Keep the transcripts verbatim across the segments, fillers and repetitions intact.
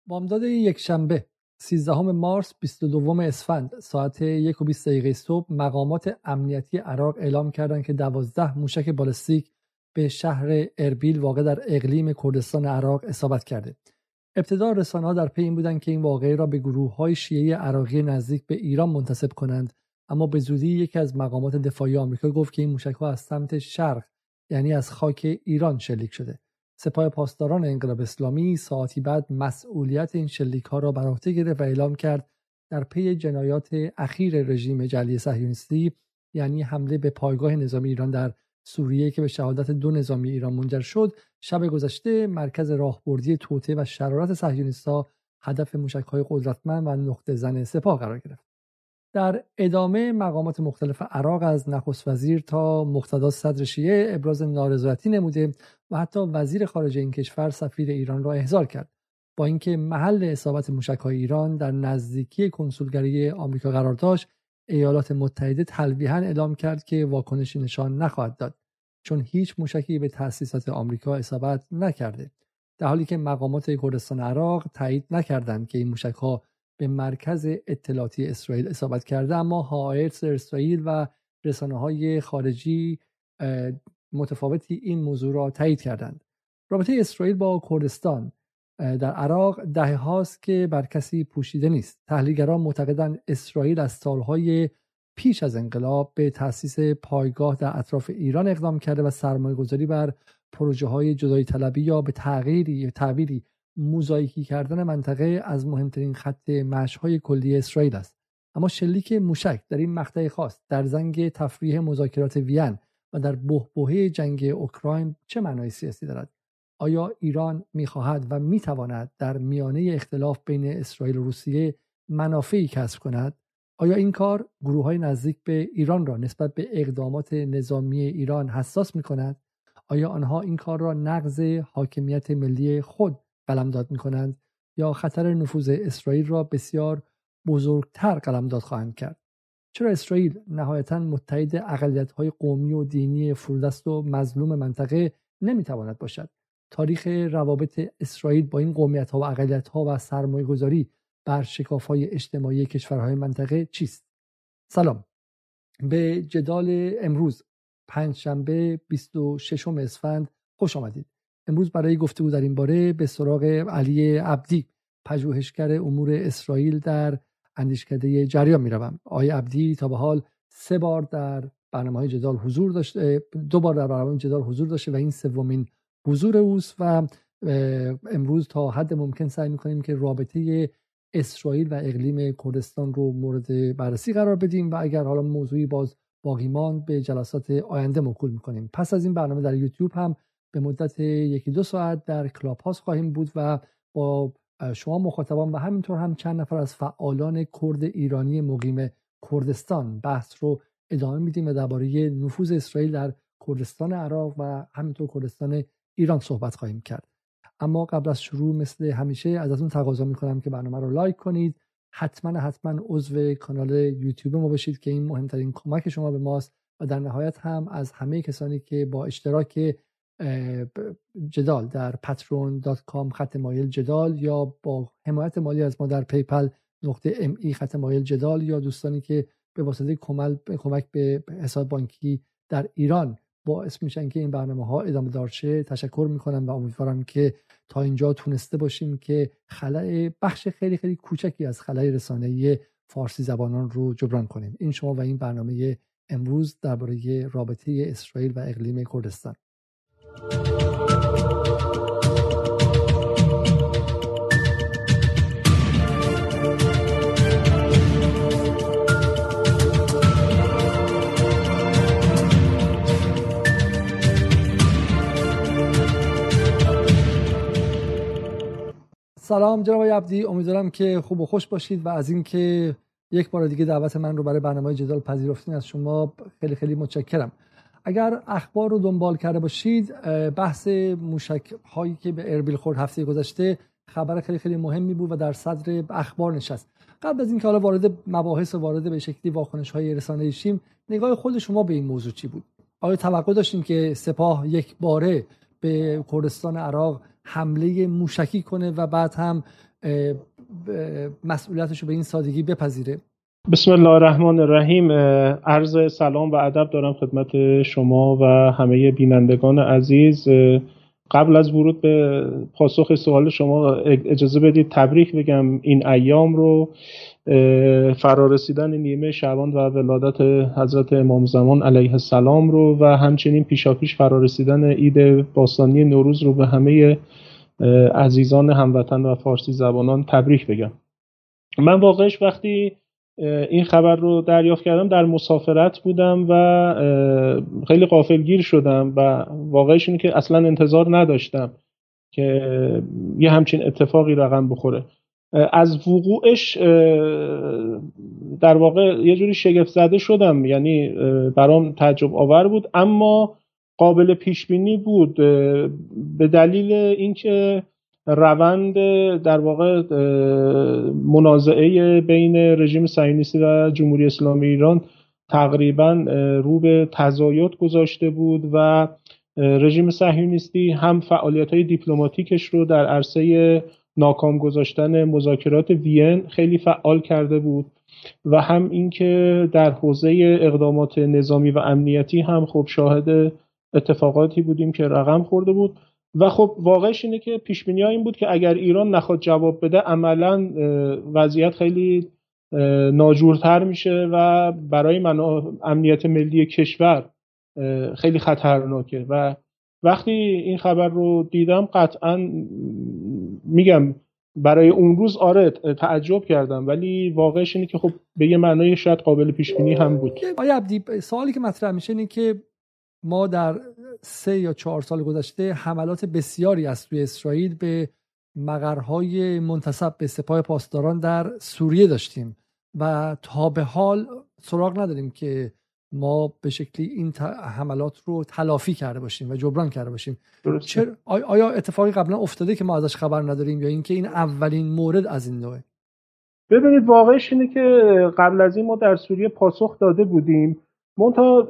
بامداد یک شنبه سیزدهم مارس بیست و دوم اسفند ساعت یک و بیست دقیقه صبح مقامات امنیتی عراق اعلام کردند که دوازده موشک بالستیک به شهر اربیل واقع در اقلیم کردستان عراق اصابت کرده. ابتدا رسانه‌ها در پی این بودند که این واقعه را به گروه‌های شیعه عراقی نزدیک به ایران منتسب کنند، اما به زودی یکی از مقامات دفاعی آمریکا گفت که این موشک‌ها از سمت شرق، یعنی از خاک ایران شلیک شده. سپاه پاسداران انقلاب اسلامی ساعتی بعد مسئولیت این شلیک‌ها را بر عهده گرفت و اعلام کرد در پی جنایات اخیر رژیم جعلی صهیونیستی، یعنی حمله به پایگاه نظامی ایران در سوریه که به شهادت دو نظامی ایران منجر شد، شب گذشته مرکز راهبردی توطئه و شرارت صهیونیست‌ها هدف موشک‌های قدرتمند و نقطه زن سپاه قرار گرفت. در ادامه مقامات مختلف عراق از نخست وزیر تا مقتدا صدر شیعه ابراز نارضایتی نموده و حتی وزیر خارجه این کشور سفیر ایران را احضار کرد. با اینکه محل اصابت موشک‌های ایران در نزدیکی کنسولگری آمریکا قرار داشت، ایالات متحده تلویحاً اعلام کرد که واکنشی نشان نخواهد داد، چون هیچ موشکی به تأسیسات آمریکا اصابت نکرده، در حالی که مقامات کردستان عراق تایید نکردند که این موشک‌ها به مرکز اطلاعاتی اسرائیل اصابت کرده. اما هایرتز اسرائیل و رسانه‌های خارجی متفاوتی این موضوع را تایید کردند. رابطه اسرائیل با کردستان در عراق دهه هاست که بر کسی پوشیده نیست. تحلیلگران معتقدند اسرائیل از سالهای پیش از انقلاب به تأسیس پایگاه در اطراف ایران اقدام کرده و سرمایه‌گذاری بر پروژه‌های جدایی طلبی یا به تغییری تعبیری موزاییکی کردن منطقه از مهمترین خط مشی‌های کلی اسرائیل است. اما شلیک موشک در این مقطع خاص در زنگ تفریح مذاکرات وین و در بحبوحه جنگ اوکراین چه معنای سیاسی دارد؟ آیا ایران می‌خواهد و می‌تواند در میانه اختلاف بین اسرائیل و روسیه منافعی کسب کند؟ آیا این کار گروه‌های نزدیک به ایران را نسبت به اقدامات نظامی ایران حساس می‌کند؟ آیا آنها این کار را نقض حاکمیت ملی خود قلمداد می‌کنند یا خطر نفوذ اسرائیل را بسیار بزرگتر قلمداد خواهند کرد؟ چرا اسرائیل نهایتاً متحد اقلیت‌های قومی و دینی فرودست و مظلوم منطقه نمی‌تواند باشد؟ تاریخ روابط اسرائیل با این قومیت‌ها و اقلیت‌ها و سرمایه‌گذاری بر شکاف‌های اجتماعی کشورهای منطقه چیست؟ سلام. به جدال امروز پنجشنبه بیست و ششم اسفند خوش آمدید. امروز برای گفتگو در این باره به سراغ علی عبدی، پژوهشگر امور اسرائیل در اندیشکده جریان میروم. آقای عبدی تا به حال سه بار در برنامه‌های جدال حضور داشته، دو بار در برنامه جدال حضور داشته و این سومین حضور اوست و امروز تا حد ممکن سعی می‌کنیم که رابطه اسرائیل و اقلیم کردستان رو مورد بررسی قرار بدیم و اگر حالا موضوعی باز باقی ماند به جلسات آینده موکول می‌کنیم. پس از این برنامه در یوتیوب هم به مدت یکی دو ساعت در کلاب هاوس خواهیم بود و با شما مخاطبان و همینطور هم چند نفر از فعالان کرد ایرانی مقیم کردستان بحث رو ادامه میدیم و درباره نفوذ اسرائیل در کردستان عراق و همینطور کردستان ایران صحبت خواهیم کرد. اما قبل از شروع مثل همیشه ازتون تقاضا میکنم که برنامه رو لایک کنید، حتما حتما عضو کانال یوتیوب ما باشید که این مهمترین کمک شما به ماست و در نهایت هم از همه کسانی که با اشتراک جدال در پترون دات کام خط مایل جدال یا با حمایت مالی از ما در پیپل نقطه ام ای خط مایل جدال یا دوستانی که به واسطه کمک به حساب بانکی در ایران باعث میشن که این برنامه ها ادامه دار شه تشکر میکنم و امیدوارم که تا اینجا تونسته باشیم که خلأ بخش خیلی خیلی کوچکی از خلأ رسانه‌ای فارسی زبانان رو جبران کنیم. این شما و این برنامه امروز درباره رابطه اسرائیل و اقلیم کردستان. سلام جناب عبدی، امیدوارم که خوب و خوش باشید و از اینکه یک بار دیگه دعوت من رو برای برنامه جدال پذیرفتین از شما خیلی خیلی متشکرم. اگر اخبار رو دنبال کرده باشید، بحث موشک هایی که به اربیل خورد هفته گذشته خبر خیلی خیلی مهمی بود و در صدر اخبار نشست. قبل از اینکه حالا وارد مباحث و وارد به شکلی واکنش های رسانه‌ای شیم، نگاه خود شما به این موضوع چی بود؟ آیا توقع داشتین که سپاه یک باره به کردستان عراق حمله موشکی کنه و بعد هم مسئولیتش رو به این سادگی بپذیره؟ بسم الله الرحمن الرحیم. عرض سلام و ادب دارم خدمت شما و همه بینندگان عزیز. قبل از ورود به پاسخ سوال شما اجازه بدید تبریک بگم این ایام رو، فرارسیدن نیمه شعبان و ولادت حضرت امام زمان علیه السلام رو و همچنین پیشاپیش فرارسیدن عید باستانی نوروز رو به همه عزیزان هموطن و فارسی زبانان تبریک بگم. من واقعش وقتی این خبر رو دریافت کردم در مسافرت بودم و خیلی غافلگیر شدم و واقعش اینه که اصلا انتظار نداشتم که یه همچین اتفاقی رقم بخوره. از وقوعش در واقع یه جوری شگفت زده شدم، یعنی برام تعجب آور بود اما قابل پیش بینی بود به دلیل اینکه روند در واقع منازعه بین رژیم صهیونیستی و جمهوری اسلامی ایران تقریبا رو به تزاید گذاشته بود و رژیم صهیونیستی هم فعالیت‌های دیپلماتیکش رو در عرصه ناکام گذاشتن مذاکرات وین خیلی فعال کرده بود و هم اینکه در حوزه اقدامات نظامی و امنیتی هم خب شاهد اتفاقاتی بودیم که رقم خورده بود و خب واقعش اینه که پیش بینی ها این بود که اگر ایران نخواد جواب بده عملاً وضعیت خیلی ناجورتر میشه و برای من امنیت ملی کشور خیلی خطرناکه و وقتی این خبر رو دیدم قطعاً میگم برای اون روز آره تعجب کردم، ولی واقعش اینه که خب به یه معنای شاید قابل پیش بینی هم بود. آیا عبدی سوالی که مطرح میشه اینه که ما در سه یا چهار سال گذشته حملات بسیاری از سوی اسرائیل به مقرهای منتسب به سپاه پاسداران در سوریه داشتیم و تا به حال سراغ نداریم که ما به شکلی این حملات رو تلافی کرده باشیم و جبران کرده باشیم. چرا آیا اتفاقی قبلا افتاده که ما ازش خبر نداریم یا اینکه این اولین مورد از این نوعه؟ ببینید واقعش اینه که قبل از این ما در سوریه پاسخ داده بودیم، منتها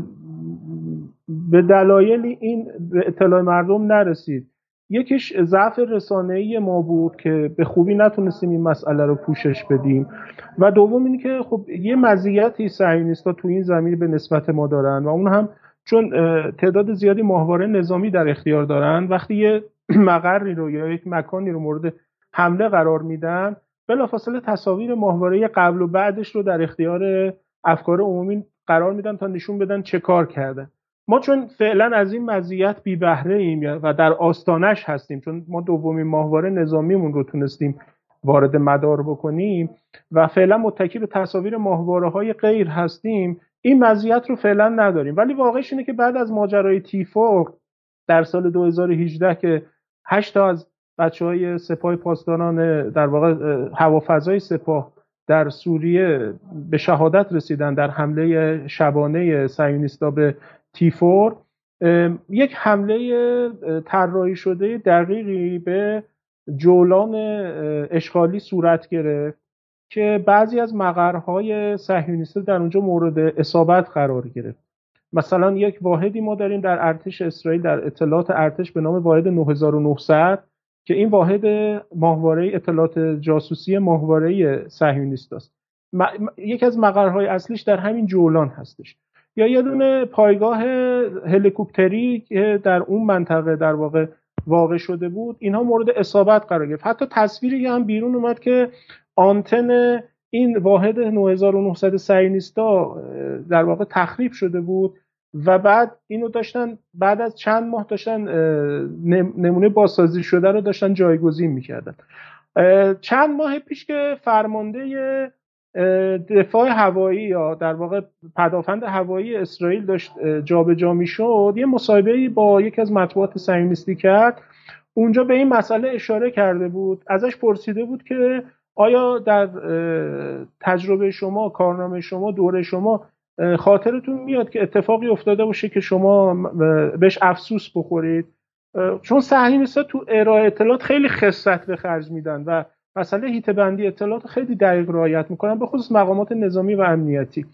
به دلایلی این به اطلاع مردم نرسید. یکیش ضعف رسانه‌ای ما بود که به خوبی نتونستیم این مسئله رو پوشش بدیم و دوم اینه که خب یه مزیتی صهیونیست‌ها تو این زمین به نسبت ما دارن و اون هم چون تعداد زیادی ماهواره نظامی در اختیار دارن، وقتی یه مقری رو یا یک مکانی رو مورد حمله قرار میدن بلافاصله تصاویر ماهواره قبل و بعدش رو در اختیار افکار عمومی قرار میدن تا نشون بدن چه کار کردن. ما چون فعلا از این مزیت بی بهره ایم و در آستانش هستیم، چون ما دومین ماهواره نظامیمون رو تونستیم وارد مدار بکنیم و فعلا متکی به تصاویر ماهواره‌های غیر هستیم، این مزیت رو فعلا نداریم. ولی واقعش اینه که بعد از ماجرای تیفور در سال دو هزار و هجده که هشت تا از بچه‌های سپاه پاسداران در واقع هوافضای سپاه در سوریه به شهادت رسیدن در حمله شبانه صهیونیست‌ها به تیفور، یک حمله طراحی شده دقیقی به جولان اشغالی صورت گرفت که بعضی از مقرهای صهیونیستی در اونجا مورد اصابت قرار گرفت. مثلا یک واحدی ما داریم در ارتش اسرائیل، در اطلاعات ارتش به نام واحد نه هزار و نهصد که این واحد ماهواره اطلاعات جاسوسی ماهواره صهیونیست است. م... یک از مقرهای اصلیش در همین جولان هستش. یا یه دونه پایگاه هلیکوپتری که در اون منطقه در واقع واقع شده بود، اینها مورد اصابت قرار گرفت. حتی تصویری هم بیرون اومد که آنتن این واحد نه هزار و نهصد صهیونیستا در واقع تخریب شده بود و بعد اینو داشتن بعد از چند ماه داشتن نمونه بازسازی شده رو داشتن جایگزین میکردن. چند ماه پیش که فرمانده دفاع هوایی یا در واقع پدافند هوایی اسرائیل داشت جابجا میشد، یه مصاحبه‌ای با یکی از مطبوعات صهیونیستی کرد. اونجا به این مسئله اشاره کرده بود، ازش پرسیده بود که آیا در تجربه شما، کارنامه شما، دوره شما خاطرتون میاد که اتفاقی افتاده باشه که شما بهش افسوس بخورید؟ چون صهیونیست‌ها تو ارائه اطلاعات خیلی خست به خرج میدن و مسئله هیته‌بندی اطلاعات خیلی دقیق رعایت میکنن، به خصوص مقامات نظامی و امنیتی.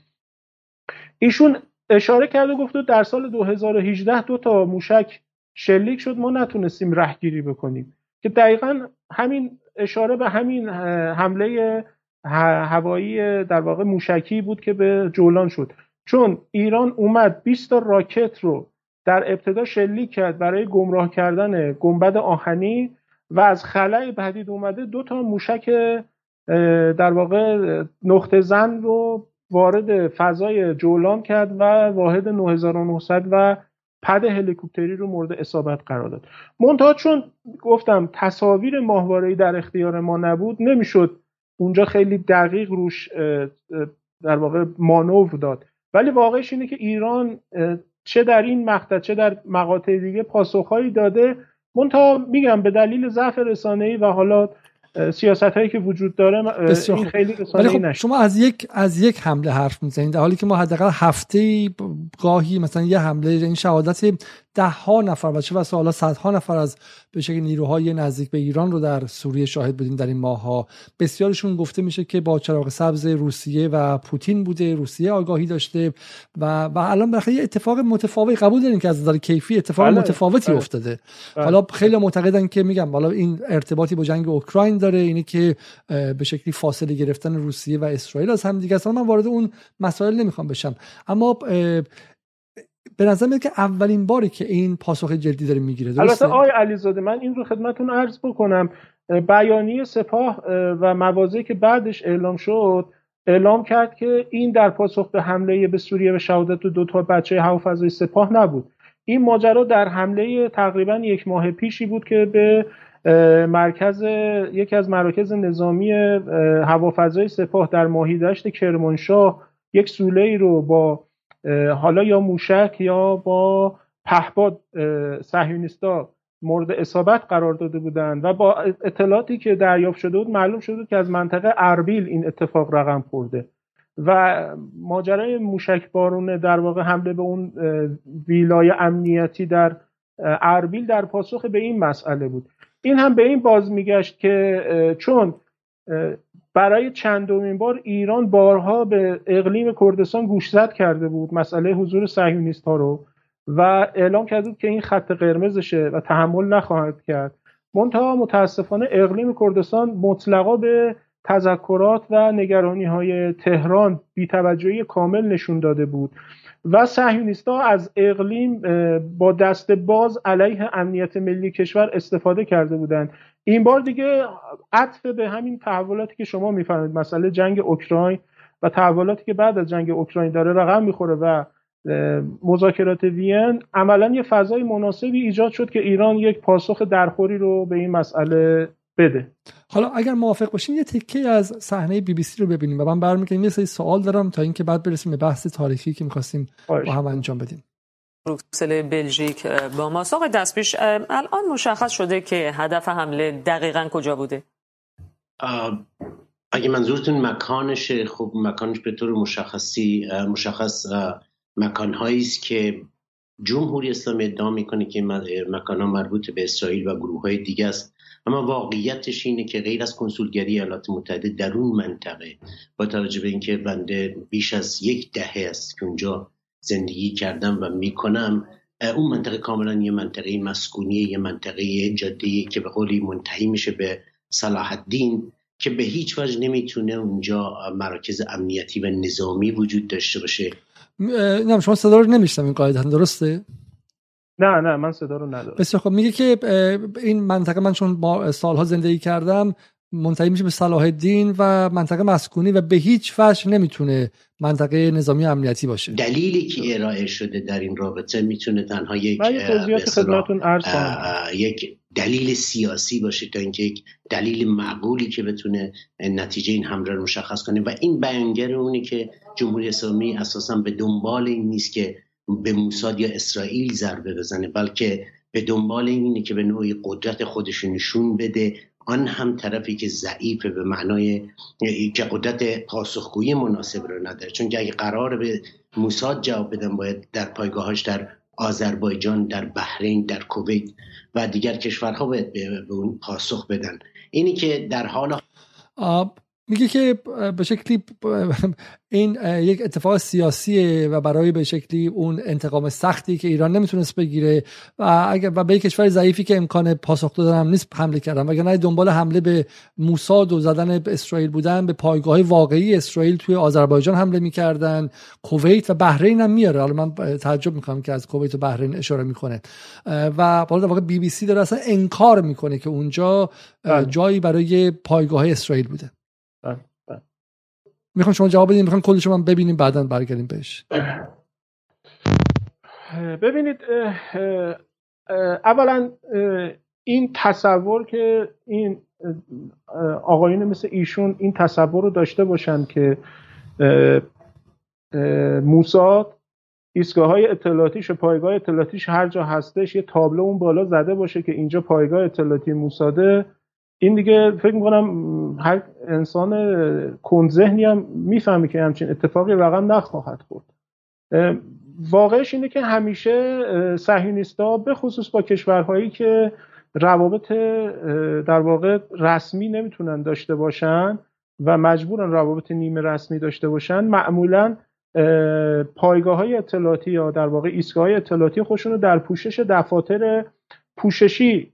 ایشون اشاره کرده گفته در سال دو هزار و هجده دو تا موشک شلیک شد، ما نتونستیم رهگیری بکنیم، که دقیقاً همین اشاره به همین حمله هوایی در واقع موشکی بود که به جولان شد، چون ایران اومد بیست تا راکت رو در ابتدا شلیک کرد برای گمراه کردن گنبد آهنی و از خلأ پدید اومده دو تا موشک در واقع نقطه زن رو وارد فضای جولان کرد و واحد نه هزار و نهصد و پد هلیکوپتری رو مورد اصابت قرار داد. منتها چون گفتم تصاویر ماهواره‌ای در اختیار ما نبود، نمیشد اونجا خیلی دقیق روش در واقع مانور داد، ولی واقعش اینه که ایران چه در این مقطع چه در مقاطع دیگه پاسخهایی داده، منتها میگم به دلیل ضعف رسانه‌ای و حالا سیاست‌هایی که وجود داره این خیلی رسانه‌ای خب نشد. شما از یک از یک حمله حرف میزنید در حالی که ما حداقل هفته‌ای گاهی مثلا یه حمله، این شهادت ده ها نفر و چه بسا حالا صدها نفر از به شکل نیروهای نزدیک به ایران رو در سوریه شاهد بودیم در این ماه‌ها. بسیارشون گفته میشه که با چراغ سبز روسیه و پوتین بوده، روسیه آگاهی داشته و و الان بالاخره یه اتفاق متفاوتی قبول داریم که از نظر کیفی اتفاق بله. متفاوتی بله. افتاده. بله. حالا خیلی معتقدن که میگم حالا این ارتباطی با جنگ اوکراین داره، اینی که به شکلی فاصله گرفتن روسیه و اسرائیل از هم دیگه است. من وارد اون مسائل نمیخوام بشم، اما به نظر میاد که اولین باری که این پاسخ جدی داره میگیره. البته آقای علیزاده من این رو خدمتتون عرض بکنم، بیانیه سپاه و مواضعی که بعدش اعلام شد اعلام کرد که این در پاسخ به حمله به سوریه و شهادت دو تا بچه هوافضای سپاه نبود. این ماجرا در حمله تقریبا یک ماه پیشی بود که به مرکز یکی از مراکز نظامی هوافضای سپاه در ماهیدشت کرمانشاه یک سوله‌ای رو با حالا یا موشک یا با پهپاد صهیونیستا مورد اصابت قرار داده بودند و با اطلاعاتی که دریافت شده بود معلوم شده که از منطقه اربیل این اتفاق رقم خورده و ماجرای موشک بارون در واقع حمله به اون ویلای امنیتی در اربیل در پاسخ به این مسئله بود. این هم به این باز میگشت که چون برای چندمین بار ایران بارها به اقلیم کردستان گوشزد کرده بود مسئله حضور صهیونیست ها رو و اعلام کرده بود که این خط قرمزشه و تحمل نخواهد کرد، منتها متاسفانه اقلیم کردستان مطلقا به تذکرات و نگرانی های تهران بی‌توجهی کامل نشون داده بود و صهیونیست‌ها از اقلیم با دست باز علیه امنیت ملی کشور استفاده کرده بودند. این بار دیگه عطف به همین تحولاتی که شما می‌فرمایید مسئله جنگ اوکراین و تحولاتی که بعد از جنگ اوکراین داره رقم می‌خوره و مذاکرات وین، عملاً یه فضای مناسبی ایجاد شد که ایران یک پاسخ درخوری رو به این مسئله بده. حالا اگر موافق باشین یه تکه از صحنه بی بی سی رو ببینیم و من برمیگردم یه سری سوال دارم تا اینکه بعد برسیم به بحث تاریخی که می‌خواستیم با هم انجام بدیم. بروکسل بلژیک با ما آقای دستپیش، الان مشخص شده که هدف حمله دقیقاً کجا بوده؟ اگه منظورتون مکانش، خب مکانش به طور مشخصی مشخص مکان‌هایی است که جمهوری اسلامی ادعا میکنه که مکان‌ها مربوط به اسرائیل و گروه‌های دیگه است، اما واقعیتش اینه که غیر از کنسولگری ایالات متحده در اون منطقه، با توجه به اینکه بنده بیش از یک دهه است که اونجا زندگی کردم و میکنم، اون منطقه کاملا یه منطقه مسکونیه، یه منطقه جاده‌ای که به قولی منتهی میشه به صلاح الدین که به هیچ وجه نمیتونه اونجا مراکز امنیتی و نظامی وجود داشته باشه. نه شما صدا رو نمیشنوین قاعدتا، درسته؟ نه نه من صدا رو ندارم. بسیار خب. میگه که این منطقه من چون با سالها زندگی کردم منتهی میشه به صلاح الدین و منطقه مسکونی و به هیچ وجه نمیتونه منطقه نظامی امنیتی باشه. دلیلی که ارائه شده در این رابطه میتونه تنها یک خدمتتون عرض کنم یک دلیل سیاسی باشه تا اینکه یک دلیل معقولی که بتونه نتیجه این حمله رو مشخص کنه و این بیانگر اونی که جمهوری اسلامی اساسا به دنبال این نیست که به موساد یا اسرائیل ضربه بزنه، بلکه به دنبال اینه که به نوعی قدرت خودش نشون بده، آن هم طرفی که ضعیفه به معنای که قدرت پاسخگویی مناسب رو نداره، چون که اگه قراره به موساد جواب بدن باید در پایگاهاش در آذربایجان، در بحرین، در کویت و دیگر کشورها باید به اون پاسخ بدن. اینی که در حال میگه که به شکلی این یک اتفاق سیاسیه و برای به شکلی اون انتقام سختی که ایران نمیتونست بگیره و اگر و به یک کشور ضعیفی که امکان پاسخ دادن هم نیست حمله کردن، وگرنه دنبال حمله به موساد و زدن به اسرائیل بودن، به پایگاه واقعی اسرائیل توی آذربایجان حمله میکردن، کویت و بحرین هم میاره. حالا من تعجب میکنم که از کویت و بحرین اشاره میکنه و بالا در واقع بی بی سی داره اصلا انکار میکنه که اونجا جایی برای پایگاه اسرائیل بوده. میخوام شما جواب بدین، میخوام کلش رو من ببینیم بعداً برگردیم بهش. ببینید اولا این تصور که این آقایون مثل ایشون این تصور رو داشته باشن که موساد ایستگاه‌های اطلاعاتیش و پایگاه اطلاعاتیش هر جا هستش یه تابلو اون بالا زده باشه که اینجا پایگاه اطلاعاتی موساده، این دیگه فکر میکنم هر انسان کندذهنی هم میفهمه که همچین اتفاقی رقم نخواهد خورد. واقعش اینه که همیشه صهیونیست‌ها به خصوص با کشورهایی که روابط در واقع رسمی نمیتونن داشته باشن و مجبورن روابط نیمه رسمی داشته باشن، معمولاً پایگاه‌های اطلاعاتی یا در واقع ایستگاه‌های اطلاعاتی خودشون رو در پوشش دفاتر پوششی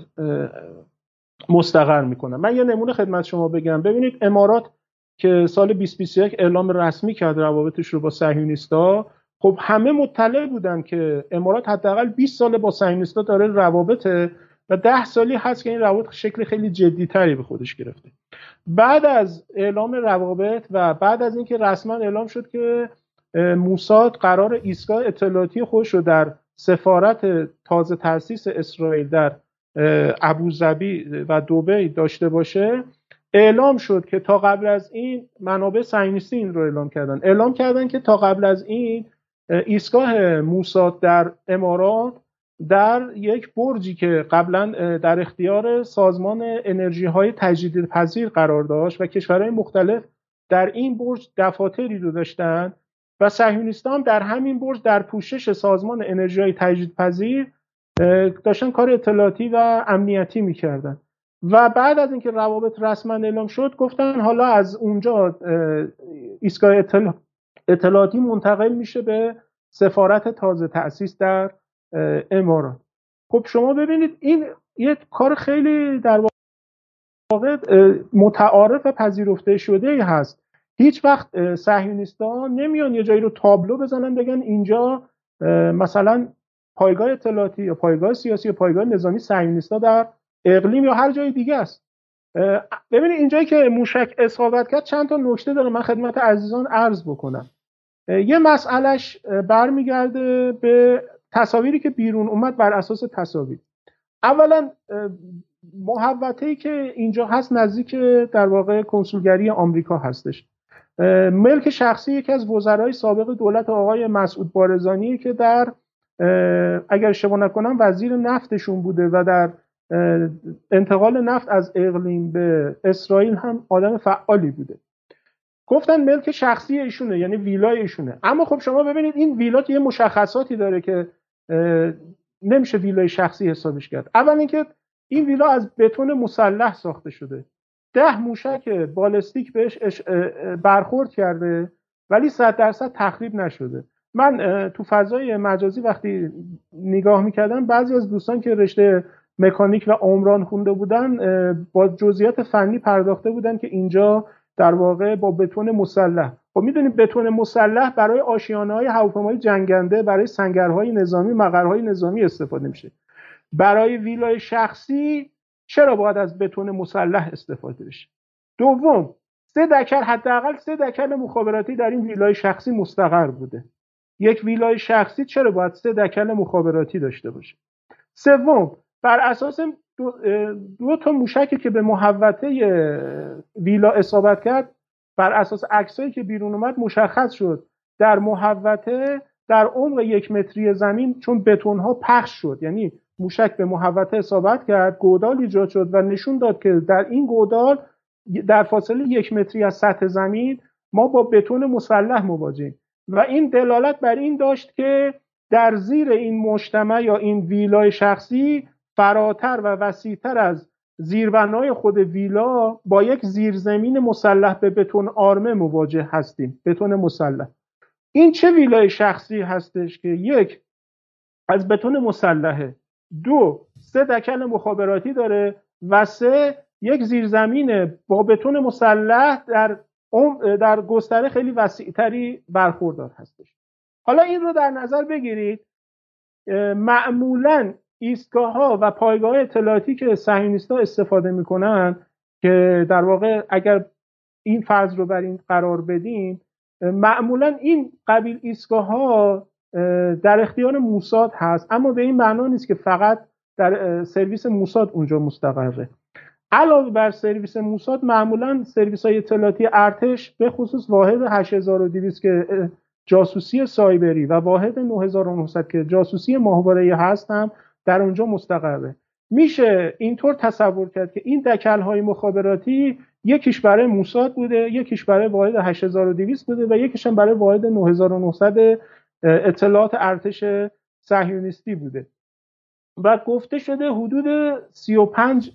مستقر میکنن. من یه نمونه خدمت شما بگم. ببینید امارات که سال بیست بیست و یک اعلام رسمی کرد روابطش رو با صهیونیست‌ها، خب همه مطلع بودن که امارات حداقل بیست سال با صهیونیست‌ها داره روابطه و ده سالی هست که این روابط شکل خیلی جدی‌تری به خودش گرفته. بعد از اعلام روابط و بعد از اینکه رسما اعلام شد که موساد قرار ایستگاه اطلاعاتی خودش رو در سفارت تازه تأسیس اسرائیل در ابوظبی و دبی داشته باشه، اعلام شد که تا قبل از این منابع صهیونیستی این رو اعلام کردن اعلام کردن که تا قبل از این ایستگاه موساد در امارات در یک برجی که قبلا در اختیار سازمان انرژی های تجدیدپذیر قرار داشت و کشورهای مختلف در این برج دفاتری رو داشتن و صهیونیست‌ها هم در همین برج در پوشش سازمان انرژی های تجدیدپذیر داشتن کار اطلاعاتی و امنیتی میکردن. و بعد از اینکه روابط رسما اعلام شد گفتن حالا از اونجا ایستگاه اطلاع... اطلاعاتی منتقل میشه به سفارت تازه تأسیس در امارات. خب شما ببینید این یه کار خیلی در واقع متعارف و پذیرفته شده ای هست. هیچ وقت صهیونیست‌ها نمیان یه جایی رو تابلو بزنن بگن اینجا مثلا پایگاه اطلاعاتی یا پایگاه سیاسی یا پایگاه نظامی صهیونیست‌ها در اقلیم یا هر جای دیگه است. ببینید اینجایی که موشک اصابت کرد چند تا نکته داره من خدمت عزیزان عرض بکنم. یه مسئلهش برمیگرده به تصاویری که بیرون اومد بر اساس تصاویر. اولا محوطه‌ای که اینجا هست نزدیک در واقع کنسولگری آمریکا هستش. ملک شخصی یکی از وزرای سابق دولت آقای مسعود بارزانیه که در اگر اشتباه نکنم وزیر نفتشون بوده و در انتقال نفت از اقلیم به اسرائیل هم آدم فعالی بوده. گفتن ملک شخصی ایشونه، یعنی ویلای ایشونه. اما خب شما ببینید این ویلا یه مشخصاتی داره که نمیشه ویلای شخصی حسابش کرد. اول اینکه این ویلا از بتون مسلح ساخته شده. ده موشک بالستیک بهش برخورد کرده ولی صد درصد تخریب نشده. من تو فضای مجازی وقتی نگاه میکردم بعضی از دوستان که رشته مکانیک و عمران خونده بودن با جزئیات فنی پرداخته بودن که اینجا در واقع با بتون مسلح، خب میدونید بتون مسلح برای آشیانه‌های هواپیمای جنگنده، برای سنگرهای نظامی، مقرهای نظامی استفاده میشه. برای ویلای شخصی چرا باید از بتون مسلح استفاده بشه؟ دوم، سه دکل حداقل سه دکل مخابراتی در این ویلای شخصی مستقر بوده. یک ویلای شخصی چرا باید سه دکل مخابراتی داشته باشه؟ سوم، بر اساس دو, دو تا موشکی که به محوطه ویلا اصابت کرد، بر اساس عکسایی که بیرون اومد مشخص شد در محوطه در عمق یک متری زمین چون بتون‌ها پخش شد، یعنی موشک به محوطه اصابت کرد، گودال ایجاد شد و نشون داد که در این گودال در فاصله یک متری از سطح زمین ما با بتون مسلح مواجهیم و این دلالت بر این داشت که در زیر این مجتمع یا این ویلای شخصی فراتر و وسیع‌تر از زیربنای خود ویلا با یک زیرزمین مسلح به بتون آرمه مواجه هستیم، بتون مسلح. این چه ویلای شخصی هستش که یک از بتون مسلحه، دو سه دکل مخابراتی داره و سه یک زیرزمین با بتون مسلح در در گستره خیلی وسیع‌تری برخوردار هستش. حالا این رو در نظر بگیرید، معمولاً ایستگاه‌ها و پایگاه اطلاعاتی که صهیونیست‌ها استفاده می‌کنن که در واقع اگر این فرض رو بر این قرار بدیم، معمولاً این قبیل ایستگاه‌ها در اختیار موساد هست، اما به این معنا نیست که فقط در سرویس موساد اونجا مستقره. علاوه بر سرویس موساد، معمولاً سرویس‌های اطلاعاتی ارتش به خصوص واحد هشت هزار و دویست که جاسوسی سایبری و واحد نه هزار و نهصد که جاسوسی ماهواره‌ای هست هم در اونجا مستقره. میشه اینطور تصور کرد که این دکل‌های مخابراتی یکیش برای موساد بوده، یکیش برای واحد هشت هزار و دویست بوده و یکیش هم برای واحد نه هزار و نهصد اطلاعات ارتش صهیونیستی بوده. و گفته شده حدود سی و پنج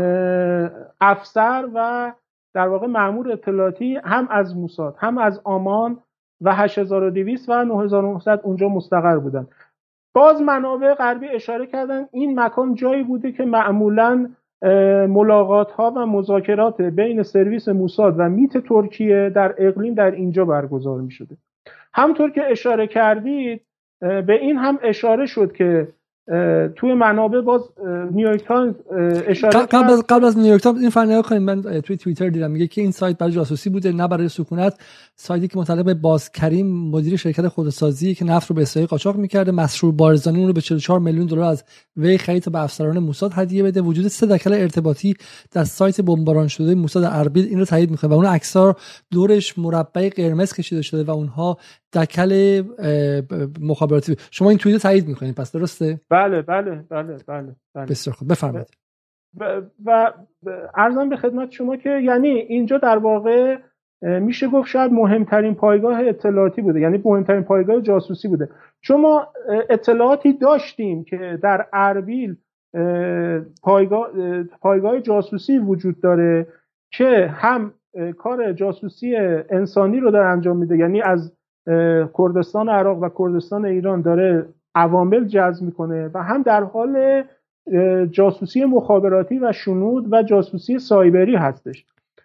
افسر و در واقع مأمور اطلاعاتی هم از موساد هم از آمان و هشت هزار و دویست و نه هزار و نهصد اونجا مستقر بودن. باز منابع غربی اشاره کردن این مکان جایی بوده که معمولاً ملاقات ها و مذاکرات بین سرویس موساد و میت ترکیه در اقلیم در اینجا برگزار می شده. همطور که اشاره کردید به این هم اشاره شد که توی منابع باز نیویورک تایمز اشاره قبل از قبل از نیویورک تایمز این فرنگاه کنیم، من توی توییتر دیدم میگه که این سایت برای جاسوسی بوده نه برای سکونت. سایتی که متعلق به باز کریم مدیر شرکت خودروسازی که نفت رو به اسرائیل قاچاق میکرده، مسرور بارزانی اون رو به چهل و چهار میلیون دلار از وی خرید تا به افسران موساد هدیه بده. وجود سه دکل ارتباطی در سایت بمباران شده موساد اربیل این رو تایید میکنه و اون عکس‌ها دورش مربع قرمز کشیده شده و اونها دکل مخابراتی. شما این توییت تایید میکنید پس درسته؟ بله بله بله بله, بله. بسیار خوب، بفرمایید. و, و عرضم به خدمت شما که یعنی اینجا در واقع میشه گفت شاید مهمترین پایگاه اطلاعاتی بوده، یعنی مهمترین پایگاه جاسوسی بوده، چون ما اطلاعاتی داشتیم که در اربیل پایگاه پایگاه جاسوسی وجود داره که هم کار جاسوسی انسانی رو داره انجام میده، یعنی از کردستان عراق و کردستان ایران داره عوامل جذب میکنه و هم در حال جاسوسی مخابراتی و شنود و جاسوسی سایبری هستش.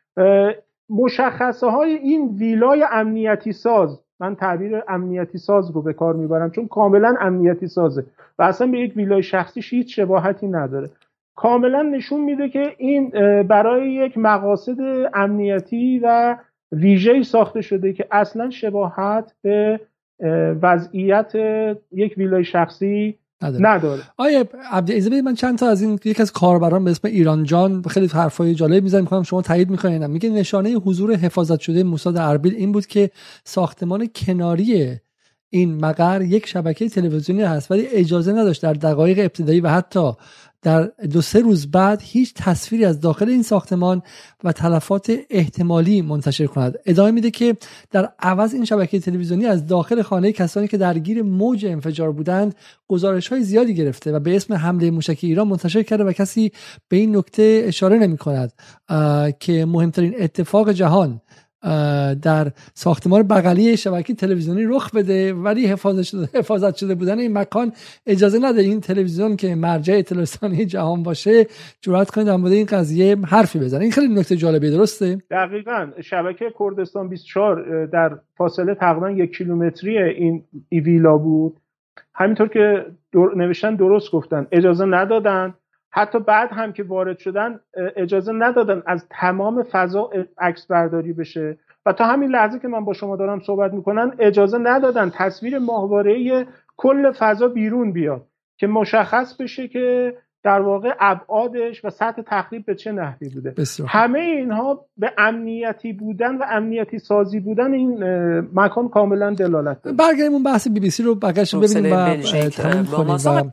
مشخصه های این ویلای امنیتی ساز، من تعبیر امنیتی ساز رو به کار میبرم چون کاملا امنیتی سازه و اصلا به یک ویلای شخصیش هیچ شباهتی نداره، کاملا نشون میده که این برای یک مقاصد امنیتی و ویژه‌ای ساخته شده که اصلا شباهت به وضعیت یک ویلای شخصی نداره. نداره. آیه عبدالعزیز، من چند تا از این یک از کاربران به اسم ایران جان خیلی حرفای جالب میزنه، میخوام شما تایید میکنین. میگه نشانه حضور حفاظت شده موساد اربیل این بود که ساختمان کناری این مقر یک شبکه تلویزیونی هست ولی اجازه نداشت در دقایق ابتدایی و حتی در دو سه روز بعد هیچ تصویری از داخل این ساختمان و تلفات احتمالی منتشر کند. ادامه میده که در عوض این شبکه تلویزیونی از داخل خانه کسانی که درگیر موج انفجار بودند گزارش‌های زیادی گرفته و به اسم حمله موشکی ایران منتشر کرده و کسی به این نکته اشاره نمی‌کند که مهمترین اتفاق جهان در ساختمان بغلی شبکه تلویزیونی رخ بده ولی حفاظت شده حفاظت شده بودن این مکان اجازه نده این تلویزیون که مرجع اطلاع رسانی جهان باشه جرأت کنه در مورد این قضیه حرفی بزنه. این خیلی نکته جالبیه، درسته؟ دقیقاً شبکه کردستان بیست و چهار در فاصله تقریبا یک کیلومتری این ویلا بود، همینطور که در... نوشتن درست گفتن اجازه ندادن، حتی بعد هم که وارد شدن اجازه ندادن از تمام فضا عکس برداری بشه و تا همین لحظه که من با شما دارم صحبت میکنن اجازه ندادن تصویر ماهواره‌ای کل فضا بیرون بیاد که مشخص بشه که در واقع ابعادش و سطح تخریب به چه نحوی بوده. بسیار. همه اینها به امنیتی بودن و امنیتی سازی بودن این مکان کاملا دلالت داره. برگردیم اون بحث بی بی سی رو بقیه‌اش ببینیم و تموم کنیم.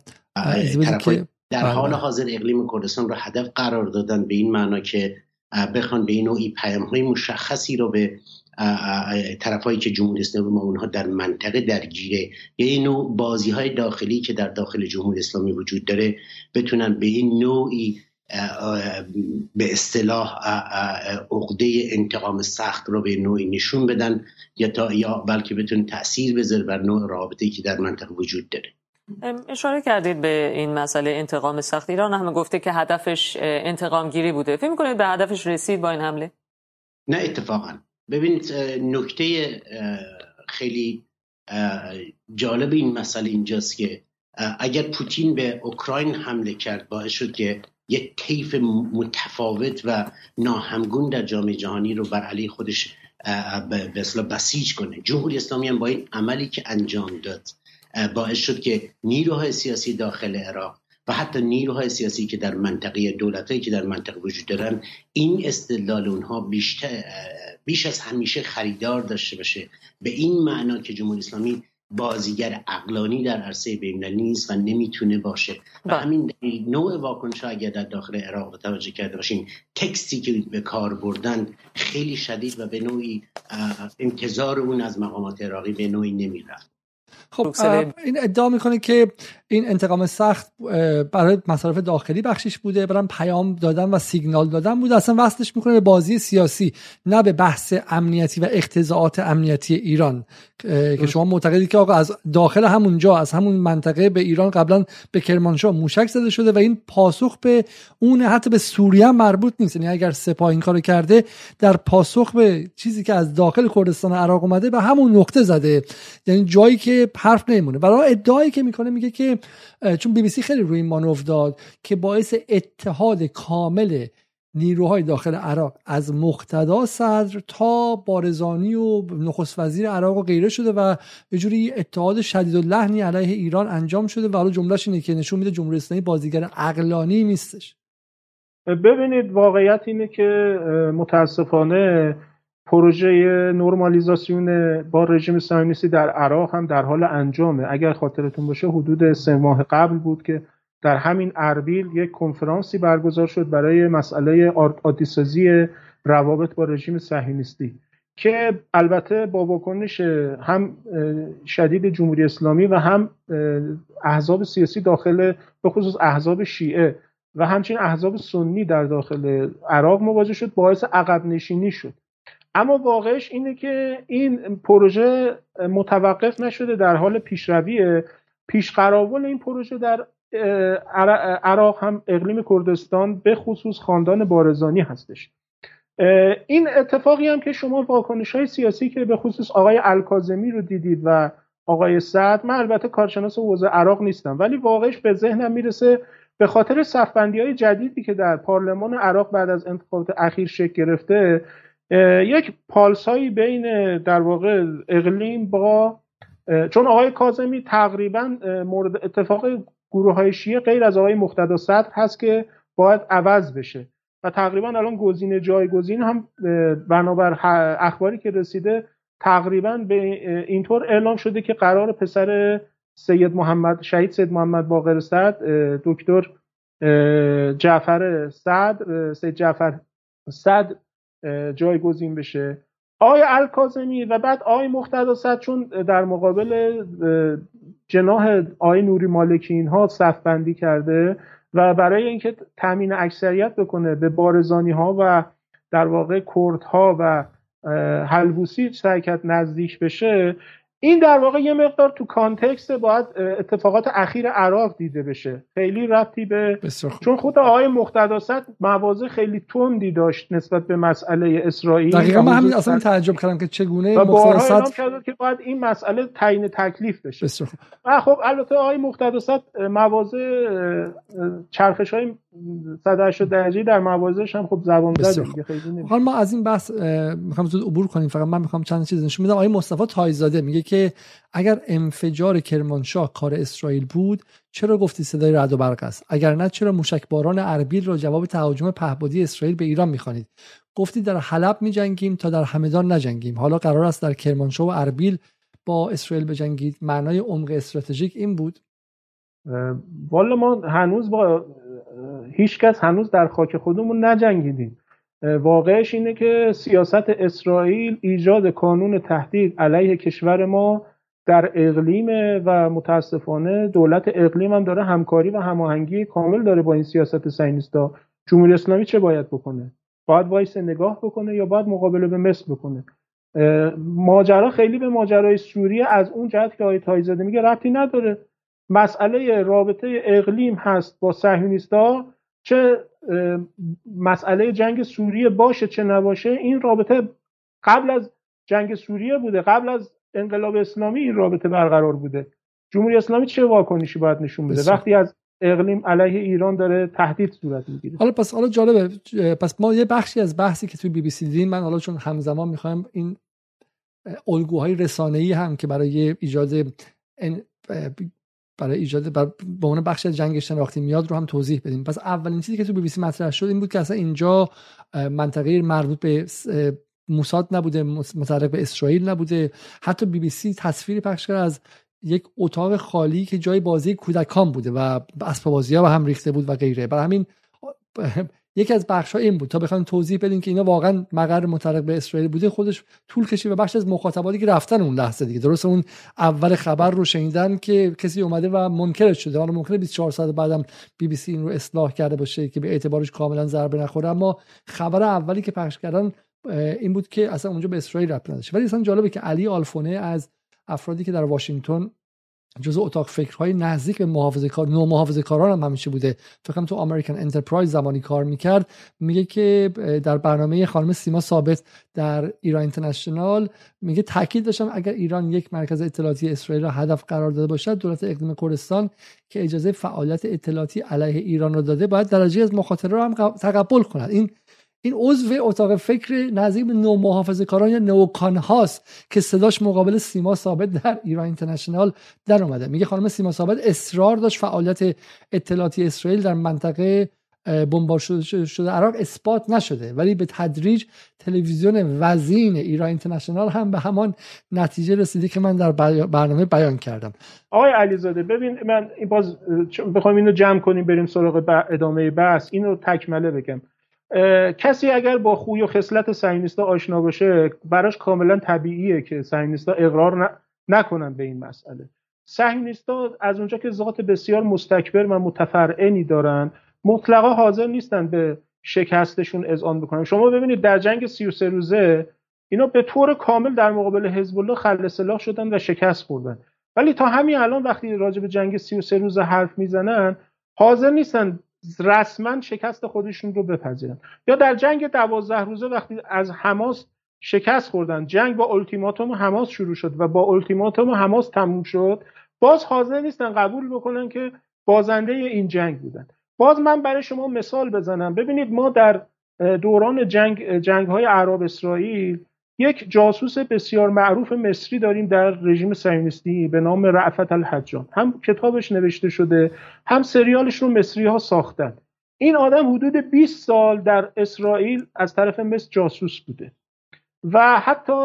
در حال حاضر اقلیم کردستان رو هدف قرار دادن به این معنا که بخوان به این نوعی پیام‌های مشخصی رو به طرفایی که جمهوری اسلامی ما اونها در منطقه درگیره یا این نوع بازی‌های داخلی که در داخل جمهوری اسلامی وجود داره بتونن به این نوعی به اصطلاح عقده انتقام سخت رو به نوعی نشون بدن یا تا یا بلکه بتونه تأثیر بذاره بر نوع رابطه‌ای که در منطقه وجود داره. اشاره کردید به این مسئله انتقام سخت. ایران هم گفته که هدفش انتقام گیری بوده. فکر می‌کنید به هدفش رسید با این حمله؟ نه اتفاقا. ببینید نکته خیلی جالب این مسئله اینجاست که اگر پوتین به اوکراین حمله کرد باعث شد که یک طیف متفاوت و ناهمگون در جامعه جهانی رو بر علیه خودش به اصطلاح بسیج کنه. جمهوری اسلامی هم با این عملی که انجام داد باعث شد که نیروهای سیاسی داخل عراق و حتی نیروهای سیاسی که در منطقه دولتایی که در منطقه وجود دارن این استدلال اونها بیشتر بیش از همیشه خریدار داشته باشه، به این معنا که جمهوری اسلامی بازیگر عقلانی در عرصه بین‌المللی نیست و نمیتونه باشه. و همین نوع واکنش اگر در داخل عراق توجه کرده باشین، تکستی که به کار بردن خیلی شدید و به نوعی انتظار اون از مقامات عراقی به نوعی نمیرفت. خب این ادعا میکنه که این انتقام سخت برای مصارف داخلی بخشش بوده، برای پیام دادن و سیگنال دادن بوده، اصلا وصلش میکنه به بازی سیاسی نه به بحث امنیتی و اقتضاعات امنیتی ایران که شما معتقدید که آقا از داخل همونجا از همون منطقه به ایران قبلا به کرمانشاه موشک زده شده و این پاسخ به اون حتی به سوریه مربوط نیست. یعنی اگر سپاه این کارو کرده در پاسخ به چیزی که از داخل کردستان عراق اومده به همون نقطه زده، یعنی جایی که حرف نمیمونه. برای ادعایی که میکنه میگه که چون بی بی سی خیلی روی این مانور داد که باعث اتحاد کامل نیروهای داخل عراق از مقتدا صدر تا بارزانی و نخست وزیر عراق و غیره شده و یه جوری اتحاد شدید اللحنی علیه ایران انجام شده و حالا جملهش اینه که نشون میده جمهوری اسلامی بازیگر عقلانی نیستش. ببینید واقعیت اینه که متاسفانه پروژه نورمالیزاسیون با رژیم صهیونیستی در عراق هم در حال انجامه. اگر خاطرتون باشه حدود سه ماه قبل بود که در همین اربیل یک کنفرانسی برگزار شد برای مسئله عادی‌سازی روابط با رژیم صهیونیستی که البته با واکنش هم شدید جمهوری اسلامی و هم احزاب سیاسی داخل به خصوص احزاب شیعه و همچنین احزاب سنی در داخل عراق مواجه شد، باعث عقب نشینی شد. اما واقعش اینه که این پروژه متوقف نشده، در حال پیشرویه. پیشقراول این پروژه در عراق هم اقلیم کردستان به خصوص خاندان بارزانی هستش. این اتفاقی هم که شما واکنش‌های سیاسی که به خصوص آقای الکاظمی رو دیدید و آقای سعد، من البته کارشناس حوزه عراق نیستم ولی واقعش به ذهنم میرسه به خاطر صفبندی‌های جدیدی که در پارلمان عراق بعد از انتخابات اخیر شکل گرفته، یک پالسایی بین در واقع اقلیم با، چون آقای کاظمی تقریبا مورد اتفاق گروه‌های شیعه غیر از آقای مقتدا صدر هست که باید عوض بشه و تقریبا الان گزینه جایگزین هم بنابر اخباری که رسیده تقریبا به اینطور اعلام شده که قرار پسر سید محمد شهید سید محمد باقر صدر دکتر جعفر صدر سید جعفر صدر جایگزین بشه. آقای الکاظمی و بعد آقای مقتدا صدر چون در مقابل جناح آقای نوری مالکی اینها صف بندی کرده و برای اینکه تامین اکثریت بکنه به بارزانی ها و در واقع کردها و حلبوسی سعی کرد نزدیک بشه، این در واقع یه مقدار تو کانتکست باید اتفاقات اخیر عراق دیده بشه، خیلی ربطی به چون خود آقای مقتدا صدر مواضع خیلی تندی داشت نسبت به مسئله اسرائیل. دقیقاً من همین اصلا تعجب کردم که چگونه مقتدا صدر کرد که باید این مسئله تعیین تکلیف بشه. و خب البته آقای مقتدا صدر مواضع چرخش‌های صد و هشتاد درجه‌ای در مواضعش هم خب زبان زد دیگه، خیلی نمیشه. حالا ما از این بحث می‌خوام زود عبور کنیم، فقط من می‌خوام چند چیز نشون بدم. آقای مصطفی تایزاده میگه که اگر انفجار کرمانشاه کار اسرائیل بود چرا گفتی صدای رعد و برق است؟ اگر نه چرا موشکباران اربیل را جواب تهاجم پهپادی اسرائیل به ایران می‌خوانید؟ گفتی در حلب می‌جنگیم تا در همدان نجنگیم، حالا قرار است در کرمانشاه و اربیل با اسرائیل بجنگید. معنای عمق استراتژیک این بود؟ والا ما هنوز با هیچ کس هنوز در خاک خودمون نجنگیدیم. واقعش اینه که سیاست اسرائیل ایجاد کانون تهدید علیه کشور ما در اقلیم و متاسفانه دولت اقلیم هم داره همکاری و هماهنگی کامل داره با این سیاست صهیونیست‌ها. جمهوری اسلامی چه باید بکنه؟ باید وایس نگاه بکنه یا باید مقابله به مصر بکنه؟ ماجرا خیلی به ماجرای سوریه از اون جهت که آقای طاهی‌زاده میگه ربطی نداره. مسئله رابطه اقلیم هست با صهیونیست‌ها، چه مسئله جنگ سوریه باشه چه نباشه، این رابطه قبل از جنگ سوریه بوده، قبل از انقلاب اسلامی این رابطه برقرار بوده. جمهوری اسلامی چه واکنشی باید نشون بده بسید. وقتی از اقلیم علیه ایران داره تهدید صورت میگیره؟ حالا پس حالا جالبه، پس ما یه بخشی از بحثی که توی بی بی سی دیدیم، من حالا چون همزمان میخوایم این الگوهای رسانه‌ای هم که برای ایجاد برای ایجاد بر به عنوان بخش از جنگ شناختی میاد رو هم توضیح بدیم. پس اولین چیزی که تو بی بی سی مطرح شد این بود که اصلا اینجا منطقه مربوط به موساد نبوده، متعلق به اسرائیل نبوده. حتی بی بی سی تصویری پخش کرد از یک اتاق خالی که جای بازی کودکان بوده و اسباب بازی‌ها به هم ریخته بود و غیره. برای همین یکی از بخش‌ها این بود تا بخوایم توضیح بدیم که اینا واقعا مقر متعلق به اسرائیل بوده، خودش طول کشید و بخش از مخاطباتی که رفتن اون لحظه دیگه درست اون اول خبر رو شنیدن که کسی اومده و منکرش شده. حالا ممکنه بیست و چهار ساعت بعدم بی بی سی این رو اصلاح کرده باشه که به اعتبارش کاملا ضربه نخوره، اما خبر اولی که پخش کردن این بود که اصلا اونجا به اسرائیل ربط نداشت. ولی اصلا جالبه که علی آلفونه از افرادی که در واشنگتن جزء اتاق فکرهای نزدیک به محافظه‌کار نو محافظه‌کاران هم همیشه بوده، فکر کنم تو امریکن انترپرایز زمانی کار میکرد، میگه که در برنامه خانم سیما ثابت در ایران اینترنشنال میگه تاکید داشتم اگر ایران یک مرکز اطلاعاتی اسرائیل را هدف قرار داده باشد، دولت اقلیم کردستان که اجازه فعالیت اطلاعاتی علیه ایران را داده باید درجه از مخاطره را هم تقبل کند. این این عضو اتاق فکر نزدیک به نو محافظه‌کاران یا نوکان هاست که صداش مقابل سیما ثابت در ایران اینترنشنال در اومده. میگه خانم سیما ثابت اصرار داشت فعالیت اطلاعاتی اسرائیل در منطقه بمبار شده, شده عراق اثبات نشده، ولی به تدریج تلویزیون وزین ایران اینترنشنال هم به همان نتیجه رسیده که من در برنامه بیان کردم. آقای علیزاده ببین، من این باز بخوایم اینو جمع کنیم بریم سراغ ادامه بحث، اینو تکمله بگم. کسی اگر با خوی و خصلت صهیونیست‌ها آشنا باشه براش کاملا طبیعیه که صهیونیست‌ها اقرار ن... نکنن به این مسئله. صهیونیست‌ها از اونجا که ذات بسیار مستکبر و متفرعنی دارن، مطلقا حاضر نیستن به شکستشون اذعان بکنن. شما ببینید در جنگ سی و سه روزه اینا به طور کامل در مقابل حزب الله خلع سلاح شدن و شکست خوردن، ولی تا همین الان وقتی راجع به جنگ سی و سه روزه حرف میزنن حاضر نیستن رسما شکست خودشون رو بپذیرن. یا در جنگ دوازده روزه وقتی از حماس شکست خوردن، جنگ با التیماتوم حماس شروع شد و با التیماتوم حماس تموم شد، باز حاضر نیستن قبول بکنن که بازنده این جنگ بودن. باز من برای شما مثال بزنم. ببینید ما در دوران جنگ جنگ‌های عرب اسرائیل یک جاسوس بسیار معروف مصری داریم در رژیم صهیونیستی به نام رأفت الحجام. هم کتابش نوشته شده، هم سریالش رو مصری‌ها ساختن. این آدم حدود بیست سال در اسرائیل از طرف مصر جاسوس بوده و حتی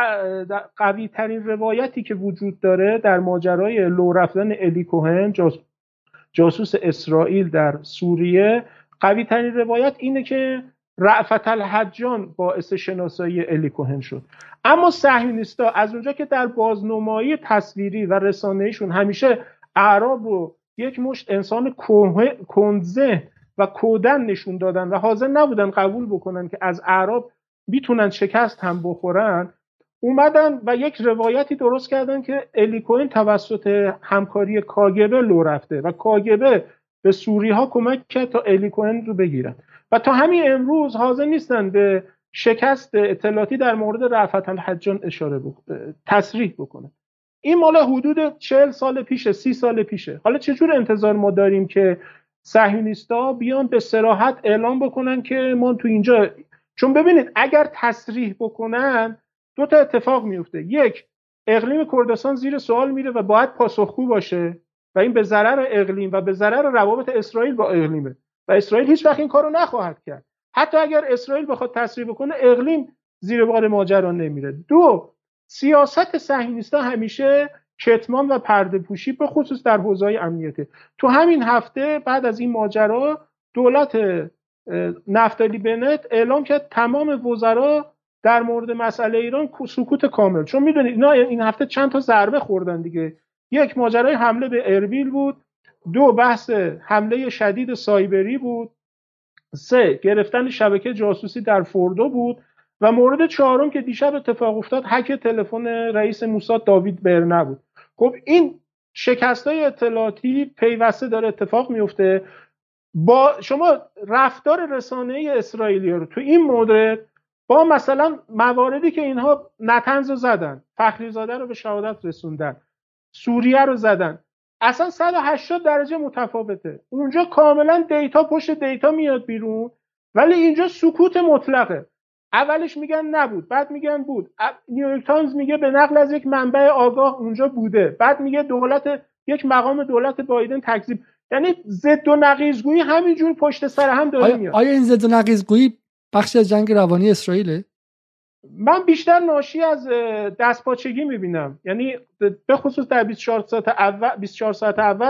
قوی ترین روایتی که وجود داره در ماجرای لو رفتن الی کوهن جاسوس اسرائیل در سوریه، قوی ترین روایت اینه که رأفت الحجام باعث شناسایی الی کوهن شد. اما صهیونیست‌ها از اونجا که در بازنمایی تصویری و رسانه‌ایشون همیشه اعراب رو یک مشت انسان کندذهن و کودن نشون دادن و حاضر نبودن قبول بکنن که از اعراب میتونن شکست هم بخورن، اومدن و یک روایتی درست کردن که الی کوهن توسط همکاری کاگبه لو رفته و کاگبه به سوری‌ها کمک کرد تا الی کوهن رو بگیرن و تا همین امروز حاضر نیستن به شکست اطلاعاتی در مورد رأفت الحجام اشاره بکنن، تصریح بکنن. این مال حدود چهل سال پیشه، سی سال پیشه. حالا چجور انتظار ما داریم که صهیونیست‌ها بیان به صراحت اعلام بکنن که ما تو اینجا، چون ببینید اگر تصریح بکنن دو تا اتفاق میفته. یک، اقلیم کردستان زیر سوال میره و باید پاسخگو باشه و این به ضرر اقلیم و به ضرر روابط اسرائیل با اقلیمه و اسرائیل هیچ وقت این کارو نخواهد کرد. حتی اگر اسرائیل بخواد تصریح بکنه اقلیم زیر بار ماجرا نمیره. دو، سیاست صهیونیست‌ها همیشه کتمان و پرده پوشی به خصوص در حوزه‌های امنیتی. تو همین هفته بعد از این ماجرا دولت نفتالی بنت اعلام کرد تمام وزرا در مورد مسئله ایران سکوت کامل، چون میدونید اینا این هفته چند تا ضربه خوردن دیگه. یک، ماجرای حمله به اربیل بود. دو، بحث حمله شدید سایبری بود سه گرفتن شبکه جاسوسی در فوردو بود و مورد چهارم که دیشب اتفاق افتاد هک تلفن رئیس موساد داوید برنه بود. خب این شکست‌های اطلاعاتی پیوسته داره اتفاق میفته. با شما رفتار رسانه‌ای اسرائیلی رو تو این مورد با مثلا مواردی که اینها نتنز رو زدن، فخریزاده رو به شهادت رسوندن، سوریه رو زدن، اصلا صد و هشتاد درجه متفاوته. اونجا کاملا دیتا پشت دیتا میاد بیرون، ولی اینجا سکوت مطلقه. اولش میگن نبود، بعد میگن بود. نیویورک تایمز میگه به نقل از یک منبع آگاه اونجا بوده، بعد میگه دولت یک مقام دولت بایدن تکذیب. یعنی ضد و نقیضگویی همینجور پشت سر هم داره آیا، میاد. آیا این ضد و نقیضگویی بخشی از جنگ روانی اسرائیله؟ من بیشتر ناشی از دستپاچگی میبینم. یعنی به خصوص در بیست و چهار ساعت اول بیست و چهار ساعت اول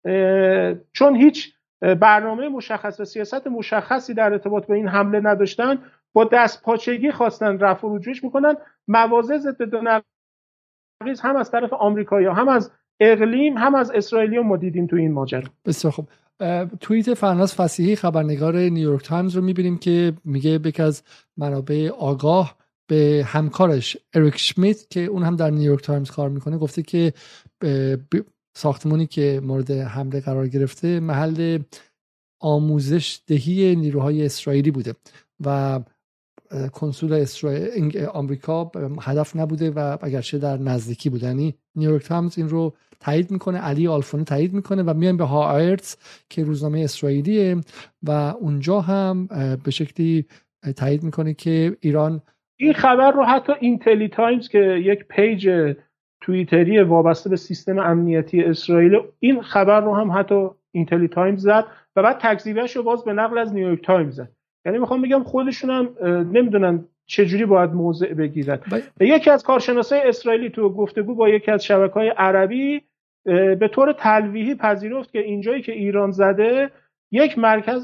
چون هیچ برنامه مشخص و سیاست مشخصی در ارتباط با این حمله نداشتن، با دستپاچگی خواستن رفع و رجوعش میکنن. مواضع ضد و نقیض هم از طرف آمریکایی‌ها، هم از اقلیم، هم از اسرائیلی‌ها ما دیدیم تو این ماجرا. بسیار خوب. توییت فرناز فصیحی خبرنگار نیویورک تایمز رو میبینیم که میگه یکی از منابع آگاه به همکارش اریک شمیت که اون هم در نیویورک تایمز کار میکنه گفته که ساختمانی که مورد حمله قرار گرفته محل آموزش دهی نیروهای اسرائیلی بوده و کنسول اسرائیل آمریکا هدف نبوده و اگرچه در نزدیکی بوده. یعنی نیویورک تایمز این رو تایید میکنه، علی آلفونی تایید میکنه و میایم به هآرتز که روزنامه اسرائیلیه و اونجا هم به شکلی تایید میکنه که ایران این خبر رو حتی اینتلی تایمز که یک پیج توییتری وابسته به سیستم امنیتی اسرائیل، این خبر رو هم حتی اینتلی تایمز زد و بعد تکذیبش رو باز به نقل از نیویورک تایمز زد. یعنی میخوام بگم خودشون هم نمیدونن چجوری باید موضع بگیرن. ب... یکی از کارشناسای اسرائیلی تو گفتگو با یکی از شبکه‌های عربی به طور تلویحی پذیرفت که اینجایی که ایران زده یک مرکز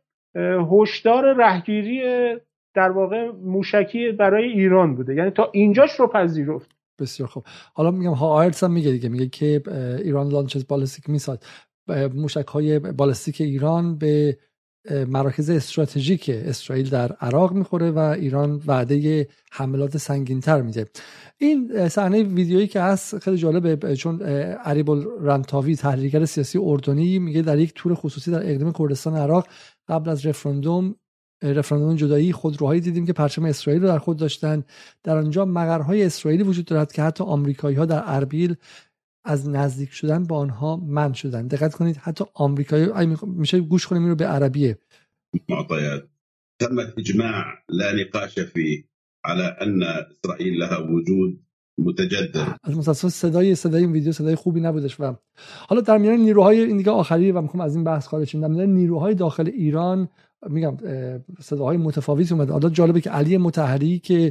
هشدار رهگیری در واقع موشکی برای ایران بوده. یعنی تا اینجاش رو پذیرفت. بسیار خوب. حالا میگم هآرتز هم میگه دیگه، میگه که ایران لانچز بالستیک میسایل، موشک‌های بالستیک ایران به مراکز استراتژیک اسرائیل در عراق میخوره و ایران وعده حملات سنگین‌تر میده. این صحنه ویدیویی که هست خیلی جالبه، چون عریب الرنتاوی تحلیلگر سیاسی اردنی میگه در یک تور خصوصی در اقلیم کردستان عراق قبل از رفراندوم رفراندوم جدایی خودروهایی دیدیم که پرچم اسرائیل رو در خود داشتن. در آنجا مقرهای اسرائیلی وجود دارد که حتی آمریکایی‌ها در اربیل از نزدیک شدن با آنها منع شدن. دقت کنید حتی آمریکایی میشه گوش کنیم این رو به عربیه. معطيات تم اجماع لا نقاش فيه على ان اسرائيل لها وجود متجدد. از متأسفانه صدای صدای این ویدیو صدای خوبی نبودش. و حالا در میان نیروهای این دیگه آخری و میخوام از این بحث خارج شم، در میان نیروهای داخل ایران میگم صداهای متفاوتی اومده. حالا جالبه که علی مطهری که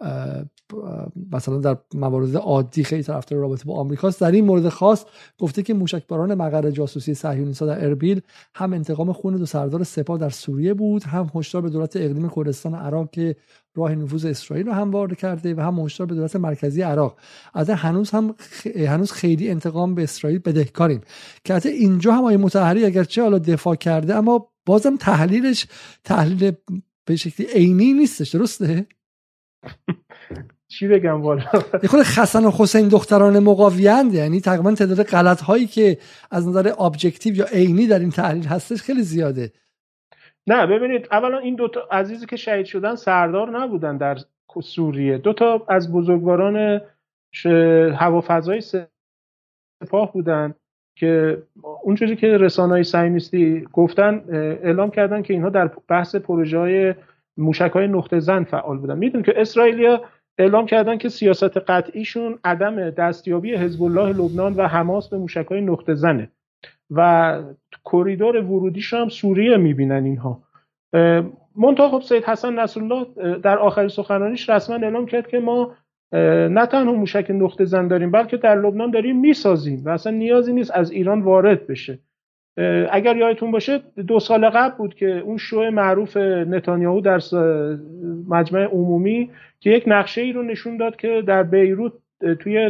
مثلا در موارد عادی خیلی طرفدار رابطه با آمریکاست، در این مورد خاص گفته که موشکباران مقر جاسوسی صهیونیست‌ها در اربیل هم انتقام خون دو سردار سپاه در سوریه بود، هم هشدار به دولت اقلیم کردستان عراق که راه نفوذ اسرائیل رو هموار کرده و هم هشدار به دولت مرکزی عراق. از هنوز هم خ... هنوز خیلی انتقام به اسرائیل بدهکاریم. که حتی اینجا هم آیه مطهری اگرچه حالا دفاع کرده اما بازم تحلیلش تحلیل به شکلی عینی نیستش، درسته؟ چی بگم والا یه خود حسن و حسین دختران مقاویند، یعنی تقریبا تعداد غلط هایی که از نظر ابجکتیو یا عینی در این تحلیل هستش خیلی زیاده. نه ببینید، اولا این دو تا عزیزی که شهید شدن سردار نبودن در سوریه، دو تا از بزرگواران هوافضای سپاه بودن که اونجوری که رسانه‌های صهیونیستی گفتن اعلام کردن که اینها در بحث پروژه‌های موشک‌های نقطه زن فعال بودن. میدونیم که اسرائیلیا اعلام کردن که سیاست قطعیشون عدم دستیابی حزب الله لبنان و حماس به موشک‌های نقطه زنه و کریدور ورودیش هم سوریه میبینن اینها. منتها خب سید حسن نصرالله در آخر سخنرانیش رسما اعلام کرد که ما نه تنها موشک نقطه زن داریم بلکه در لبنان داریم میسازیم و اصلا نیازی نیست از ایران وارد بشه. اگر یادتون باشه دو سال قبل بود که اون شو معروف نتانیاهو در مجمع عمومی که یک نقشه ای رو نشون داد که در بیروت توی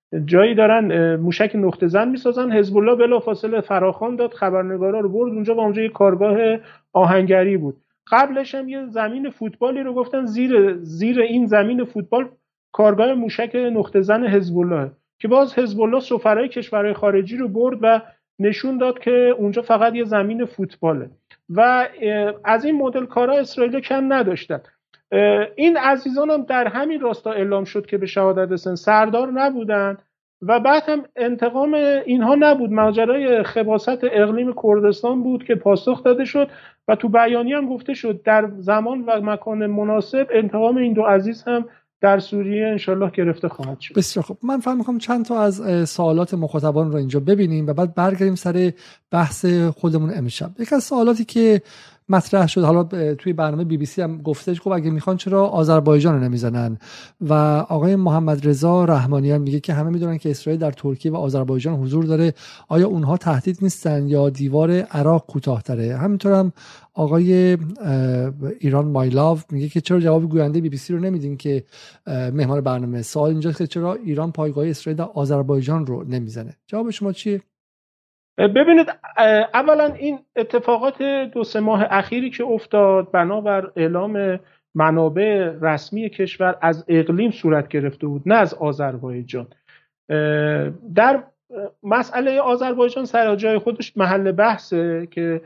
جایی دارن موشک نقطه زن میسازن. حزب الله بلافاصله فراخوان داد، خبرنگارا رو برد اونجا و اونجا یه کارگاه آهنگری بود. قبلش هم یه زمین فوتبالی رو گفتن زیر زیر این زمین فوتبال کارگاه موشک نقطه زن حزب الله که باز حزب الله سفرای کشورهای خارجی رو برد و نشون داد که اونجا فقط یه زمین فوتباله و از این مدل کارا اسرائیل کم نداشتن. این عزیزان هم در همین راستا اعلام شد که به شهادت رسن سردار نبودن و بعد هم انتقام اینها نبود، ماجرای خباثت اقلیم کردستان بود که پاسخ داده شد و تو بیانیه هم گفته شد در زمان و مکان مناسب انتقام این دو عزیز هم در سوریه انشالله گرفته خواهد شد. بسیار خوب، من فهم می‌کنم چند تا از سوالات مخاطبان رو اینجا ببینیم و بعد برگردیم سر بحث خودمون امشب. یک از سوالاتی که مطرح شد، حالا توی برنامه بی بی سی هم گفتش خب اگه میخوان چرا آذربایجان رو نمیزنن، و آقای محمد رضا رحمانیان میگه که همه میدونن که اسرائیل در ترکیه و آذربایجان حضور داره، آیا اونها تهدید نیستن یا دیوار عراق کوتاه‌تره؟ همینطور هم آقای ایران مایلاو میگه که چرا جواب گوینده بی بی سی رو نمیدین که مهمان برنامه. سوال اینجاست که چرا ایران پایگاه اسرائیل در آذربایجان رو نمیزنه؟ جواب شما چیه؟ ببینید، اولا این اتفاقات دو سه ماه اخیری که افتاد بنابر اعلام منابع رسمی کشور از اقلیم صورت گرفته بود، نه از آذربایجان. در مسئله آذربایجان سر جای خودش محل بحثه که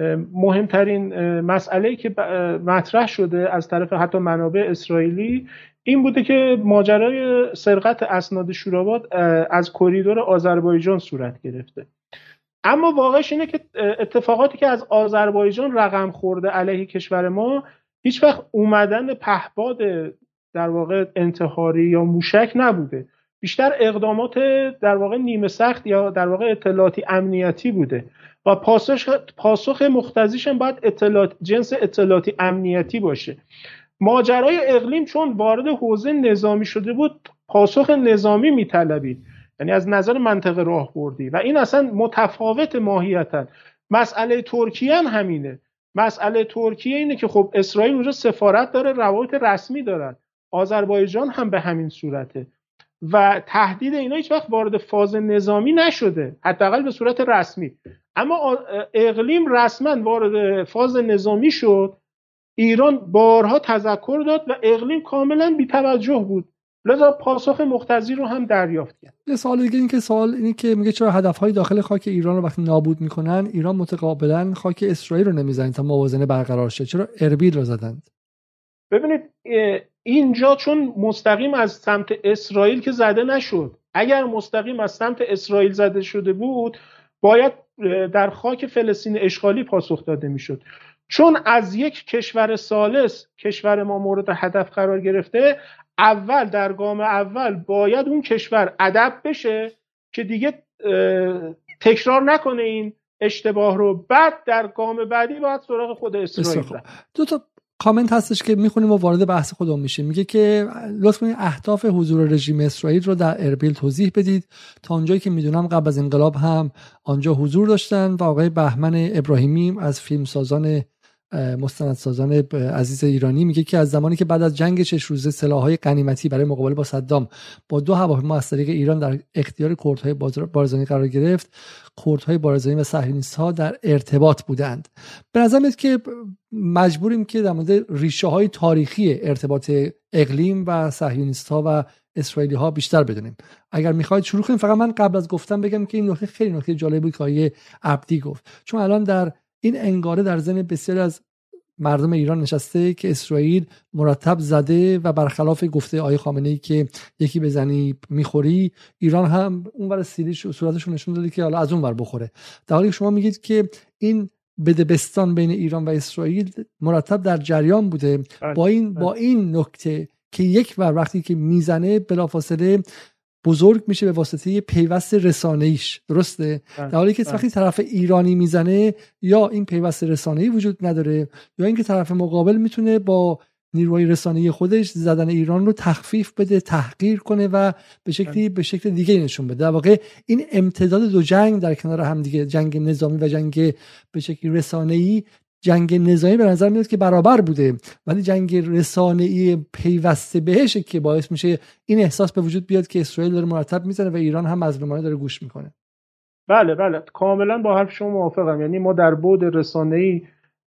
مهمترین مسئله‌ای که مطرح شده از طرف حتی منابع اسرائیلی این بوده که ماجرای سرقت اسناد شوراباد از کریدور آذربایجان صورت گرفته. اما واقعش اینه که اتفاقاتی که از آذربایجان رقم خورده علیه کشور ما هیچ وقت اومدن پهپاد در واقع انتحاری یا موشک نبوده، بیشتر اقدامات در واقع نیمه سخت یا در واقع اطلاعاتی امنیتی بوده و پاسخ پاسخ مقتضیش هم باید اطلاعات جنس اطلاعاتی امنیتی باشه. ماجرای اقلیم چون وارد حوزه نظامی شده بود پاسخ نظامی میطلبید، یعنی از نظر منطقه راهبردی، و این اصلا متفاوت ماهیتاً. مسئله ترکیه هم همینه. مسئله ترکیه اینه که خب اسرائیل اونجا سفارت داره، روابط رسمی دارن، آذربایجان هم به همین صورته و تهدید اینا هیچ وقت وارد فاز نظامی نشده، حداقل به صورت رسمی. اما اقلیم رسما وارد فاز نظامی شد، ایران بارها تذکر داد و اقلیم کاملا بی‌توجه بود، لذا پاسخ مقتضی رو هم دریافت کرد. یه سوال دیگه این که سوال اینه که میگه چرا هدفهای داخل خاک ایران رو وقتی نابود میکنن ایران متقابلا خاک اسرائیل رو نمیزنن تا موازنه برقرار شه، چرا اربیل رو زدند؟ ببینید اینجا چون مستقیم از سمت اسرائیل که زده نشد، اگر مستقیم از سمت اسرائیل زده شده بود باید در خاک فلسطین اشغالی پاسخ داده میشد. چون از یک کشور ثالث کشور ما مورد هدف قرار گرفته، اول در گام اول باید اون کشور ادب بشه که دیگه تکرار نکنه این اشتباه رو، بعد در گام بعدی باید سراغ خود اسرائیل رفت. دو تا کامنت هستش که میخونیم و وارد بحث خودمون میشیم. میگه که لطف کنید اهداف حضور رژیم اسرائیل رو در اربیل توضیح بدید. تا اونجایی که میدونم قبل از انقلاب هم آنجا حضور داشتن و آقای بهمن ابراهیمی از فیلمسازان مستندسازان عزیز ایرانی میگه که از زمانی که بعد از جنگ شش روزه سلاح‌های غنیمتی برای مقابله با صدام با دو هواپیما از طریق ایران در اختیار کردهای بارزانی قرار گرفت، کردهای بارزانی و صهیونیست‌ها در ارتباط بودند. به نظر میاد که مجبوریم که در مورد ریشه‌های تاریخی ارتباط اقلیم و صهیونیست‌ها و اسرائیلی‌ها بیشتر بدونیم. اگر می‌خواید شروع کنیم، فقط من قبل از گفتن بگم که این نکته خیلی نکته جالبی بود که آقای عبدی گفت، چون الان در این انگاره در ذهن بسیاری از مردم ایران نشسته که اسرائیل مرتب زده و برخلاف گفته آقای خامنه‌ای که یکی بزنی میخوری، ایران هم اونور سیریش صورتشون نشون داده که حالا از اونور بخوره، در حالی که شما میگید که این بدبستان بین ایران و اسرائیل مرتب در جریان بوده. با این با این نکته که یک ور وقتی که میزنه بلافاصله بزرگ میشه به واسطه پیوست رسانه‌ایش، درسته؟ در حالی که وقتی طرف ایرانی میزنه یا این پیوست رسانه‌ای وجود نداره یا اینکه طرف مقابل میتونه با نیروی رسانه‌ای خودش زدن ایران رو تخفیف بده، تحقیر کنه و به شکلی به شکل دیگه نشون بده. در واقع این امتداد دو جنگ در کنار هم دیگه، جنگ نظامی و جنگ به شکلی رسانه‌ای، جنگ نظامی به نظر میاد که برابر بوده، ولی جنگ رسانه‌ای پیوسته بهشه که باعث میشه این احساس به وجود بیاد که اسرائیل داره مرتب میزنه و ایران هم مظلومانه داره گوش میکنه. بله بله کاملا با حرف شما موافقم. یعنی ما در بعد رسانه‌ای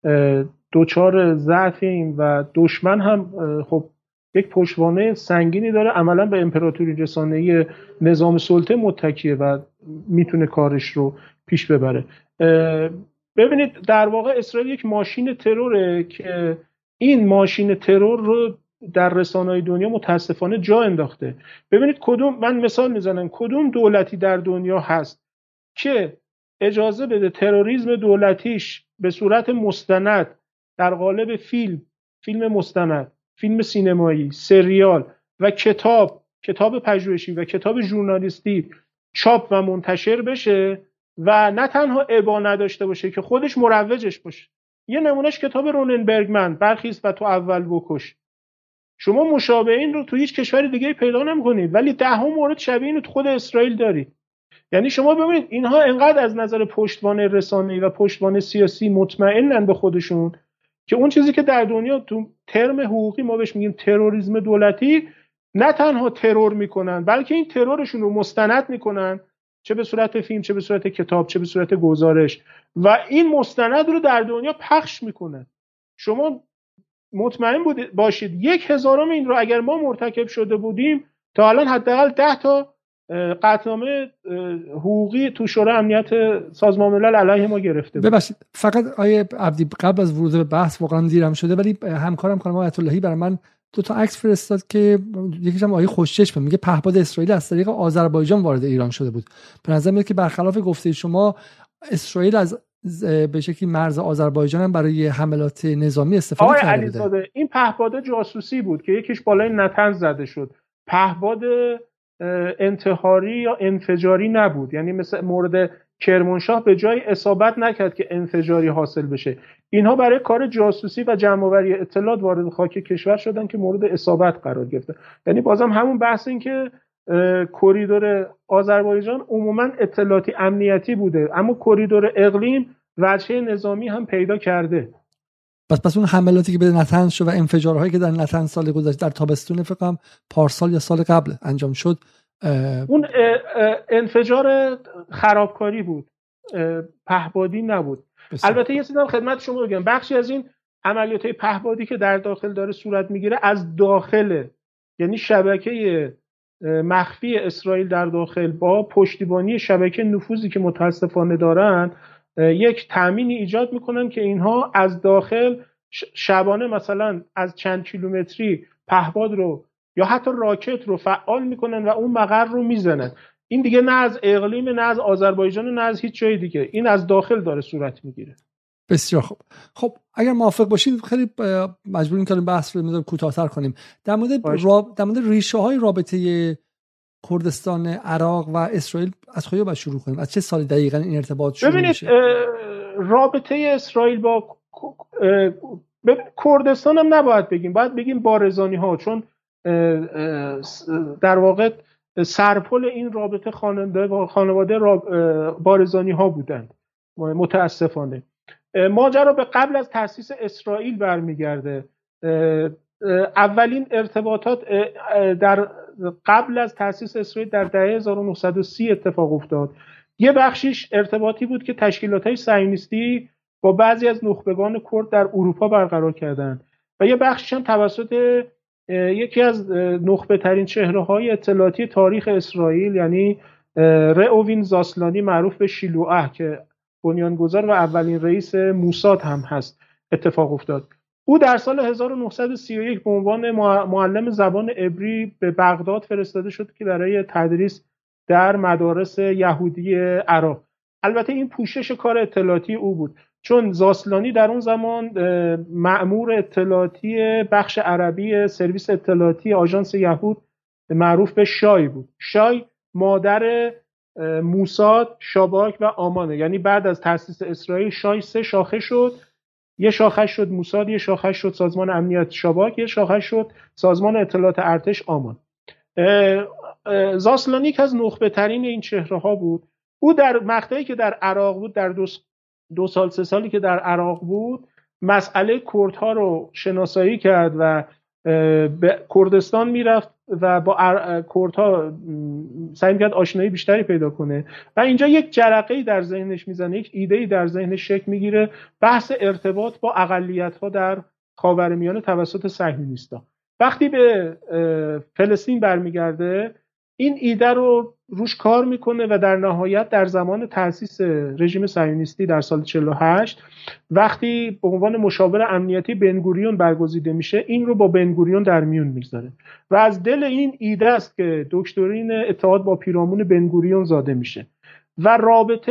دوچار ضعفیم و دشمن هم خب یک پشتوانه سنگینی داره، عملا به امپراتوری رسانه‌ای نظام سلطه متکیه و میتونه کارش رو پیش ببره. ببینید در واقع اسرائیل یک ماشین تروره که این ماشین ترور رو در رسانه‌های دنیا متاسفانه جا انداخته. ببینید کدوم، من مثال میزنم، کدوم دولتی در دنیا هست که اجازه بده تروریسم دولتیش به صورت مستند در قالب فیلم، فیلم مستند، فیلم سینمایی، سریال و کتاب، کتاب پژوهشی و کتاب ژورنالیستی چاپ و منتشر بشه و نه تنها ابا نداشته باشه که خودش مروجش باشه. یه نمونهش کتاب رونن برگمن، برخیز و تو اول بکش. شما مشابه این رو تو هیچ کشور دیگه پیدا نمی‌کنید، ولی ده ها مورد شبیه این تو خود اسرائیل دارید. یعنی شما ببینید اینها انقدر از نظر پشتوانه رسانه‌ای و پشتوانه سیاسی مطمئنن به خودشون که اون چیزی که در دنیا تو ترم حقوقی ما بهش میگیم تروریسم دولتی، نه تنها ترور میکنن بلکه این ترورشون رو مستند میکنن، چه به صورت فیلم، چه به صورت کتاب، چه به صورت گزارش، و این مستند رو در دنیا پخش میکنن. شما مطمئن باشید یک هزارم این رو اگر ما مرتکب شده بودیم تا الان حداقل ده تا قطعنامه حقوقی تو شورای امنیت سازمان ملل علیه ما گرفته بود. ببخشید فقط آیه عبدی قبل از ورود به بحث واقعا دیرم شده، ولی همکارم خانم آیت اللهی برای من دو تا عکس فرستاد که یکیش هم آیه خوشچشمه، میگه پهپاد اسرائیل از طریق آذربایجان وارد ایران شده بود. به نظر میاد که برخلاف گفته شما اسرائیل از به شکلی مرز آذربایجان هم برای حملات نظامی استفاده آقای کرده علیزاده بود. این پهپاد جاسوسی بود که یکیش بالای نتنز زده شد. پهپاد انتحاری یا انفجاری نبود، یعنی مثل مورد کرمانشاه به جای اصابت نکرد که انفجاری حاصل بشه. اینها برای کار جاسوسی و جمع‌آوری اطلاعات وارد خاک کشور شدن که مورد اصابت قرار گرفته. یعنی بازم همون بحث این که کریدور آذربایجان عموما اطلاعاتی امنیتی بوده، اما کریدور اقلیم وجه نظامی هم پیدا کرده. پس پس اون حملاتی که به نتنز شد و انفجارهایی که در نتنز سال گذشته در تابستون فکر کنم پارسال یا سال قبل انجام شد، اون انفجار خرابکاری بود، پهپادی نبود. بسید. البته یه چیزی هم خدمت شما بگم، بخشی از این عملیات‌های پهپادی که در داخل داره صورت میگیره از داخل، یعنی شبکه مخفی اسرائیل در داخل با پشتیبانی شبکه نفوذی که متاسفانه دارن یک تامینی ایجاد میکنن که اینها از داخل شبانه مثلا از چند کیلومتری پهپاد رو یا حتی راکت رو فعال میکنن و اون مقر رو میزنن. این دیگه نه از اقلیم، نه از آذربایجان، نه از هیچ جای دیگه، این از داخل داره صورت میگیره. بسیار خوب. خب اگر موافق باشید خیلی مجبوریم که بحث رو مقدار کوتاه‌تر کنیم در مورد راب... در مورد ریشه‌های رابطه کردستان عراق و اسرائیل از کجا باید شروع کنیم؟ از چه سالی دقیقاً این ارتباط شروع ببینید میشه؟ رابطه اسرائیل با کردستان هم نباید بگیم، باید بگیم بارزانی ها، چون در واقع سرپل این رابطه خانواده بارزانی ها بودند. متاسفانه ماجرا به قبل از تأسیس اسرائیل برمیگرده. اولین ارتباطات در قبل از تأسیس اسرائیل در دهه هزار و نهصد و سی اتفاق افتاد. یه بخشیش ارتباطی بود که تشکیلات‌های صهیونیستی با بعضی از نخبگان کرد در اروپا برقرار کردند و یه بخشش هم توسط یکی از نخبه ترین چهره‌های اطلاعاتی تاریخ اسرائیل، یعنی رئوین زاسلانی معروف به شیلواه که بنیانگذار و اولین رئیس موساد هم هست اتفاق افتاد. او در سال هزار و نهصد و سی و یک به عنوان معلم زبان عبری به بغداد فرستاده شد که برای تدریس در مدارس یهودی عراق. البته این پوشش کار اطلاعاتی او بود، چون زاسلانی در اون زمان مأمور اطلاعاتی بخش عربی سرویس اطلاعاتی آژانس یهود معروف به شای بود. شای مادر موساد، شاباک و آمانه، یعنی بعد از تأسیس اسرائیل شای سه شاخه شد، یه شاخه شد موساد، یه شاخه شد سازمان امنیت شاباک، یه شاخه شد سازمان اطلاعات ارتش آمان. زاسلانی که از نخبه ترین این چهره ها بود. او در مقطعی که در عراق بود، در دو, دو سال سه سالی که در عراق بود، مسئله کردها رو شناسایی کرد و به کردستان میرفت و با کردها سعی کرد آشنایی بیشتری پیدا کنه و اینجا یک جرقه‌ای در ذهنش میزنه، یک ایده‌ای در ذهنش شکل میگیره، بحث ارتباط با اقلیت‌ها در خاورمیانه توسط صهیونیست‌ها. وقتی به فلسطین برمیگرده این ایده رو روش کار میکنه و در نهایت در زمان تأسیس رژیم صهیونیستی در سال چهل و هشت وقتی به عنوان مشاور امنیتی بنگوریون برگزیده میشه این رو با بنگوریون در میون میذاره و از دل این ایده است که دکترین اتحاد با پیرامون بنگوریون زاده میشه و رابطه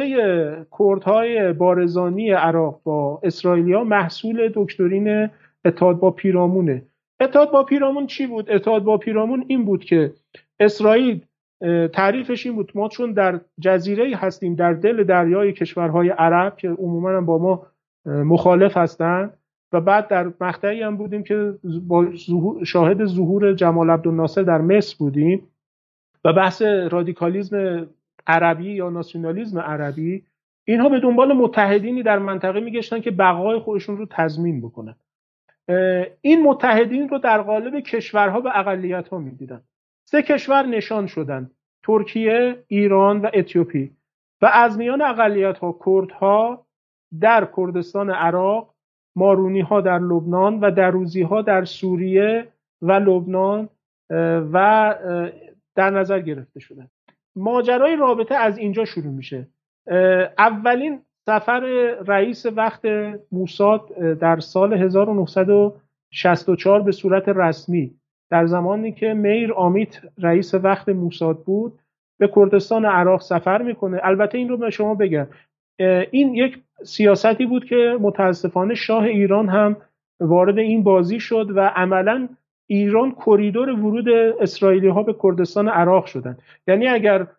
کردهای بارزانی عراق با اسرائیلیا محصول دکترین اتحاد با پیرامونه. اتحاد با پیرامون چی بود؟ اتحاد با پیرامون این بود که اسرائیل تعریفش این بود ما چون در جزیره‌ای هستیم در دل دریای کشورهای عرب که عموما هم با ما مخالف هستند و بعد در مقطعی هم بودیم که با ظهور شاهد ظهور جمال عبدالناصر در مصر بودیم و بحث رادیکالیسم عربی یا ناسیونالیسم عربی، اینها به دنبال متحدینی در منطقه میگشتن که بقای خودشون رو تضمین بکنن. این متحدین رو در قالب کشورها و اقلیت‌ها میدیدن. سه کشور نشان شدن: ترکیه، ایران و اتیوپی و از میان اقلیت‌ها کردها در کردستان عراق، مارونی‌ها در لبنان و دروزی‌ها در سوریه و لبنان و در نظر گرفته شدن. ماجرای رابطه از اینجا شروع میشه. اولین سفر رئیس وقت موساد در سال هزار و نهصد و شصت و چهار به صورت رسمی در زمانی که میر آمیت رئیس وقت موساد بود به کردستان عراق سفر میکنه. البته این رو به شما بگم این یک سیاستی بود که متاسفانه شاه ایران هم وارد این بازی شد و عملاً ایران کریدور ورود اسرائیلی ها به کردستان عراق شدن. یعنی اگر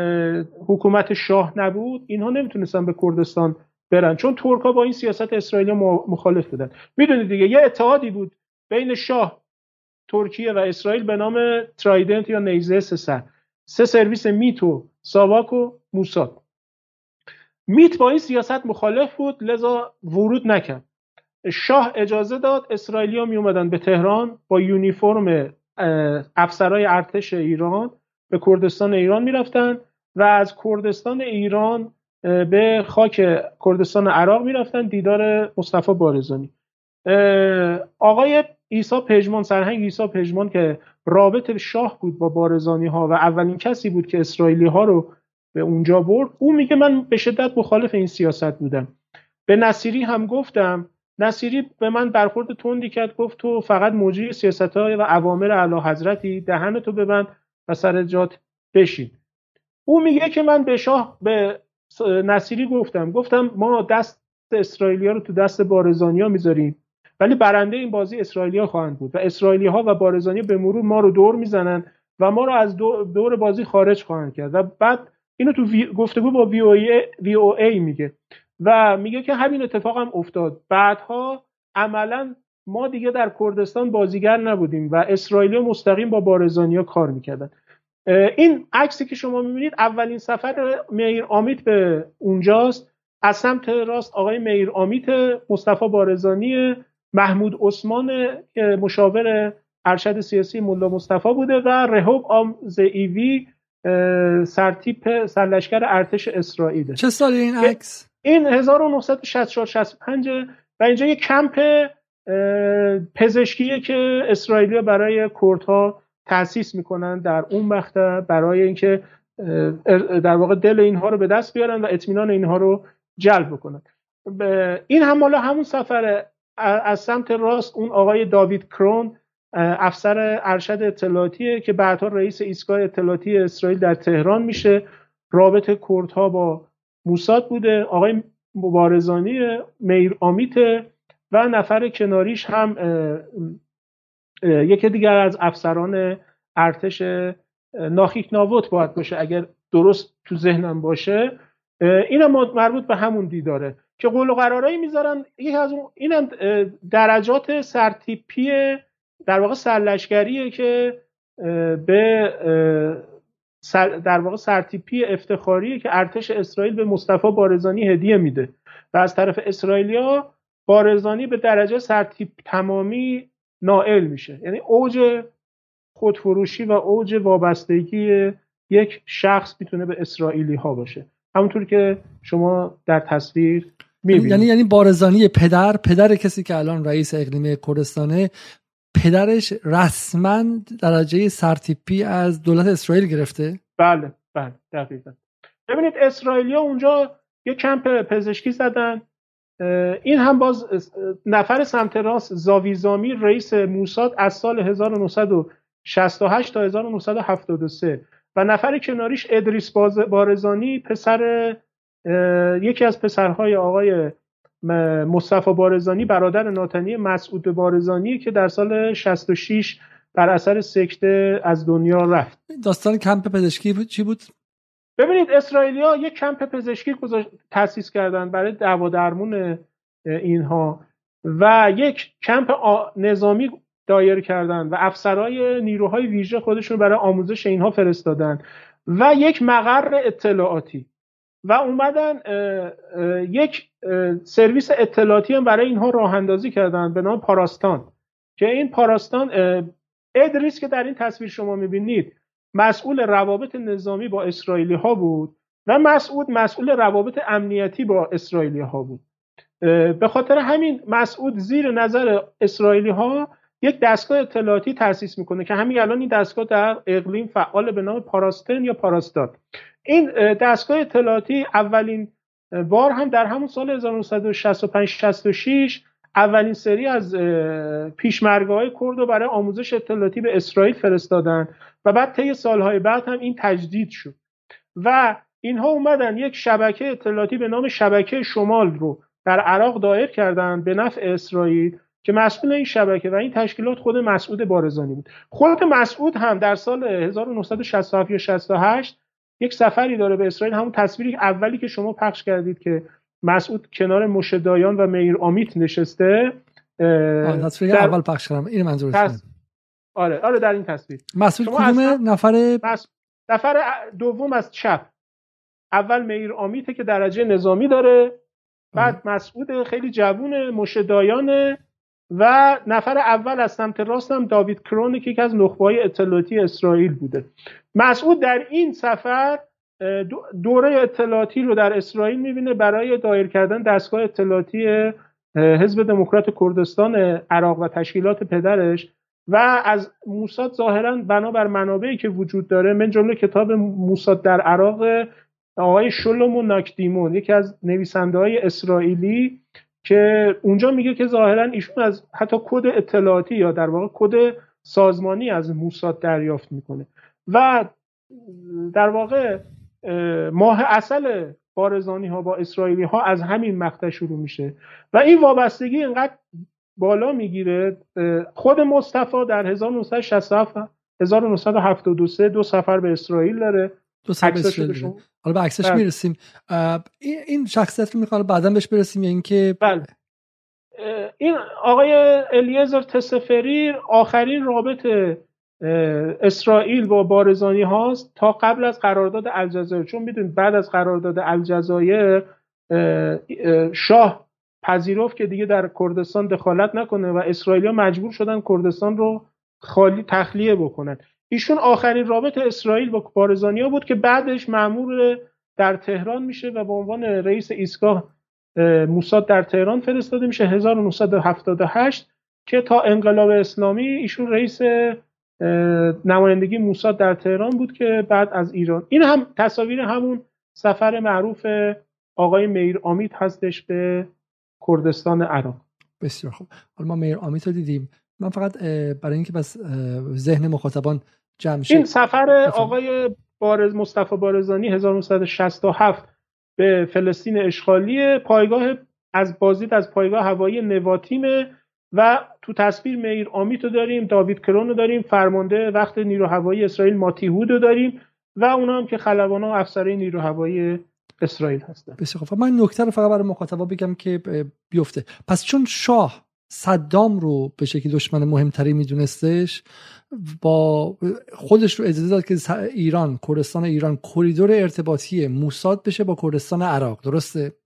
حکومت شاه نبود اینها نمیتونستن به کردستان برن چون ترک ها با این سیاست اسرائیلی مخالف بودن. میدونید دیگه یه اتحادی بود بین شاه، ترکیه و اسرائیل به نام ترایدنت یا نیزه سه سر، سه سرویس میت و ساواک و موساد. میت با این سیاست مخالف بود لذا ورود نکرد. شاه اجازه داد اسرائیلی‌ها می اومدن به تهران با یونیفرم افسرهای ارتش ایران به کردستان ایران میرفتن و از کردستان ایران به خاک کردستان عراق میرفتن دیدار مصطفی بارزانی. آقای عیسی پژمان، سرهنگ عیسی پژمان که رابط شاه بود با بارزانی ها و اولین کسی بود که اسرائیلی ها رو به اونجا برد، او میگه من به شدت مخالف این سیاست بودم. به نصیری هم گفتم، نصیری به من برخورد تندی کرد، گفت تو فقط مجری سیاست‌های و اوامر اعلیحضرتی، دهنتو ببند و سر جات بشین. او میگه که من به شاه به نصیری گفتم گفتم ما دست اسرائیلی‌ها رو تو دست بارزانی‌ها میذاریم ولی برنده این بازی اسرائیلی‌ها خواهند بود و اسرائیلی‌ها و بارزانی به مرور ما رو دور میزنن و ما رو از دور بازی خارج خواهند کرد. و بعد اینو تو گفتگو با وی او ای, وی او ای میگه و میگه که همین اتفاق هم افتاد. بعدها عملاً ما دیگه در کردستان بازیگر نبودیم و اسرائیلی‌ها مستقیم با بارزانی‌ها کار میکردن. این عکسی که شما میبینید اولین سفر میر آمیت به اونجاست. از سمت راست آقای میر آمیت، مصطفی بارزانی، محمود عثمان که مشاور ارشد سیاسی ملا مصطفی بوده و رهوب آم زئیوی سرتیپ سرلشکر ارتش اسرائیل. چه سالی این عکس؟ این هزار و نهصد و شصت و چهار شصت و پنج و اینجا یک کمپ پزشکیه که اسرائیلی‌ها برای کردها تأسیس میکنن در اون مقطع برای اینکه در واقع دل اینها رو به دست بیارن و اطمینان اینها رو جلب بکنن. این هم مالا همون سفر. از سمت راست اون آقای داوید کرون افسر ارشد اطلاعاتیه که بعدها رئیس ایستگاه اطلاعاتی اسرائیل در تهران میشه. رابط کردها با موساد بوده. آقای مبارزانی، میر آمیت و نفر کناریش هم یکی دیگر از افسران ارتش ناخیک ناوت باید باشه اگر درست تو ذهنم باشه. اینم مربوط به همون دیداره که قول و قرارایی میذارن. یکی از اون اینم درجات سرتیپی در واقع سرلشکریه که به سر در واقع سرتیپی افتخاریه که ارتش اسرائیل به مصطفی بارزانی هدیه میده و از طرف اسرائیلیا بارزانی به درجه سرتیپ تمامی نائل میشه. یعنی اوج خودفروشی و اوج وابستگی یک شخص میتونه به اسرائیلی ها باشه، همونطور که شما در تصویر میبینید. یعنی یعنی بارزانی پدر پدر کسی که الان رئیس اقلیمی کردستانه، پدرش رسما درجه سرتیپی از دولت اسرائیل گرفته؟ بله بله دقیقاً. ببینید اسرائیلیا اونجا یک کمپ پزشکی زدن. این هم باز نفر سمت راست زاویزامی رئیس موساد از سال هزار و نهصد و شصت و هشت تا هزار و نهصد و هفتاد و سه و نفر کناریش ادریس بارزانی پسر یکی از پسرهای آقای مصطفی بارزانی برادر ناتنی مسعود بارزانی که در سال شصت و شش بر اثر سکته از دنیا رفت. داستان کمپ پزشکی چی بود؟ ببینید اسرائیلیا یک کمپ پزشکی تأسیس کردن برای دوا درمون اینها و یک کمپ نظامی دایر کردن و افسرهای نیروهای ویژه خودشون برای آموزش اینها فرستادن و یک مقر اطلاعاتی و اومدن یک سرویس اطلاعاتی هم برای اینها راه اندازی کردن به نام پاراستان که این پاراستان ادریس که در این تصویر شما میبینید مسئول روابط نظامی با اسرائیلی ها بود و مسعود مسئول روابط امنیتی با اسرائیلی ها بود. به خاطر همین مسعود زیر نظر اسرائیلی ها یک دستگاه اطلاعاتی تأسیس میکنه که همین الان این دستگاه در اقلیم فعال به نام پاراستن یا پاراستات. این دستگاه اطلاعاتی اولین بار هم در همون سال هزار و نهصد و شصت و پنج شصت و شش اولین سری از پیشمرگه‌های کرد رو برای آموزش اطلاعاتی به اسرائیل فرستادن و بعد طی سالهای بعد هم این تجدید شد و اینها اومدن یک شبکه اطلاعاتی به نام شبکه شمال رو در عراق دایر کردن به نفع اسرائیل که مسئول این شبکه و این تشکیلات خود مسعود بارزانی بود. خود مسعود هم در سال هزار و نهصد و شصت و هفت یا شصت و هشت یک سفری داره به اسرائیل، همون تصویری اولی که شما پخش کردید که مسعود کنار موشه دایان و میر آمیت نشسته. تصویر اول پخش کردم، این منظورش تص... آره آره در این تصویر مسعود کدومه؟ نفر مس... نفر دوم از چپ. اول میر آمیته که درجه نظامی داره، بعد آه. مسعود خیلی جوونه موشه دایانه و نفر اول از سمت راست هم داوید کرونه که یکی از نخبه‌های اطلاعاتی اسرائیل بوده. مسعود در این سفر دوره اطلاعاتی رو در اسرائیل می‌بینه برای دایر کردن دستگاه اطلاعاتی حزب دموکرات کردستان عراق و تشکیلات پدرش و از موساد ظاهراً بنابر منابعی که وجود داره من جمله کتاب موساد در عراق آقای شلومو ناکدیمون یکی از نویسنده‌های اسرائیلی که اونجا میگه که ظاهراً ایشون از حتی کد اطلاعاتی یا در واقع کد سازمانی از موساد دریافت میکنه و در واقع ماه عسل بارزانی ها با اسرائیلی ها از همین مقطع شروع میشه و این وابستگی اینقدر بالا میگیره. خود مصطفی در هزار و نهصد و شصت و هفت هزار و نهصد و هفتاد و سه دو سفر به اسرائیل داره. دو سفر به اسرائیل. حالا به عکسش بله. میرسیم. این شخصیت رو میخوام بعداً بهش برسیم یا اینکه بله. این آقای الیعزر تسفری آخرین رابط اسرائیل با بارزانی هاست تا قبل از قرارداد الجزایر، چون میدونید بعد از قرارداد الجزایر شاه پذیرفت که دیگه در کردستان دخالت نکنه و اسرائیلیا مجبور شدن کردستان رو خالی تخلیه بکنن. ایشون آخرین رابط اسرائیل با بارزانیا بود که بعدش مأمور در تهران میشه و به عنوان رئیس ایستگاه موساد در تهران فرستاده میشه هزار و نهصد و هفتاد و هشت که تا انقلاب اسلامی ایشون رئیس نمایندگی موساد در تهران بود که بعد از ایران. این هم تصاویر همون سفر معروف آقای میر آمیت هستش به کردستان عراق. بسیار خوب. حالا ما میر آمیت رو دیدیم. من فقط برای اینکه بس ذهن مخاطبان جمع شه، این سفر آقای بارز مصطفی بارزانی هزار و نهصد و شصت و هفت به فلسطین اشغالی، پایگاه از بازدید از پایگاه هوایی نواتیمه و تو تصویر میر آمیت رو داریم، داوید کرون رو داریم، فرمانده وقت نیرو هوایی اسرائیل ماتیهود رو داریم و اونا هم که خلبانا و افسرهای نیرو هوایی اسرائیل هستن. بسیار خوب. من نکته رو فقط برای مخاطبا بگم که بیفته. پس چون شاه صدام رو به شکلی دشمن مهمتری میدونستش، با خودش رو اجازه داد که ایران، کردستان ایران کریدور ارتباطی موساد بشه با کردستان عراق. درسته؟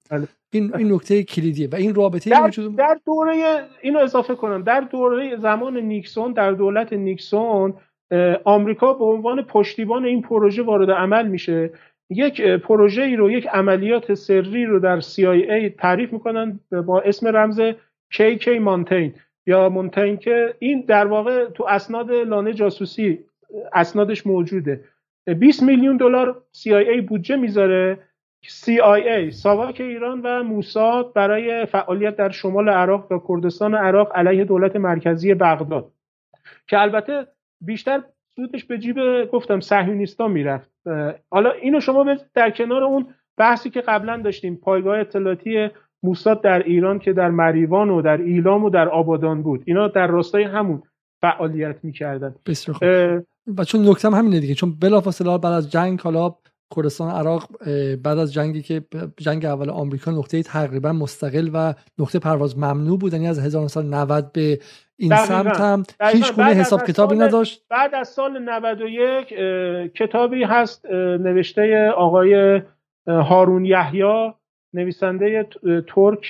بله. این این نکته کلیدیه و این رابطه در, وجود در دوره اینو اضافه کنم، در دوره زمان نیکسون، در دولت نیکسون آمریکا به عنوان پشتیبان این پروژه وارد عمل میشه. یک پروژه ای رو، یک عملیات سری رو در سی آی ای تعریف میکنن با اسم رمز کی کی مانتین یا مونتین که این در واقع تو اسناد لانه جاسوسی اسنادش موجوده. بیست میلیون دلار سی آی ای بودجه میذاره. سی آی ای، ساواک ایران و موساد برای فعالیت در شمال عراق و کردستان عراق علیه دولت مرکزی بغداد که البته بیشتر سودش به جیب گفتم صهیونیستا میرفت. حالا اینو شما در کنار اون بحثی که قبلا داشتیم، پایگاه اطلاعاتی موساد در ایران که در مریوان و در ایلام و در آبادان بود، اینا در راستای همون فعالیت میکردن. بسیار خوب. و چون نکته هم همینه دیگه، چون بلافاصله بعد از جنگ حالا کردستان عراق بعد از جنگی که جنگ اول آمریکا نقطه تقریبا مستقل و نقطه پرواز ممنوع بود، یعنی از هزار و نهصد و نود به این سمت هم هیچ گونه حساب کتابی نداشت. بعد از سال نود و یک کتابی هست نوشته آقای هارون یحیی، نویسنده ترک،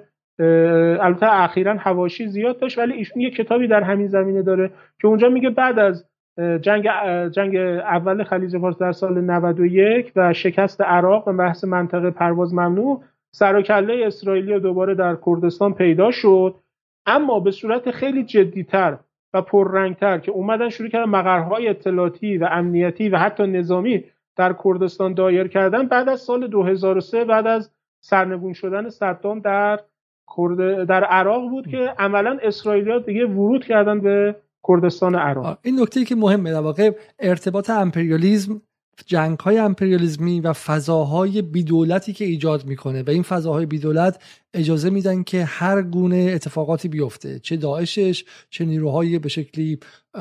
البته اخیراً حواشی زیاد داشت ولی ایشون یک کتابی در همین زمینه داره که اونجا میگه بعد از جنگ جنگ اول خلیج فارس در سال نود و یک و شکست عراق و بحث منطقه پرواز ممنوع، سر و کله اسرائیلی دوباره در کردستان پیدا شد، اما به صورت خیلی جدی‌تر و پررنگ‌تر که اومدن شروع کردن مقرهای اطلاعاتی و امنیتی و حتی نظامی در کردستان دایر کردن بعد از سال دو هزار و سه، بعد از سرنگون شدن صدام در کرد در عراق بود که عملاً اسرائیلی‌ها دیگه ورود کردن به کردستان عراق. این نکته‌ای که مهمه در واقع ارتباط امپریالیسم، جنگ‌های امپریالیسمی و فضاهای بی‌دولتی که ایجاد میکنه و این فضاهای بی‌دولت اجازه میدن که هر گونه اتفاقاتی بیفته، چه داعشش، چه نیروهای به شکلی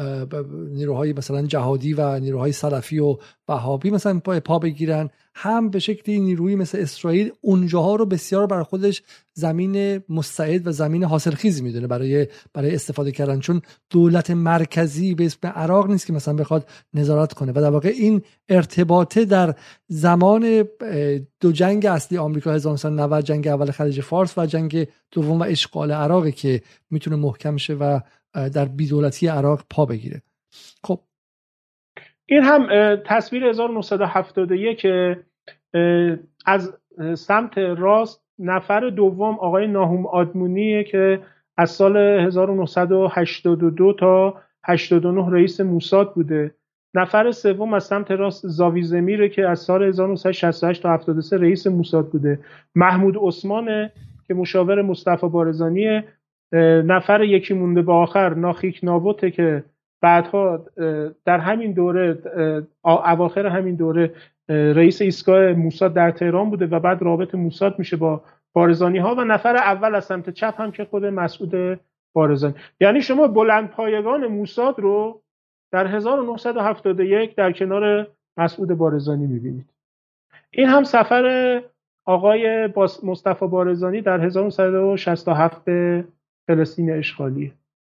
نیروهای مثلا جهادی و نیروهای سلفی و وهابی مثلا پا بگیرن، هم به شکلی نیروی مثل اسرائیل اونجاها رو بسیار برای خودش زمین مستعد و زمین حاصلخیزی میدونه برای برای استفاده کردن، چون دولت مرکزی به اسم عراق نیست که مثلا بخواد نظارت کنه. و در واقع این ارتباطه در زمان دو جنگ اصلی آمریکا هزار و نهصد و نود، جنگ اول خلیج فارس و جنگ دوم و اشغال عراق که میتونه محکم شه و در بی‌دولتی عراق پا بگیره. خب این هم تصویر هزار و نهصد و هفتاد و یک از سمت راست نفر دوم آقای ناهوم آدمونیه که از سال هزار و نهصد و هشتاد و دو تا هشتاد و نه رئیس موساد بوده. نفر سوم از سمت راست زاوی زمیره که از سال هزار و نهصد و شصت و هشت تا هفتاد و سه رئیس موساد بوده. محمود عثمانه که مشاور مصطفی بارزانیه. نفر یکی مونده به آخر ناخیک ناوته که بعدها در همین دوره اواخر همین دوره رئیس ایستگاه موساد در تهران بوده و بعد رابط موساد میشه با بارزانی ها. و نفر اول از سمت چپ هم که خود مسعود بارزانی. یعنی شما بلند پایگان موساد رو در هزار و نهصد و هفتاد و یک در کنار مسعود بارزانی میبینید. این هم سفر آقای مصطفی بارزانی در هزار و نهصد و شصت و هفت به فلسطین اشغالی.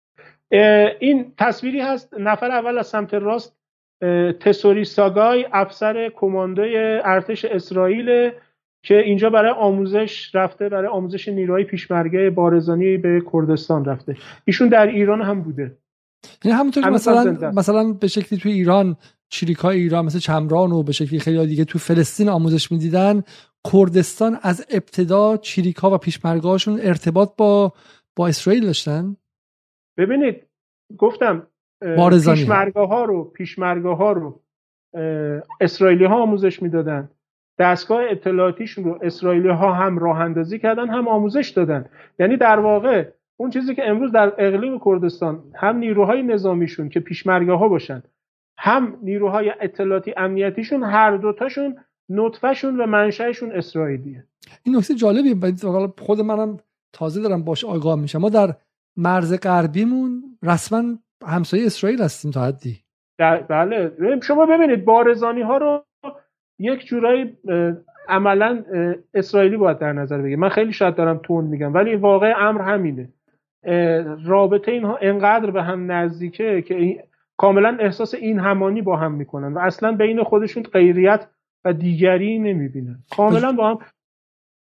این تصویری هست نفر اول از سمت راست تسوری ساگای، افسر کماندوی ارتش اسرائیل که اینجا برای آموزش رفته، برای آموزش نیروهای پیشمرگه بارزانی به کردستان رفته. ایشون در ایران هم بوده. یعنی همونطور که مثلا مثلا به شکلی توی ایران چریکای ایران مثل چمران و به شکلی خیلی دیگه تو فلسطین آموزش میدیدن، کردستان از ابتدا چریکا و پیشمرگه‌هاشون ارتباط با با اسرائیل داشتن. ببینید گفتم پیشمرگه ها رو پیشمرگه ها رو اسرائیلی ها آموزش میدادن، دستگاه اطلاعاتیشون رو اسرائیلی ها هم راه اندازی کردن هم آموزش دادن. یعنی در واقع اون چیزی که امروز در اقلیم کردستان هم نیروهای نظامیشون که پیشمرگه ها باشن، هم نیروهای اطلاعاتی امنیتیشون، هر دوتاشون نطفهشون و منشأشون اسرائیلیه. این نکته جالبیه، خود منم تازه دارم باش آگاه میشم. ما در مرز غربیمون رسما همسایه اسرائیل هستیم تا حدی. بله شما ببینید بارزانی ها رو یک جورایی عملا اسرائیلی باید در نظر بگیرید. من خیلی شاید دارم تون میگم ولی واقع امر همینه. رابطه اینها انقدر به هم نزدیکه که کاملا احساس این همانی با هم میکنن و اصلا بین خودشون غیریت و دیگری نمیبینن، کاملا با هم.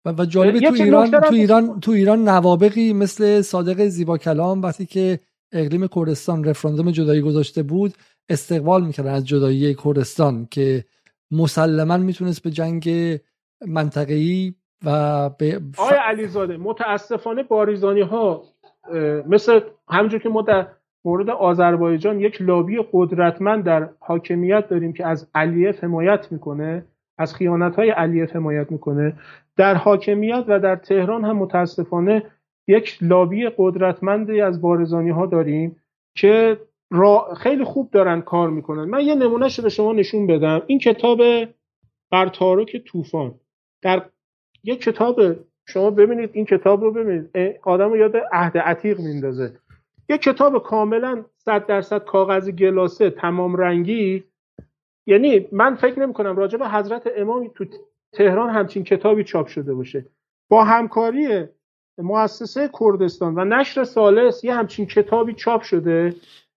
و, و جالبه تو ایران تو ایران تو ایران نوابغی مثل صادق زیبا کلام وقتی که اقلیم کردستان رفراندوم جدایی گذاشته بود استقبال میکردن از جدایی کردستان که مسلما میتونست به جنگ منطقه‌ای و به ف... آقای علیزاده متاسفانه باریزانی ها مثل همونجور که ما در مورد آذربایجان یک لابی قدرتمند در حاکمیت داریم که از علیف حمایت میکنه، از خیانت‌های علیف حمایت میکنه، در حاکمیت و در تهران هم متاسفانه یک لابی قدرتمندی از باریزانی ها داریم که را خیلی خوب دارن کار میکنن. من یه نمونهش رو به شما نشون بدم. این کتاب بر تارک طوفان، در یک کتاب شما ببینید، این کتاب رو ببینید، آدم رو یاد عهد عتیق میندازه. یک کتاب کاملا صد درصد کاغذ گلاسه تمام رنگی. یعنی من فکر نمی کنم راجع به حضرت امام تو تهران همچین کتابی چاپ شده باشه. با همکاری مؤسسه کردستان و نشر ثالث یه همچین کتابی چاپ شده،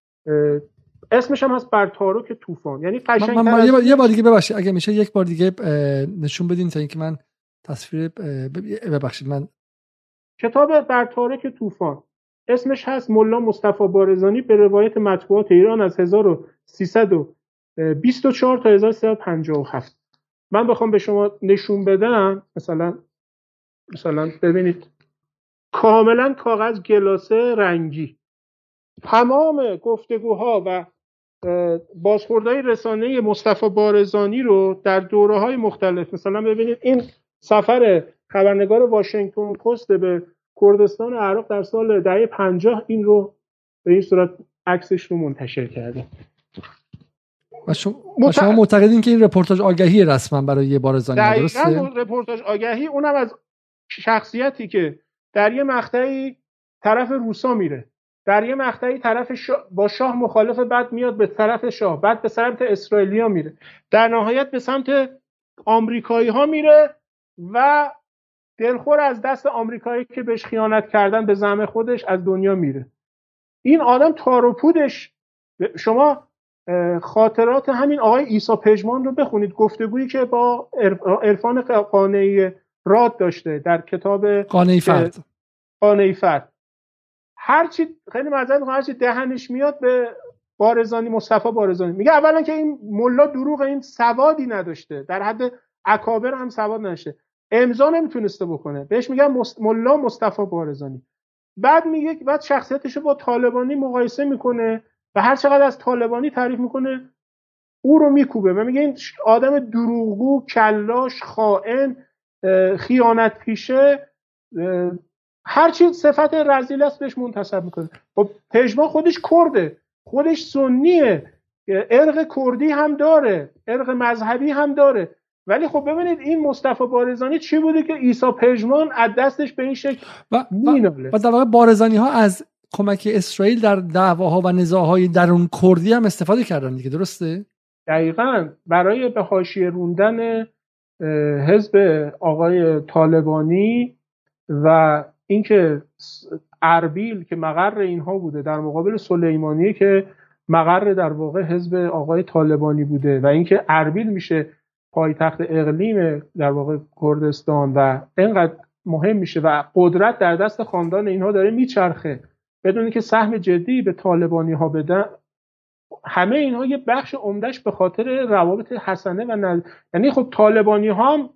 اسمش هم هست بر تارک طوفان. یعنی قشنگ من, من یه, بار یه بار دیگه ببخشید اگه میشه یک بار دیگه نشون بدین تا اینکه من تصویر ببخشید. من کتاب بر تارک طوفان اسمش هست ملا مصطفی بارزانی به روایت مطبوعات ایران از هزار و سیصد و بیست و چهار تا هزار و سیصد و پنجاه و هفت. من بخوام به شما نشون بدم، مثلا مثلا ببینید، کاملا کاغذ گلاسه رنگی، تمام گفتگوها و بازخوردهای رسانه‌ای مصطفی بارزانی رو در دوره‌های مختلف، مثلا ببینید این سفر خبرنگار واشنگتن پست به کردستان عراق در سال دهه پنجاه، این رو به این صورت عکسش رو منتشر کرده. و شما, مت... شما معتقدین که این رپورتاج آگهی رسما برای بارزانی، درسته؟ دقیقاً رپورتاج آگهی، اونم از شخصیتی که در یه مقطعی طرف روسا میره، در یه مقطعی طرف شا... با شاه مخالف، بعد میاد به طرف شاه، بعد به سمت اسرائیلیا میره، در نهایت به سمت آمریکایی ها میره و دلخور از دست آمریکایی که بهش خیانت کردن به زعم خودش از دنیا میره. این آدم تار و پودش، شما خاطرات همین آقای عیسی پژمان رو بخونید، گفتگویی که با عرفان قانعی راد داشته در کتاب قانعی فرد قانعی فرد هرچی خیلی معذرت میخوام هرچی دهنش میاد به بارزانی، مصطفی بارزانی، میگه اولا که این ملا دروغ، این سوادی نداشته، در حد اکابر هم سواد نداشته، امضا نمیتونسته بکنه، بهش میگن مست... ملا مصطفی بارزانی. بعد میگه بعد شخصیتش رو با طالبانی مقایسه میکنه و هر چقدر از طالبانی تعریف میکنه او رو میکوبه و میگه این آدم دروغگو، کلاش، خائن، خیانت پیشه، هر چی صفت رذیل است بهش منتسب میکنه. خب پژمان خودش کرده، خودش سنیه، ارق کردی هم داره، ارق مذهبی هم داره، ولی خب ببینید این مصطفی بارزانی چی بوده که عیسی پژمان از دستش به این شکل میناله. و در واقع بارزانی ها از کمک اسرائیل در دعواها و نزاعهای درون کردی هم استفاده کردن دیگه، درسته؟ دقیقاً برای به حاشیه روندن حزب آقای طالبانی و اینکه اربیل که مقر اینها بوده در مقابل سلیمانی که مقر در واقع حزب آقای طالبانی بوده و اینکه اربیل میشه پایتخت اقلیم در واقع کردستان و اینقدر مهم میشه و قدرت در دست خاندان اینها داره میچرخه بدون اینکه سهم جدی به طالبانی ها بدن. همه اینها یه بخش عمدهش به خاطر روابط حسنه و نز... یعنی خب طالبانی ها هم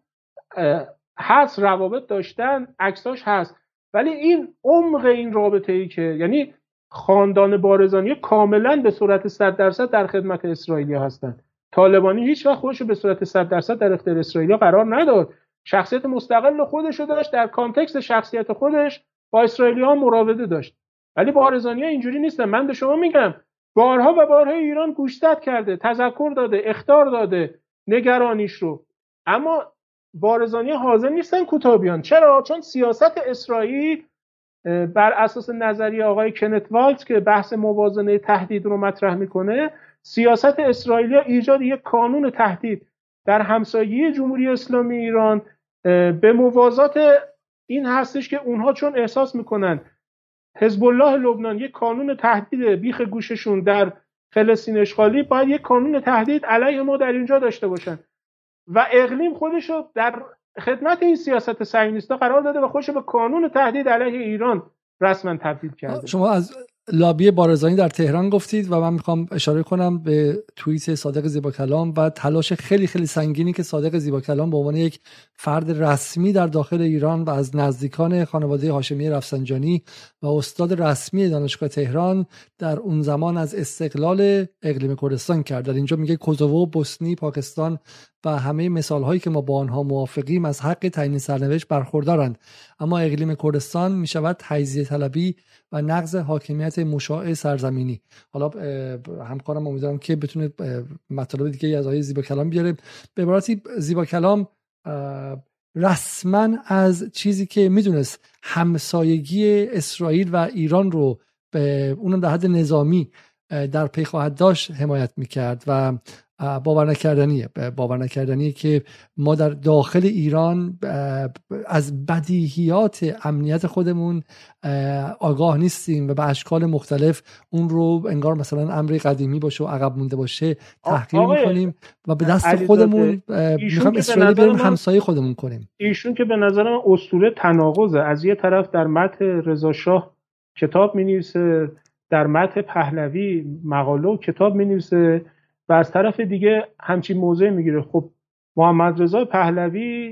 هست، روابط داشتن، عکساش هست، ولی این عمق این رابطه ای که یعنی خاندان بارزانی کاملا به صورت صد درصد در خدمت اسرائیلی هستن. طالبانی هیچ وقت خودش رو به صورت صد درصد در اختیار اسرائیل قرار نداد، شخصیت مستقل خودش رو داشت، در کانتکست شخصیت خودش با اسرائیلی ها مراوده داشت. ولی بارزانی ها اینجوری نیستن. من به شما میگم بارها و بارها ایران گوشزد کرده، تذکر داده، اخطار داده نگرانیش رو، اما بارزانی حاضر نیستن کوتاه. چرا؟ چون سیاست اسرائیل بر اساس نظریه آقای کنت والت که بحث موازنه تهدید رو مطرح میکنه، سیاست اسرائیلیا ایجاد یک کانون تهدید در همسایه جمهوری اسلامی ایران به موازات این هستش که اونها چون احساس میکنن حزب الله لبنان یک کانون تهدید بیخ گوششون در فلسطین اشغالی، باید یک کانون تهدید علیه ما در اینجا داشته باشن و اقلیم خودش رو در خدمت این سیاست صهیونیست‌ها قرار داده و خودش به کانون تهدید علیه ایران رسما تبدیل کرده. شما از لابی بارزانی در تهران گفتید و من میخوام اشاره کنم به توییت صادق زیباکلام و تلاش خیلی خیلی سنگینی که صادق زیباکلام به عنوان یک فرد رسمی در داخل ایران و از نزدیکان خانواده هاشمی رفسنجانی و استاد رسمی دانشگاه تهران در اون زمان از استقلال اقلیم کردستان کرد. در اینجا میگه کوزوو، بوسنی، پاکستان و همه مثالهایی که ما با آنها موافقیم از حق تعیین سرنوشت برخوردارند، اما اقلیم کردستان میشود تجزیه طلبی و نقض حاکمیت مشاع سرزمینی. حالا همکارم امیدوارم که بتونه مطالب دیگه از آقای زیباکلام بیاره. به عبارتی زیباکلام رسما از چیزی که میدونست همسایگی اسرائیل و ایران رو به اونم در حد نظامی در پی خواهد داشت حمایت میکرد و باور نکردنیه باور نکردنیه که ما در داخل ایران از بدیهیات امنیت خودمون آگاه نیستیم و به اشکال مختلف اون رو انگار مثلا امری قدیمی باشه و عقب مونده باشه تحقیر میکنیم و به دست خودمون میخوام اسرائیل بیاریم همسایه خودمون کنیم. ایشون که به نظر من اسطوره تناقضه. از یه طرف در متن رضا شاه کتاب مینویسه، در متن پهلوی مقاله و کتاب مینویسه و از طرف دیگه همچین موضع میگیره. خب محمد رضا پهلوی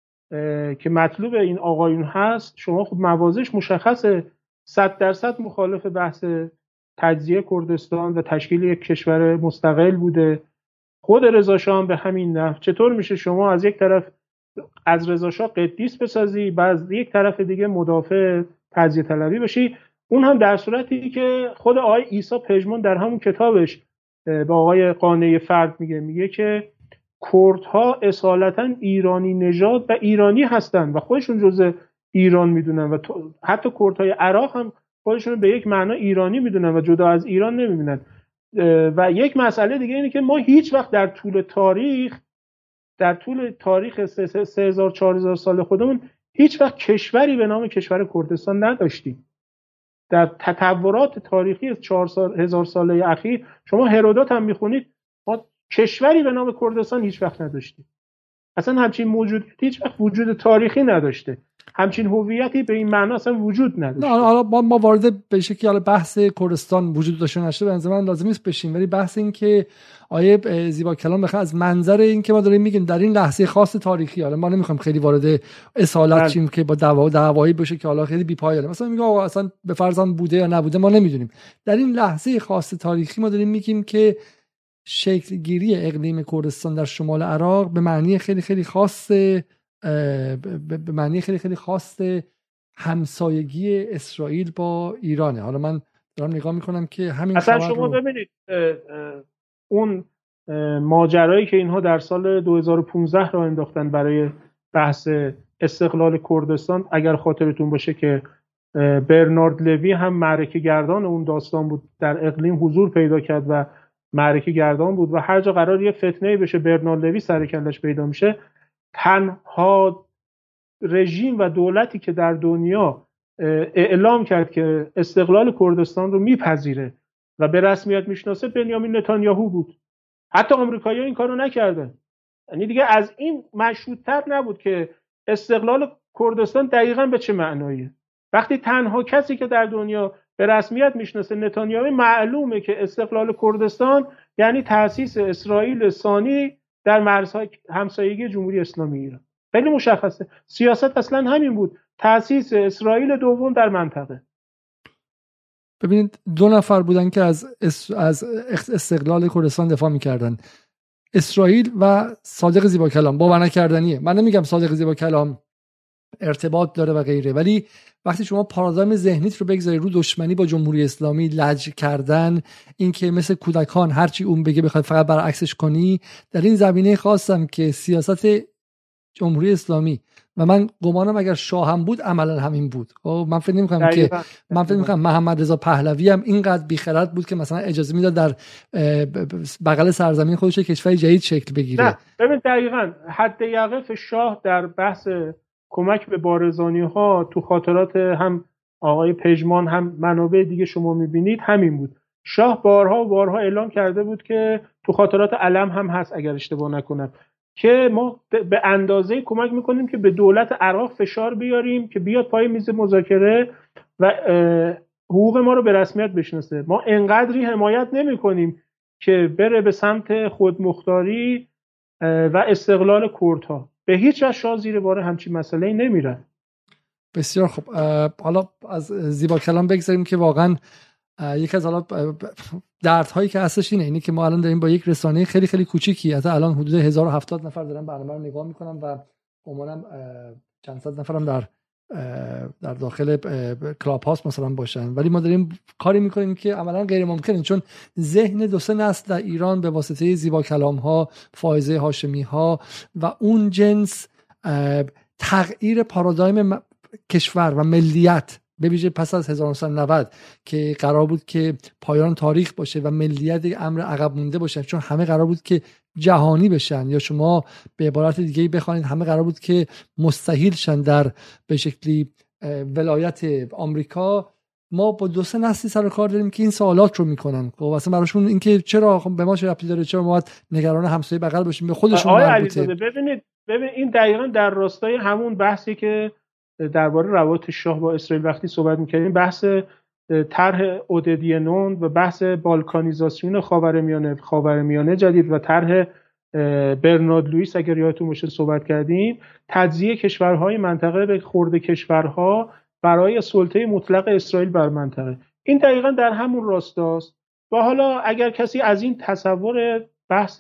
که مطلوب این آقایون هست، شما خب موازش مشخصه، صد درصد مخالف بحث تجزیه کردستان و تشکیل یک کشور مستقل بوده. خود رضا شاه هم به همین نحو. چطور میشه شما از یک طرف از رضا شاه قدیس بسازی، بعد یک طرف دیگه مدافع تجزیه طلبی بشی؟ اون هم در صورتی که خود آقای عیسی پژمان در همون کتابش به آقای قانع فرد میگه میگه که کردها اصالتا ایرانی نژاد و ایرانی هستن و خودشون جزء ایران میدونن و حتی کردهای عراق هم خودشون به یک معنا ایرانی میدونن و جدا از ایران نمیبینن. و یک مسئله دیگه اینه که ما هیچ وقت در طول تاریخ در طول تاریخ سه هزار چهار هزار سال خودمون هیچ وقت کشوری به نام کشور کردستان نداشتیم. در تطورات تاریخی از چهار هزار ساله اخیر شما هرودوت هم میخونید، ما کشوری به نام کردستان هیچ وقت نداشتیم. اصلا همچین موجودیتی هیچ وقت وجود تاریخی نداشته، همچین هویتی به این معنا اصلا وجود نداشته. حالا ما ما وارد به شکلی حالا بحث کردستان وجود داشته نشه به من لازم نیست بشیم، ولی بحث این که آیه زیباکلام بخواد از منظر این که ما داریم میگیم در این لحظه خاص تاریخی، حالا ما نمیخوام خیلی وارد اصالت شیم که با دعوا دعوایی بشه که حالا خیلی بی‌پایانه، مثلا میگه آقا اصلا به فرضم بوده یا نبوده ما نمیدونیم. در این لحظه خاص تاریخی ما داریم میگیم که شکل گیری اقلیم کردستان در شمال عراق به معنی خیلی خیلی خاص به معنی خیلی خیلی خاص همسایگی اسرائیل با ایرانه. حالا من دارم نگاه میکنم که همین اصلا شما رو... ببینید اون ماجرایی که اینها در سال دو هزار و پانزده را انداختن برای بحث استقلال کردستان، اگر خاطرتون باشه که برنارد لوی هم معرکه گردان اون داستان بود، در اقلیم حضور پیدا کرد و معرکه گردان بود و هر جا قرار یه فتنه‌ای بشه برنارد لوی سر کلش پیدا میشه. تنها رژیم و دولتی که در دنیا اعلام کرد که استقلال کردستان رو میپذیره و به رسمیت میشناسه بنیامین نتانیاهو بود. حتی آمریکایی‌ها این کارو نکردن. یعنی دیگه از این مشروط‌تر نبود که استقلال کردستان دقیقاً به چه معناییه. وقتی تنها کسی که در دنیا به رسمیت میشناسه نتانیاهو، معلومه که استقلال کردستان یعنی تأسیس اسرائیل ثانی در مرزهای همسایگی جمهوری اسلامی ایران. خیلی مشخصه. سیاست اصلا همین بود، تأسیس اسرائیل دوم در منطقه. ببینید دو نفر بودن که از از استقلال کردستان دفاع میکردن، اسرائیل و صادق زیباکلام. باور نکردنیه. من نمیگم صادق زیباکلام ارتباط داره و غیره، ولی وقتی شما پارادایم ذهنیت رو بگذاری رو دشمنی با جمهوری اسلامی، لج کردن، این که مثل کودکان هرچی اون بگه بخواد فقط برعکسش کنی، در این زمینه خواستم که سیاست جمهوری اسلامی و من گمانم اگر شاه هم بود عملا همین بود. من فکر نمی‌کنم که من فکر می‌کنم محمد رضا پهلوی هم اینقدر بی‌خرد بود که مثلا اجازه میداد در بغل سرزمین خودش کشور جدید شکل بگیره. نه ببین دقیقاً حد یقف شاه در بحث کمک به بارزانی‌ها تو خاطرات هم آقای پژمان هم منابع دیگه شما می‌بینید همین بود. شاه بارها و بارها اعلام کرده بود که تو خاطرات علم هم هست اگر اشتباه نکنم، که ما به اندازه کمک میکنیم که به دولت عراق فشار بیاریم که بیاد پای میز مذاکره و حقوق ما رو به رسمیت بشناسه. ما انقدری حمایت نمیکنیم که بره به سمت خودمختاری و استقلال کردها. به هیچ وجه شاه زیر بار همچین مسئله نمیره. بسیار خوب. حالا از زیبا کلام بگذاریم که واقعا یکی از حالا دردهایی که هستش اینه اینه که ما الان داریم با یک رسانه خیلی خیلی کوچیکی، حتی الان حدود هزار و هفتاد نفر دارن برنامه رو نگاه میکنن و عموما چند صد نفرم در در داخل کلاب هاوس مثلا باشن، ولی ما داریم کاری میکنیم که عملا غیر ممکنه، چون ذهن دو سه نسل در ایران به واسطه زیبا کلام ها، فائزه هاشمی ها و اون جنس تغییر پارادایم کشور و ملیت، به ویژه پس از هزار و نهصد و نود که قرار بود که پایان تاریخ باشه و ملیت امر عقب مونده باشه، چون همه قرار بود که جهانی بشن، یا شما به عبارت دیگه بخواید همه قرار بود که مستحیل شن در به شکلی ولایت آمریکا. ما با دو سه نسلی سر کار داریم که این سوالات رو میکنن. خب اصلا براشون این که چرا خب به ما چه ربطی داره، چرا ما باید نگران همسایه بغل باشیم، به خودشون مربوطه. ببینید ببین این دقیقاً در راستای همون بحثی که درباره روابط شاه با اسرائیل وقتی صحبت می‌کردیم، بحث طرح اوددینون و بحث بالکانیزاسیون خاورمیانه خاورمیانه جدید و طرح برنارد لوئیس اگر یادتون باشه صحبت کردیم، تجزیه کشورهای منطقه به خرد کشورها برای سلطه مطلق اسرائیل بر منطقه، این دقیقاً در همون راستاست. و حالا اگر کسی از این تصور بحث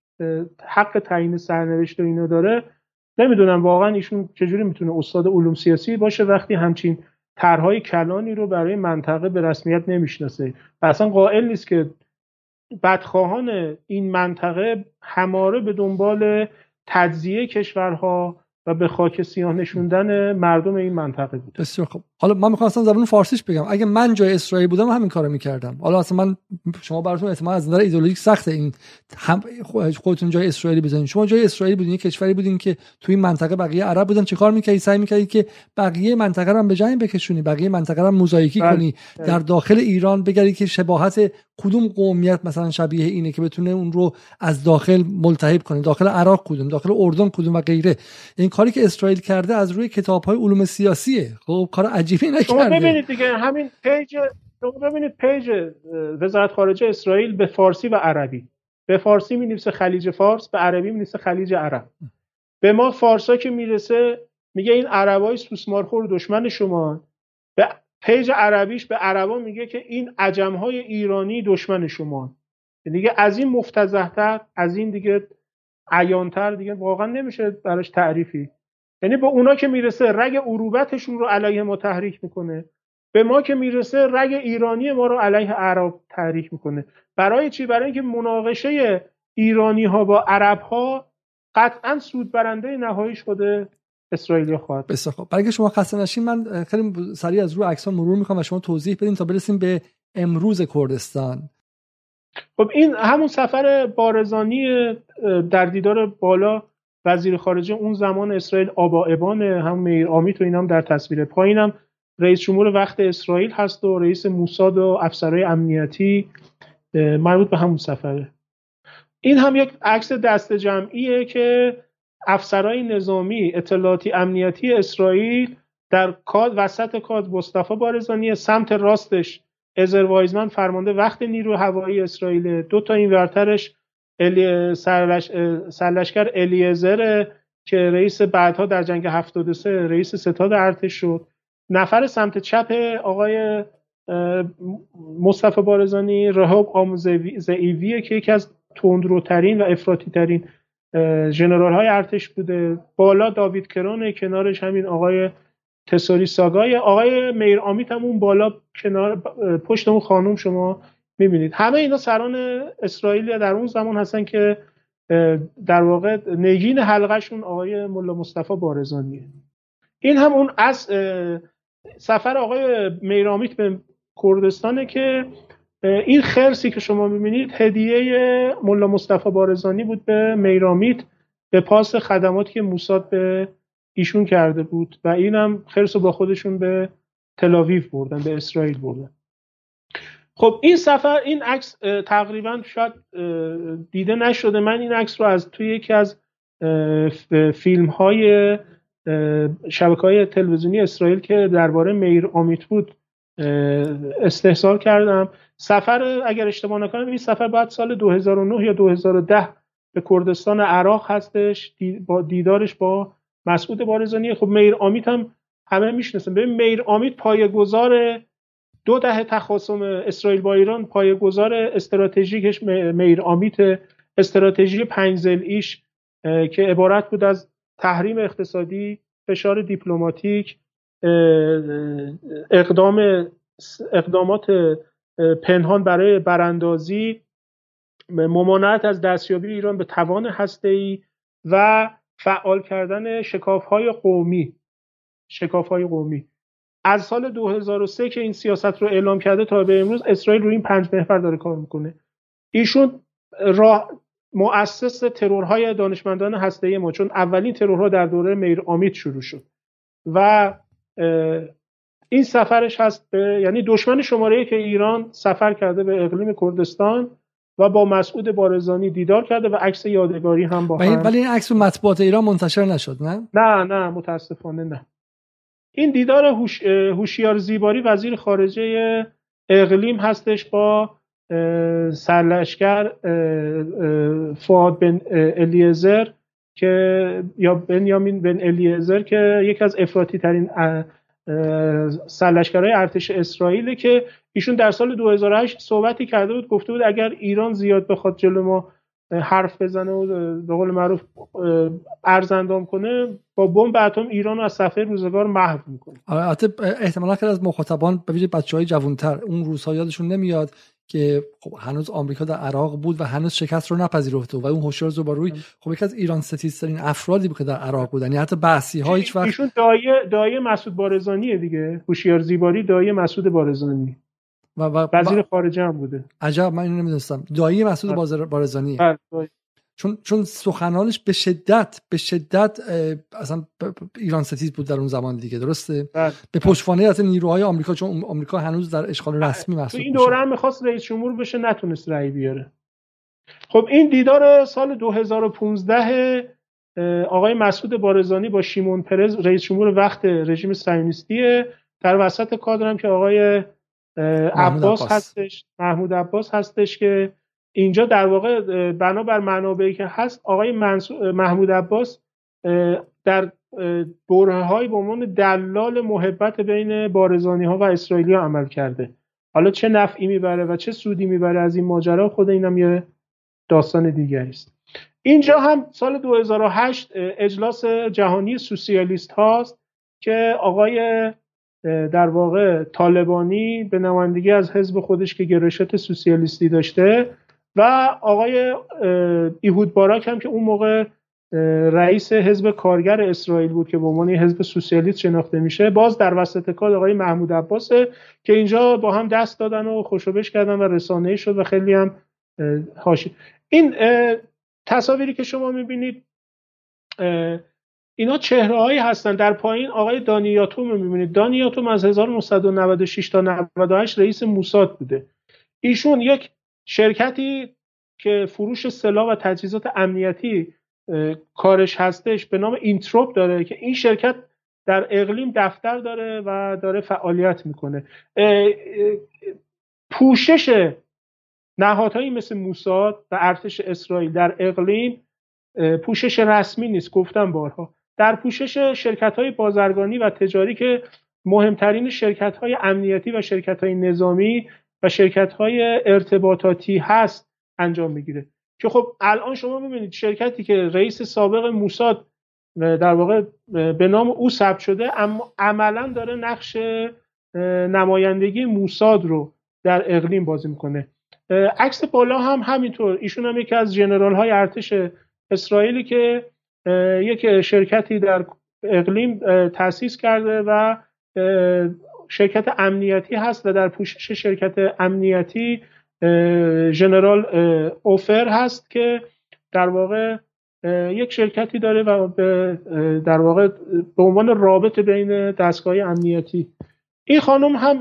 حق تعیین سرنوشت و اینو داره، نمیدونم واقعا ایشون چجوری میتونه استاد علوم سیاسی باشه وقتی همچین طرحهای کلانی رو برای منطقه به رسمیت نمیشناسه و اصلا قائل نیست که بدخواهان این منطقه هماره به دنبال تجزیه کشورها و به خاک سیاه نشوندن مردم این منطقه بود. بسیار خب. حالا من میخوام اصلا زبان فارسیش بگم، اگه من جای اسرائیل بودم همین کارو میکردم. حالا اصلا من شما براتون احتمال از نظر ایدئولوژیک سخته این هم خودتون جای اسرائیلی بزنید. شما جای اسرائیل بودین، یک کشوری بودین که توی این منطقه بقیه عرب بودن، چه کار میکردی؟ سعی میکردی که بقیه منطقه رو هم به جنگ بکشونی، بقیه منطقه رو هم موزاییکی کنی، در داخل ایران بگردی که شباهت کدوم قومیت مثلا شبیه اینه که بتونه اون رو از داخل ملتهب کنه، داخل عراق کدوم، داخل اردن کدوم و غیره. این کاری که اسرائیل کرده از روی کتاب‌های علوم سیاسیه. خب کار عجیبی نکرده. شما ببینید دیگه همین پیج شما ببینید پیج وزارت خارجه اسرائیل به فارسی و عربی، به فارسی می‌نویسه خلیج فارس، به عربی می‌نویسه خلیج عرب. به ما فارسا که میرسه میگه این عربای سوسمارخور دشمن شما، به پیج عربیش به عربا میگه که این عجم‌های ایرانی دشمن شما. دیگه از این مفتضح‌تر، از این دیگه عیان‌تر دیگه واقعا نمیشه براش تعریفی. یعنی به اونا که میرسه رگ عروبتشون رو علیه ما تحریک میکنه، به ما که میرسه رگ ایرانی ما رو علیه عرب تحریک میکنه. برای چی؟ برای اینکه مناقشه ایرانی ها با عرب ها قطعا سود برنده نهاییش خود اسرائیلی خواهد. بسیار خب. برای که شما خسته نشین من خیلی سریع از روی عکس‌ها مرور میکنم و شما توضیح بدین تا برسیم به امروز کردستان. خب این همون سفر بارزانی در دیدار بالا وزیر خارجه اون زمان اسرائیل آبا ابان، هم میر آمیت و اینا هم در تصویر پایینم رئیس جمهور وقت اسرائیل هست و رئیس موساد و افسرهای امنیتی مربوط به همون سفره. این هم یک عکس دست جمعیه که افسرهای نظامی اطلاعاتی امنیتی اسرائیل در کاد وسط کاد مصطفی بارزانی، سمت راستش ازر وایزمن فرمانده وقت نیروی هوایی اسرائیل، دو تا این ورترش الی سرلش سرلشکر الیزر که رئیس بعدها در جنگ هفتاد و سه رئیس ستاد ارتش شد. نفر سمت چپ آقای مصطفی بارزانی رهاب آموزویه که یکی از تندروترین و افراطی ترین ژنرال های ارتش بوده. بالا داوید کرونه، کنارش همین آقای تسوری ساگای، آقای میر آمیت هم اون بالا کنار پشت اون خانم شما میبینید. همه اینا سران اسرائیلی در اون زمان هستن که در واقع نگین حلقهشون آقای ملا مصطفی بارزانیه. این هم اون از سفر آقای میر آمیت به کردستانه که این خرسی که شما میبینید هدیه ملا مصطفی بارزانی بود به میر آمیت به پاس خدماتی که موساد به ایشون کرده بود و اینم خرسو با خودشون به تل‌آویو بردن، به اسرائیل بردن. خب این سفر، این عکس تقریبا شاید دیده نشده، من این عکس رو از توی یکی از فیلم های شبکه های تلویزیونی اسرائیل که درباره میر آمیت بود استحضار کردم. سفر اگر اشتباه نکنم این سفر بعد سال دو هزار و نه یا دو هزار و ده به کردستان عراق هستش، با دیدارش با مسعود بارزانی. خب میر آمیت هم همه میشناسن. ببین میر آمیت پایه‌گذار دو دهه تخاصم اسرائیل با ایران، پایه‌گذار استراتژیکش میر آمیت، استراتژی پنج ضلعیش که عبارت بود از تحریم اقتصادی، فشار دیپلماتیک، اقدام اقدامات پنهان برای براندازی، ممانعت از دستیابی ایران به توان هسته‌ای و فعال کردن شکاف‌های قومی شکاف‌های قومی. از سال دو هزار و سه که این سیاست رو اعلام کرده تا به امروز اسرائیل روی این پنج محور داره کار میکنه. ایشون راه مؤسس ترورهای دانشمندان هسته‌ای ما، چون اولین ترورها در دوره میر آمیت شروع شد و این سفرش هست به، یعنی دشمن شماره که ایران سفر کرده به اقلیم کردستان و با مسعود بارزانی دیدار کرده و عکس یادگاری هم با هم. ولی این عکس رو مطبوعات ایران منتشر نشد نه؟ نه نه متاسفانه نه. این دیدار هوش، هوشیار زیباری وزیر خارجه اقلیم هستش با سرلشکر فؤاد بن الیعزر که یا بنیامین بن الیعزر که یکی از افراطی ترین سرلشکرهای ارتش اسرائیل که ایشون در سال دو هزار و هشت صحبتی کرده بود، گفته بود اگر ایران زیاد بخواد جلو ما حرف بزنه و به قول معروف ارزندام کنه، با بمب اتم ایران رو از صفحه روزگار محو میکنه. البته احتمالاً خیلی از مخاطبان به ویژه بچهای جوانتر اون روزها یادشون نمیاد که خب هنوز آمریکا در عراق بود و هنوز شکست رو نپذیرفته و اون هوشیار زیبایی خب یکی از ایران ستیزترین افرادی بود که در عراق بودن، یعنی حتی بحثی ها هیچ وقت. ایشون دایه دایه مسعود بارزانیه دیگه، هوشیار زیبایی دایه مسعود بارزانی و, و وزیر خارجه هم بوده. عجب، من اینو نمیدونستم. دایی مسعود بارزانی. چون چون سخنانش به شدت به شدت اصلا ایران ستیز بود در اون زمان دیگه، درسته؟ بله. به پشتوانه از نیروهای آمریکا، چون آمریکا هنوز در اشغال رسمی محسوب این دوره هم می‌خواست رئیس جمهور بشه، نتونست رأی بیاره. خب این دیدار سال دو هزار و پانزده آقای مسعود بارزانی با شیمون پرز رئیس جمهور وقت رژیم صهیونیستیه. در وسط کادر هم که آقای عباس, عباس هستش، محمود عباس هستش که اینجا در واقع بنابر منابعی که هست آقای محمود عباس در برهه‌های به عنوان دلال محبت بین بارزانی ها و اسرائیلی ها عمل کرده. حالا چه نفعی میبره و چه سودی میبره از این ماجرا، خود اینم یه داستان دیگری است. اینجا هم سال دو هزار و هشت اجلاس جهانی سوسیالیست هاست که آقای در واقع طالبانی به نمایندگی از حزب خودش که گرایشات سوسیالیستی داشته و آقای ایهود باراک هم که اون موقع رئیس حزب کارگر اسرائیل بود که به عنوان حزب سوسیالیست شناخته میشه، باز در وسط کار آقای محمود عباس که اینجا با هم دست دادن و خوشوبش کردن و رسانه‌ای شد و خیلی هم حاشیه. این تصاویری که شما میبینید اینا چهره‌هایی هستن. در پایین آقای دانی یاتوم رو می‌بینید. دانی یاتوم از هزار و نهصد و نود و شش تا نود و هشت رئیس موساد بوده. ایشون یک شرکتی که فروش سلاح و تجهیزات امنیتی کارش هستش به نام اینتروپ داره که این شرکت در اقلیم دفتر داره و داره فعالیت میکنه. پوشش نهادهایی مثل موساد و ارتش اسرائیل در اقلیم پوشش رسمی نیست، گفتم بارها. در پوشش شرکت‌های بازرگانی و تجاری که مهمترین شرکت‌های امنیتی و شرکت‌های نظامی و شرکت‌های ارتباطاتی هست انجام میگیره. که خب الان شما می‌بینید شرکتی که رئیس سابق موساد در واقع به نام او ثبت شده، اما عملاً داره نقش نمایندگی موساد رو در اقلیم بازی میکنه. عکس بالا هم همینطور، ایشون هم یکی از ژنرال‌های ارتش اسرائیلی که یک شرکتی در اقلیم تأسیس کرده و شرکت امنیتی هست و در پوشش شرکت امنیتی ژنرال اوفر هست که در واقع یک شرکتی داره و در واقع به عنوان رابط بین دستگاه امنیتی. این خانم هم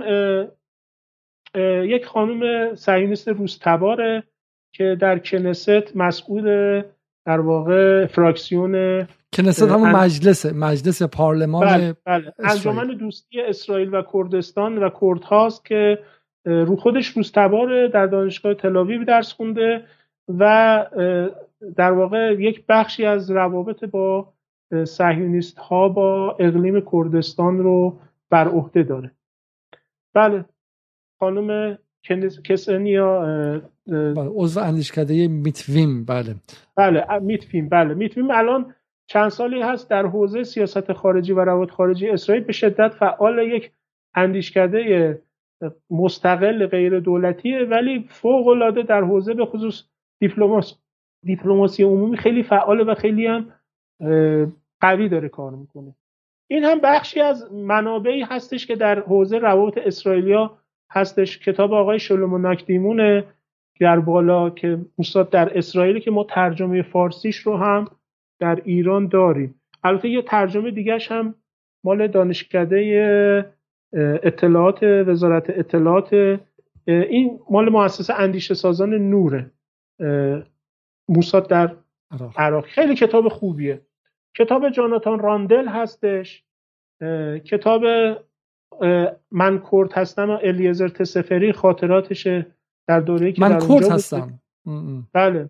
یک خانم صهیونیست روس‌تباره که در کنست مسئول در واقع فراکسیون کنست همون مجلس مجلس پارلمان بله بله انجمن دوستی اسرائیل و کردستان و کردهاست که رو خودش روزتبار در دانشگاه تل‌آویو درس خونده و در واقع یک بخشی از روابط با صهیونیست ها با اقلیم کردستان رو بر عهده داره. بله خانم کسنیا بله عضو اندیشکده میتویم. بله بله میتویم بله میتویم الان چند سالی هست در حوزه سیاست خارجی و روابط خارجی اسرائیل به شدت فعال، یک اندیشکده مستقل غیر دولتیه ولی فوق العاده در حوزه به خصوص دیپلماسی دیپلماسی عمومی خیلی فعاله و خیلی هم قوی داره کار میکنه. این هم بخشی از منابعی هستش که در حوزه روابط اسرائیلیا هستش. کتاب آقای شلومو ناکدیمون در بالا که استاد در اسرائیل که ما ترجمه فارسیش رو هم در ایران داریم. البته یه ترجمه دیگه‌ش هم مال دانشکده اطلاعات وزارت اطلاعات، این مال مؤسسه اندیشه سازان نوره موساد در عراق. خیلی کتاب خوبیه. کتاب جاناتان راندل هستش، کتاب من کرد هستم الیزر تسفری خاطراتشه در دوره‌ای که من در کرد هستم. بله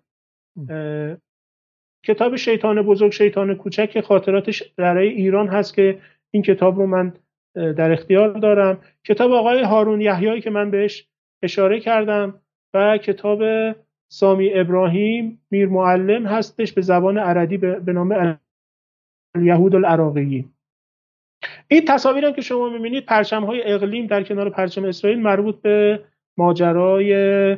کتاب شیطان بزرگ شیطان کوچک خاطراتش برای ایران هست که این کتاب رو من در اختیار دارم. کتاب آقای هارون یحیایی که من بهش اشاره کردم و کتاب سامی ابراهیم میر معلم هستش به زبان عربی به نام الیهود العراقیین. این تصاویری که شما می‌بینید پرچم‌های اقلیم در کنار پرچم اسرائیل مربوط به ماجرای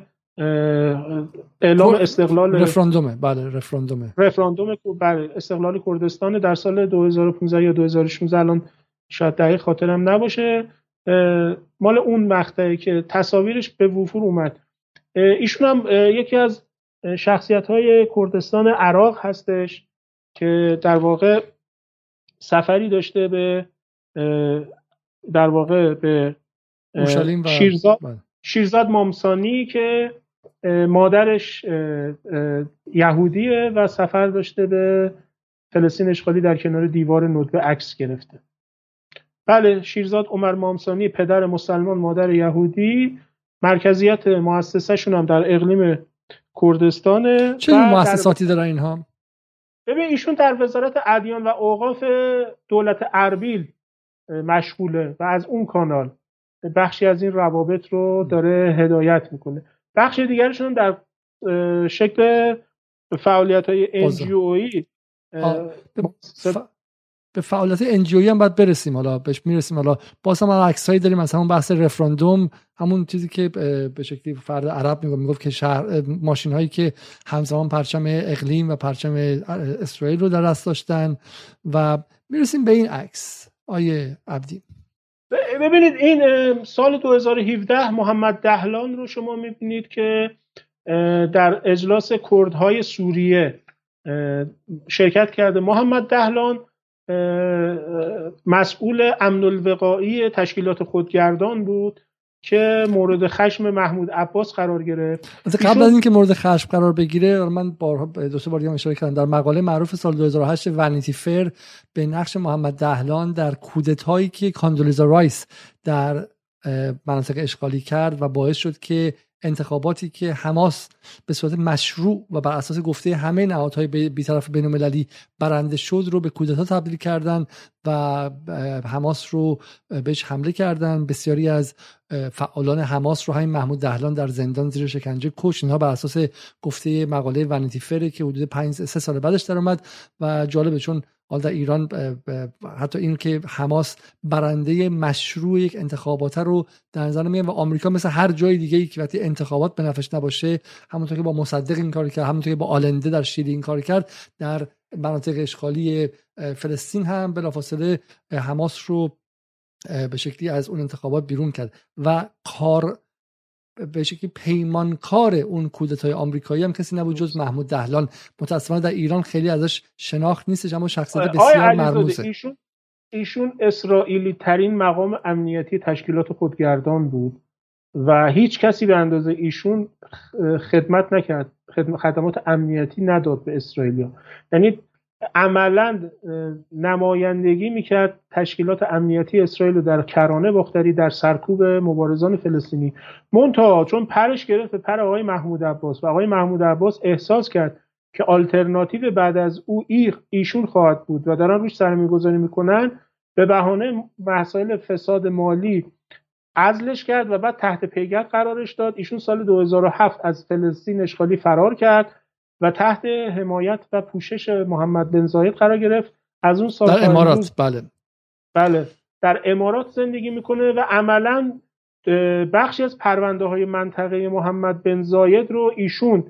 اعلام استقلال رفراندومه. بله رفراندومه رفراندوم بله استقلال کردستان در سال دو هزار و پانزده یا دو هزار و شانزده الان شاید دقیق خاطرم نباشه، مال اون مقطعی که تصاویرش به وفور اومد. ایشون هم یکی از شخصیت‌های کردستان عراق هستش که در واقع سفری داشته به در واقع به اورشلیم و شیرزاد شیرزاد مامسانی که مادرش یهودیه و سفر داشته به فلسطین اشغالی در کنار دیوار ندبه عکس گرفته. بله شیرزاد عمر مامسانی پدر مسلمان مادر یهودی، مرکزیت مؤسسه شون هم در اقلیم کردستانه. چه مؤسساتی دارن اینها؟ ببین ایشون در وزارت ادیان و اوقاف دولت اربیل مشغوله و از اون کانال بخشی از این روابط رو داره هدایت میکنه. بخش دیگرشون در شکل فعالیت‌های ان جی اویی به فعالیت ان جی اویی هم باید برسیم، حالا بهش میرسیم. حالا باز هم عکسایی داریم از همون بحث رفراندوم، همون چیزی که به شکلی فرد عرب میگفت میگفت که شهر ماشین هایی که همزمان پرچم اقلیم و پرچم اسرائیل رو در دست داشتن و میرسیم به این عکس. آیه عبدی ببینید این سال دو هزار و هفده محمد دهلان رو شما میبینید که در اجلاس کردهای سوریه شرکت کرده. محمد دهلان مسئول امن الوقایی تشکیلات خودگردان بود که مورد خشم محمود عباس قرار گرفت. قبل از اینکه مورد خشم قرار بگیره من بارها دو سه بار دیگه اشاره کردم در مقاله معروف سال دو هزار و هشت ونیتی فیر به نقش محمد دهلان در کودتایی که کاندولیزا رایس در مناطق اشغالی کرد و باعث شد که انتخاباتی که حماس به صورت مشروع و بر اساس گفته همه نهادهای بی‌طرف بین‌المللی برنده شد رو به کودتا تبدیل کردن و حماس رو بهش حمله کردن. بسیاری از فعالان حماس رو همین محمود دهلان در زندان زیر شکنجه کشت. اینها بر اساس گفته مقاله ونیتی فر که حدود پنج سه سال بعدش در اومد و جالبه چون حالا در ایران حتی این که حماس برنده مشروع یک انتخابات رو در نظر نمیگیره و آمریکا مثل هر جای دیگه‌ای که وقتی انتخابات به نفعش نباشه، همونطور که با مصدق این کار کرد، همونطور که با آلنده در شیلی این کار کرد، در مناطق اشغالی فلسطین هم بلافاصله حماس رو به شکلی از اون انتخابات بیرون کرد و کار به شکلی پیمانکار اون کودتای آمریکایی هم کسی نبود جز محمود دهلان. متأسفانه در ایران خیلی ازش شناخت نیستش اما شخصیت بسیار مرموزه. ایشون ایشون اسرائیلی ترین مقام امنیتی تشکیلات خودگردان بود و هیچ کسی به اندازه ایشون خدمت نکرد، خدمات امنیتی نداد به اسرائیلیا. یعنی عملاً نمایندگی میکرد تشکیلات امنیتی اسرائیل رو در کرانه باختری، در سرکوب مبارزان فلسطینی. منتها چون پرش گرفت به پر آقای محمود عباس و آقای محمود عباس احساس کرد که آلترناتیو بعد از او ایشون خواهد بود و دارن روش سرمایه‌گذاری میکنن، به بهانه مسائل فساد مالی عزلش کرد و بعد تحت پیگرد قرارش داد. ایشون سال دو هزار و هفت از فلسطین اشغالی فرار کرد و تحت حمایت و پوشش محمد بن زاید قرار گرفت. از اون سال در امارات بله بله در امارات زندگی میکنه و عملاً بخشی از پرونده های منطقه محمد بن زاید رو ایشون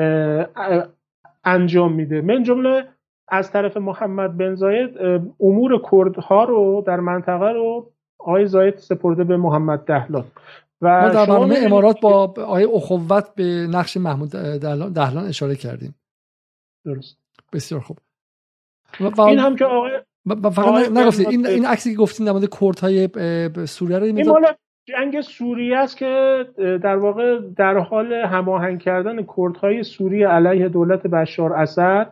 انجام میده. من جمله از طرف محمد بن زاید امور کردها رو در منطقه رو آقای زاید سپرده به محمد دهلان و ما در برنامه امارات با آقای اخوت به نقش محمود دهلان اشاره کردیم. درست، بسیار خوب. و این هم که آقای فقط نگفتید این این عکسی که گفتین در مورد کردهای سوریه رو این مال جنگ سوریه است که در واقع در حال هماهنگ کردن کردهای سوریه علیه دولت بشار اسد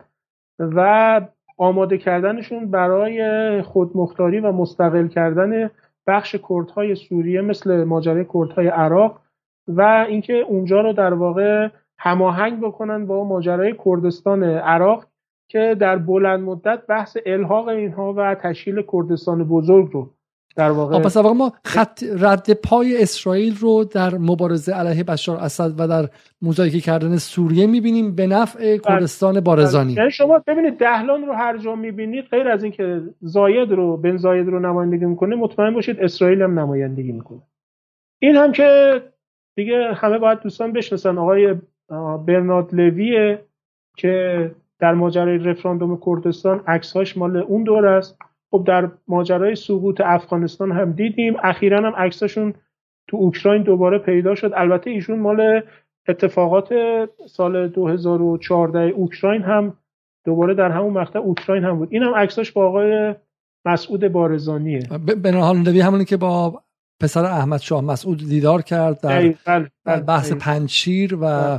و آماده کردنشون برای خودمختاری و مستقل کردن بخش کردهای سوریه مثل ماجرای کردهای عراق و اینکه اونجا رو در واقع هماهنگ بکنن با ماجرای کردستان عراق که در بلند مدت بحث الحاق اینها و تشکیل کردستان بزرگ رو در واقع پس واقعا ما خط رد پای اسرائیل رو در مبارزه علیه بشار اسد و در مذاکره کردن سوریه می‌بینیم به نفع کردستان بارزانی. یعنی شما ببینید دهلان رو هر جا می‌بینید غیر از اینکه زاید رو بن زاید رو نمایندگی می‌کنه، مطمئن باشید اسرائیل هم نمایندگی می‌کنه. این هم که دیگه همه باید دوستان بشناسن آقای برنارد لویه که در ماجرای رفراندوم کردستان عکس‌هاش مال اون دوره است. خب در ماجرای سقوط افغانستان هم دیدیم، اخیراً هم عکساشون تو اوکراین دوباره پیدا شد. البته ایشون مال اتفاقات سال دو هزار و چهارده اوکراین هم دوباره در همون مقطع اوکراین هم بود. این هم عکساش با آقای مسعود بارزانیه. بنالحال لوی همونی که با پسر احمد شاه مسعود دیدار کرد در بل بل بحث بل پنجشیر و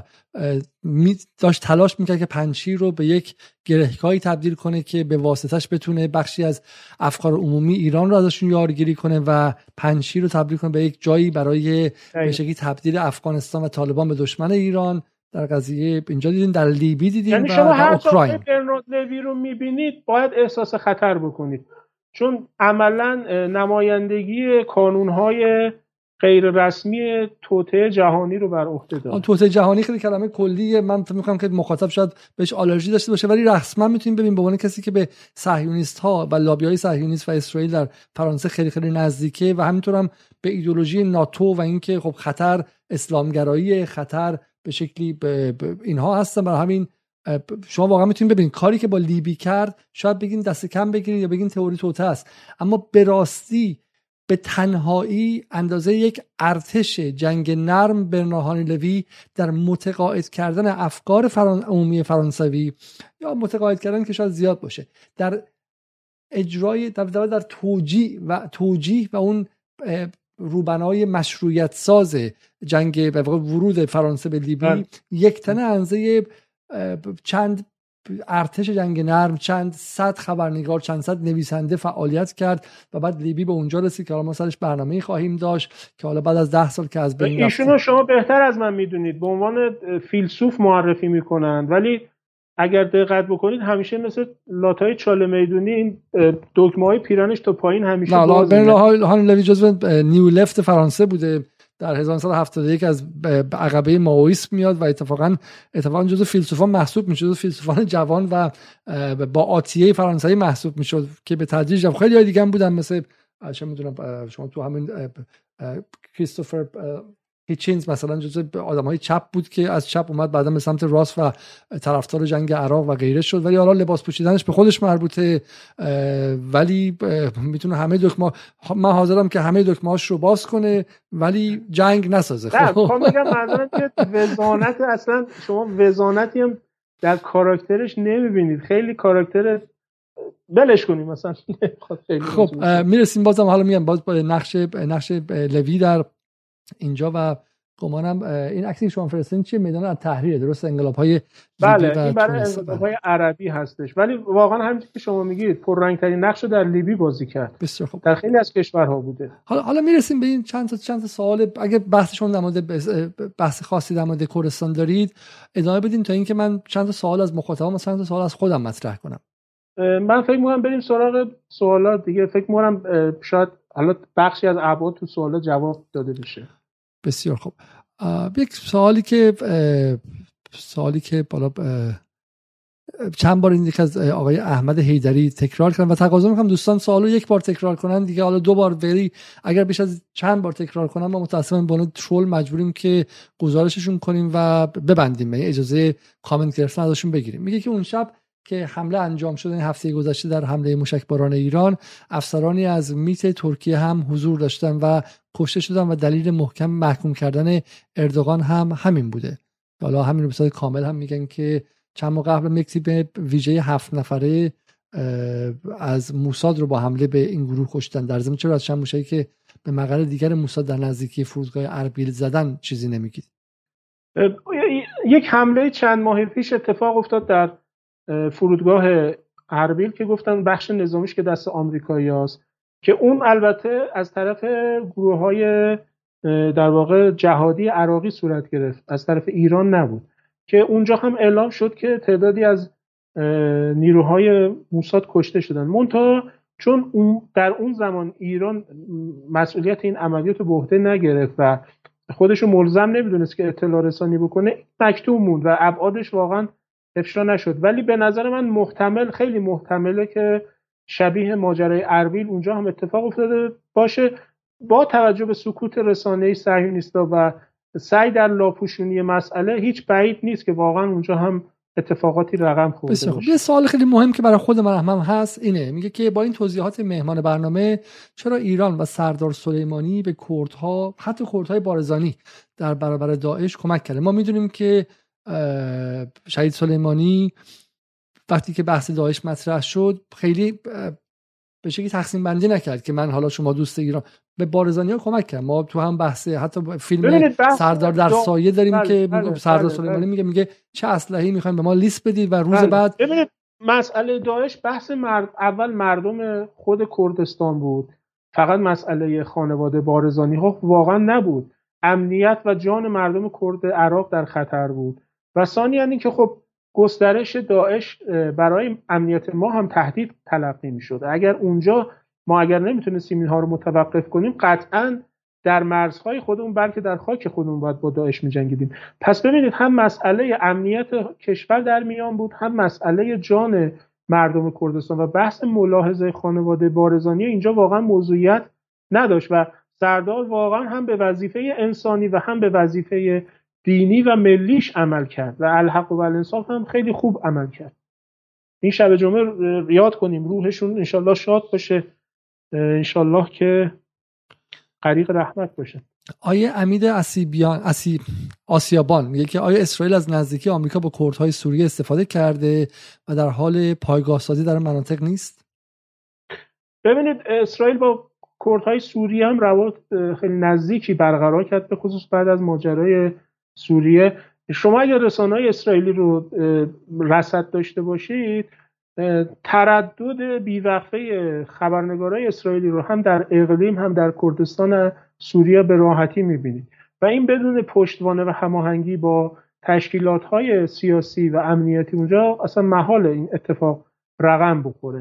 داشت تلاش میکرد که پنجشیر رو به یک گرهگاهی تبدیل کنه که به واسطش بتونه بخشی از افکار عمومی ایران رو ازشون یارگیری کنه و پنجشیر رو تبدیل کنه به یک جایی برای به شکلی تبدیل افغانستان و طالبان به دشمن ایران. در قضیه اینجا دیدیم، در لیبی دیدیم، یعنی شما هر اوکراین برنارد لوی رو میبینید باید احساس خطر بکنید، چون عملاً نمایندگی کانون‌های غیر رسمی توطئه جهانی رو بر عهده داره. توطئه جهانی خیلی کلمه کلیه، من فکر می‌کنم که مخاطب شاید بهش آلرژی داشته باشه، ولی رسما میتونیم ببینیم به عنوان کسی که به صهیونیست‌ها و لابی‌های صهیونیست و اسرائیل در فرانسه خیلی خیلی نزدیکه و همینطور هم به ایدئولوژی ناتو و اینکه خب خطر اسلامگرایی، خطر به شکلی به اینها هستن. برای همین شما واقعا میتونید ببینید کاری که با لیبی کرد شاید بگین دست کم بگیرید یا بگین تئوری توطئه است، اما به راستی به تنهایی اندازه یک ارتش جنگ نرم برناهانی لوی در متقاعد کردن افکار فران... عمومی فرانسوی یا متقاعد کردن که شاید زیاد باشه در اجرای در در, در توجیه و توجیه و اون روبنای مشروعیت ساز جنگ و ورود فرانسه به لیبی من. یک تنه اندازه چند ارتش جنگ نرم، چند صد خبرنگار، چند صد نویسنده فعالیت کرد و بعد لیبی به اونجا رسید که حالا ما سرش برنامه‌ای خواهیم داشت که حالا بعد از ده سال که از بین رفت. ایشونو شما بهتر از من میدونید به عنوان فیلسوف معرفی میکنن، ولی اگر دقت بکنید همیشه مثل لاتای چاله میدونی این دگمه‌های پیرانش تا پایین همیشه بازه. برناهانی لوی جزو نیو لفت فرانسه بوده، در هزار و نهصد و هفتاد و یک از عقبه مائویسم میاد و اتفاقا اتفاقا جزو فیلسوفان محسوب میشه، جزو فیلسوفان جوان و با آتیه فرانسوی محسوب میشد که به تدریج خیلی دیگه هم بودن، مثل چه میدونم شما تو همین کریستوفر هیچینز مثلا جزو آدمای چپ بود که از چپ اومد بعدا به سمت راست و طرفدار جنگ عراق و غیره شد، ولی حالا لباس پوشیدنش به خودش مربوطه، ولی میتونه همه دکمه، من حاضرم که همه دکمه‌هاش رو باز کنه ولی جنگ نسازه. خب میخوام بگم منظورم که وزانت اصلا شما وزانتی هم در کاراکترش نمیبینید، خیلی کاراکتر بلش کنیم مثلا. خب میرسیم بازم حالا میگم باز با نقش نقش لوی در اینجا و گمانم این عکسی شما فرستادین چیه؟ میدان التحریر، درست؟ انقلاب‌های بله این برای انقلاب‌های عربی هستش، ولی واقعا همونطور که شما میگید پررنگ‌ترین نقش رو در لیبی بازی کرد. بسیار خوب. در خیلی از کشورها بوده. حالا حالا میرسیم به این چند تا چند تا سوال. اگه بحثشون در مورد بحث خاصی در مورد کردستان دارید ادامه بدین تا اینکه من چند تا سوال از مخاطبام و چند تا سوال از خودم مطرح کنم. من فکر می‌کنم بریم سراغ سوالات دیگه. فکر می‌کنم شاید حالا بخشی از ابعاد تو سوالات جواب داده بشه. بسیار خوب. یک سوالی که سوالی که بالا چند بار این یک از آقای احمد حیدری تکرار کردن و تقاضا میکنم دوستان سوالو یک بار تکرار کنن دیگه. حالا دو بار ولی اگر بیش از چند بار تکرار کنن ما متأسفانه به عنوان ترول مجبوریم که گزارششون کنیم و ببندیم، یعنی اجازه کامنت گرفتن ازشون بگیریم. میگه که اون شب که حمله انجام شد این هفته گذشته در حمله موشکباران ایران، افسرانی از میت ترکیه هم حضور داشتن و کشته شدن و دلیل محکم محکوم کردن اردوغان هم همین بوده. حالا همین رو به صورت کامل هم میگن که چند ماه قبل یک تیم ویژه هفت نفره از موساد رو با حمله به این گروه کشتن. در ضمن چرا از چند موشکی که به مقر دیگر موساد در نزدیکی فرودگاه اربیل زدن چیزی نمیگید؟ یک حمله چند ماه پیش اتفاق افتاد در فرودگاه اربیل که گفتن بخش نظامیش که دست آمریکایی‌هاست، که اون البته از طرف گروه‌های در واقع جهادی عراقی صورت گرفت، از طرف ایران نبود، که اونجا هم اعلام شد که تعدادی از نیروهای موساد کشته شدن. منتها چون اون در اون زمان ایران مسئولیت این عملیات رو به عهده نگرفت و خودش رو ملزم نمیدونست که اطلاع رسانی بکنه، مکتوم موند و ابعادش واقعا افشا نشد. ولی به نظر من محتمل، خیلی محتمله که شبیه ماجرای اربیل اونجا هم اتفاق افتاده باشه، با توجه به سکوت رسانه‌ای صهیونیستا و سعی در لاپوشونی مسئله. هیچ بعید نیست که واقعا اونجا هم اتفاقاتی رقم خورده باشه. یه سوال خیلی مهم که برای خود من هم هست اینه، میگه که با این توضیحات مهمان برنامه چرا ایران و سردار سلیمانی به کردها، حتی کردهای بارزانی، در برابر داعش کمک کرده؟ ما میدونیم که شهید سلیمانی وقتی که بحث داعش مطرح شد خیلی به شکلی تقسیم بندی نکرد که من حالا شما دوست ایران، به بارزانی‌ها کمک کرد. ما تو هم بحث حتی فیلم سردار در سایه داریم بله، که بله، سردار بله، سلیمانی بله. میگه میگه چه اسلحه‌ای میخوایم به ما لیست بدید و روز بله. بعد ببینید مسئله داعش بحث مرد اول مردم خود کردستان بود، فقط مسئله خانواده بارزانی‌ها واقعا نبود. امنیت و جان مردم کرد عراق در خطر بود و ثانیاً اینکه خب گسترش داعش برای امنیت ما هم تهدید تلقی می‌شد. اگر اونجا ما اگر نمیتونستیم اینها رو متوقف کنیم، قطعاً در مرزهای خودمون بلکه در خاک خودمون باید با داعش می‌جنگیدیم. پس ببینید هم مسئله امنیت کشور در میان بود، هم مسئله جان مردم کردستان و بحث ملاحظه خانواده بارزانی اینجا واقعاً موضوعیت نداشت و سردار واقعاً هم به وظیفه انسانی و هم به وظیفه دینی و ملیش عمل کرد و الحق و الانصاف هم خیلی خوب عمل کرد. این شب جمعه یاد کنیم، روحشون انشالله شاد باشه، انشالله که غریق رحمت باشه. آیه امید اسیبیان اسی آسیابان میگه که آیا اسرائیل از نزدیکی آمریکا با کردهای سوریه استفاده کرده و در حال پایگاه سازی در مناطق نیست؟ ببینید اسرائیل با کردهای سوریه هم روابط خیلی نزدیکی برقرار کرد، به خصوص بعد از ماجرای سوریه. شما اگر رسانه‌های اسرائیلی رو رصد داشته باشید، تردد بیوقفه خبرنگارای اسرائیلی رو هم در اقلیم هم در کردستان سوریه به راحتی می‌بینید و این بدون پشتوانه و هماهنگی با تشکیلات‌های سیاسی و امنیتی اونجا اصلا محال این اتفاق رقم بخوره.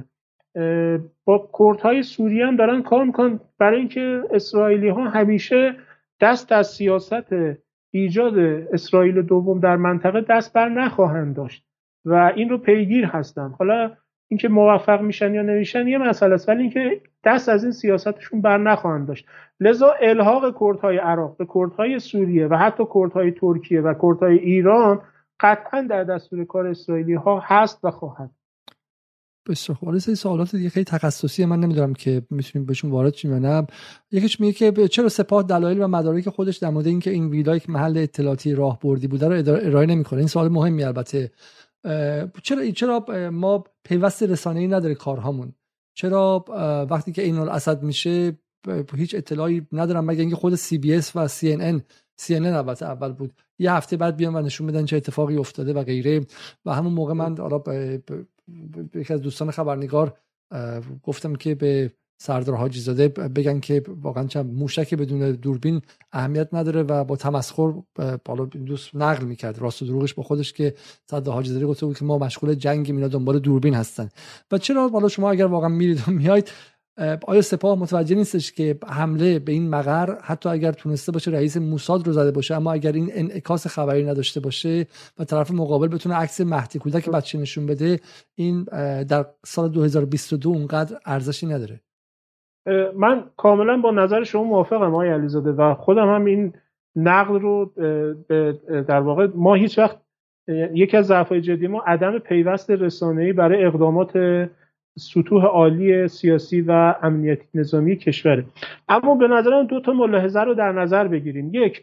با کردهای سوریه هم دارن کار میکنن برای اینکه اسرائیلی‌ها همیشه دست از سیاست ایجاد اسرائیل دوم در منطقه دست بر نخواهند داشت و این رو پیگیر هستن. حالا اینکه موفق میشن یا نمیشن یه مسئله است، ولی اینکه دست از این سیاستشون بر نخواهند داشت. لذا الحاق کردهای عراق به کردهای سوریه و حتی کردهای ترکیه و کردهای ایران قطعا در دستور کار اسرائیلی ها هست و خواهد. بسیار خوب. سری سوالات دیگه خیلی تخصصی من نمیدونم که میتونیم بهشون وارد شیم یا نه. یکیش میگه که چرا سپاه دلایل و مدارک خودش در مورد اینکه این ویلا یک محل اطلاعاتی راهبردی بوده رو ارائه نمیکنه؟ این سوال مهمی البته. چرا چرا ما پیوست رسانه‌ای نداره کارهامون؟ چرا وقتی که این الاسد میشه هیچ اطلاعی ندارم مگر اینکه خود سی بی اس و سی ان ان سی ان ان البته اول بود یه هفته بعد بیان و نشون بدن چه اتفاقی افتاده و غیره. و همون موقع من حالا یکی از دوستان خبرنگار گفتم که به سردار حاجی زاده بگن که واقعا چه موشک بدون دوربین اهمیت نداره و با تمسخر بالا دوست نقل میکرد راست و دروغش با خودش که سردار حاجی زاده گفته بود که ما مشغول جنگیم اینا دنبال دوربین هستن. و چرا بالا شما اگر واقعا میرید و میایید آیا سپاه متوجه نیستش که حمله به این مقر حتی اگر تونسته باشه رئیس موساد رو زده باشه اما اگر این انعکاس خبری نداشته باشه و طرف مقابل بتونه عکس مهدی کودک بچه نشون بده این در سال دو هزار و بیست و دو اونقدر ارزشی نداره؟ من کاملا با نظر شما موافقم آقای علیزاده و خودم هم این نقل رو در واقع ما هیچ وقت یکی از ضعف‌های جدی ما عدم پیوست رسانه‌ای برای اقدامات سطوح عالی سیاسی و امنیتی نظامی کشوره. اما به نظرم دو تا ملاحظه رو در نظر بگیریم. یک،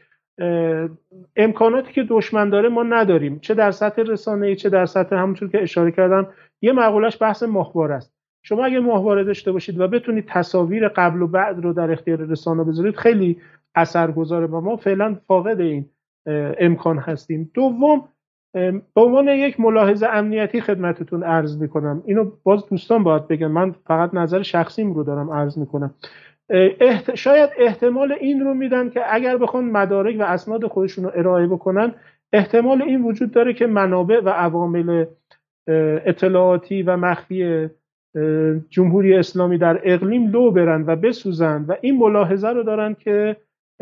امکاناتی که دشمن داره ما نداریم، چه در سطح رسانه‌ای چه در سطح همونطور که اشاره کردم یه مقوله‌اش بحث ماهواره است. شما اگه ماهواره داشته باشید و بتونید تصاویر قبل و بعد رو در اختیار رسانه بذارید خیلی اثرگذاره و ما فعلا فاقد این امکان هستیم. دوم، به عنوان یک ملاحظه امنیتی خدمتتون عرض میکنم، اینو باز دوستان باید بگن، من فقط نظر شخصیم رو دارم عرض میکنم. احت... شاید احتمال این رو میدن که اگر بخوان مدارک و اسناد خودشون رو ارائه بکنن احتمال این وجود داره که منابع و عوامل اطلاعاتی و مخفی جمهوری اسلامی در اقلیم لو برن و بسوزن و این ملاحظه رو دارن که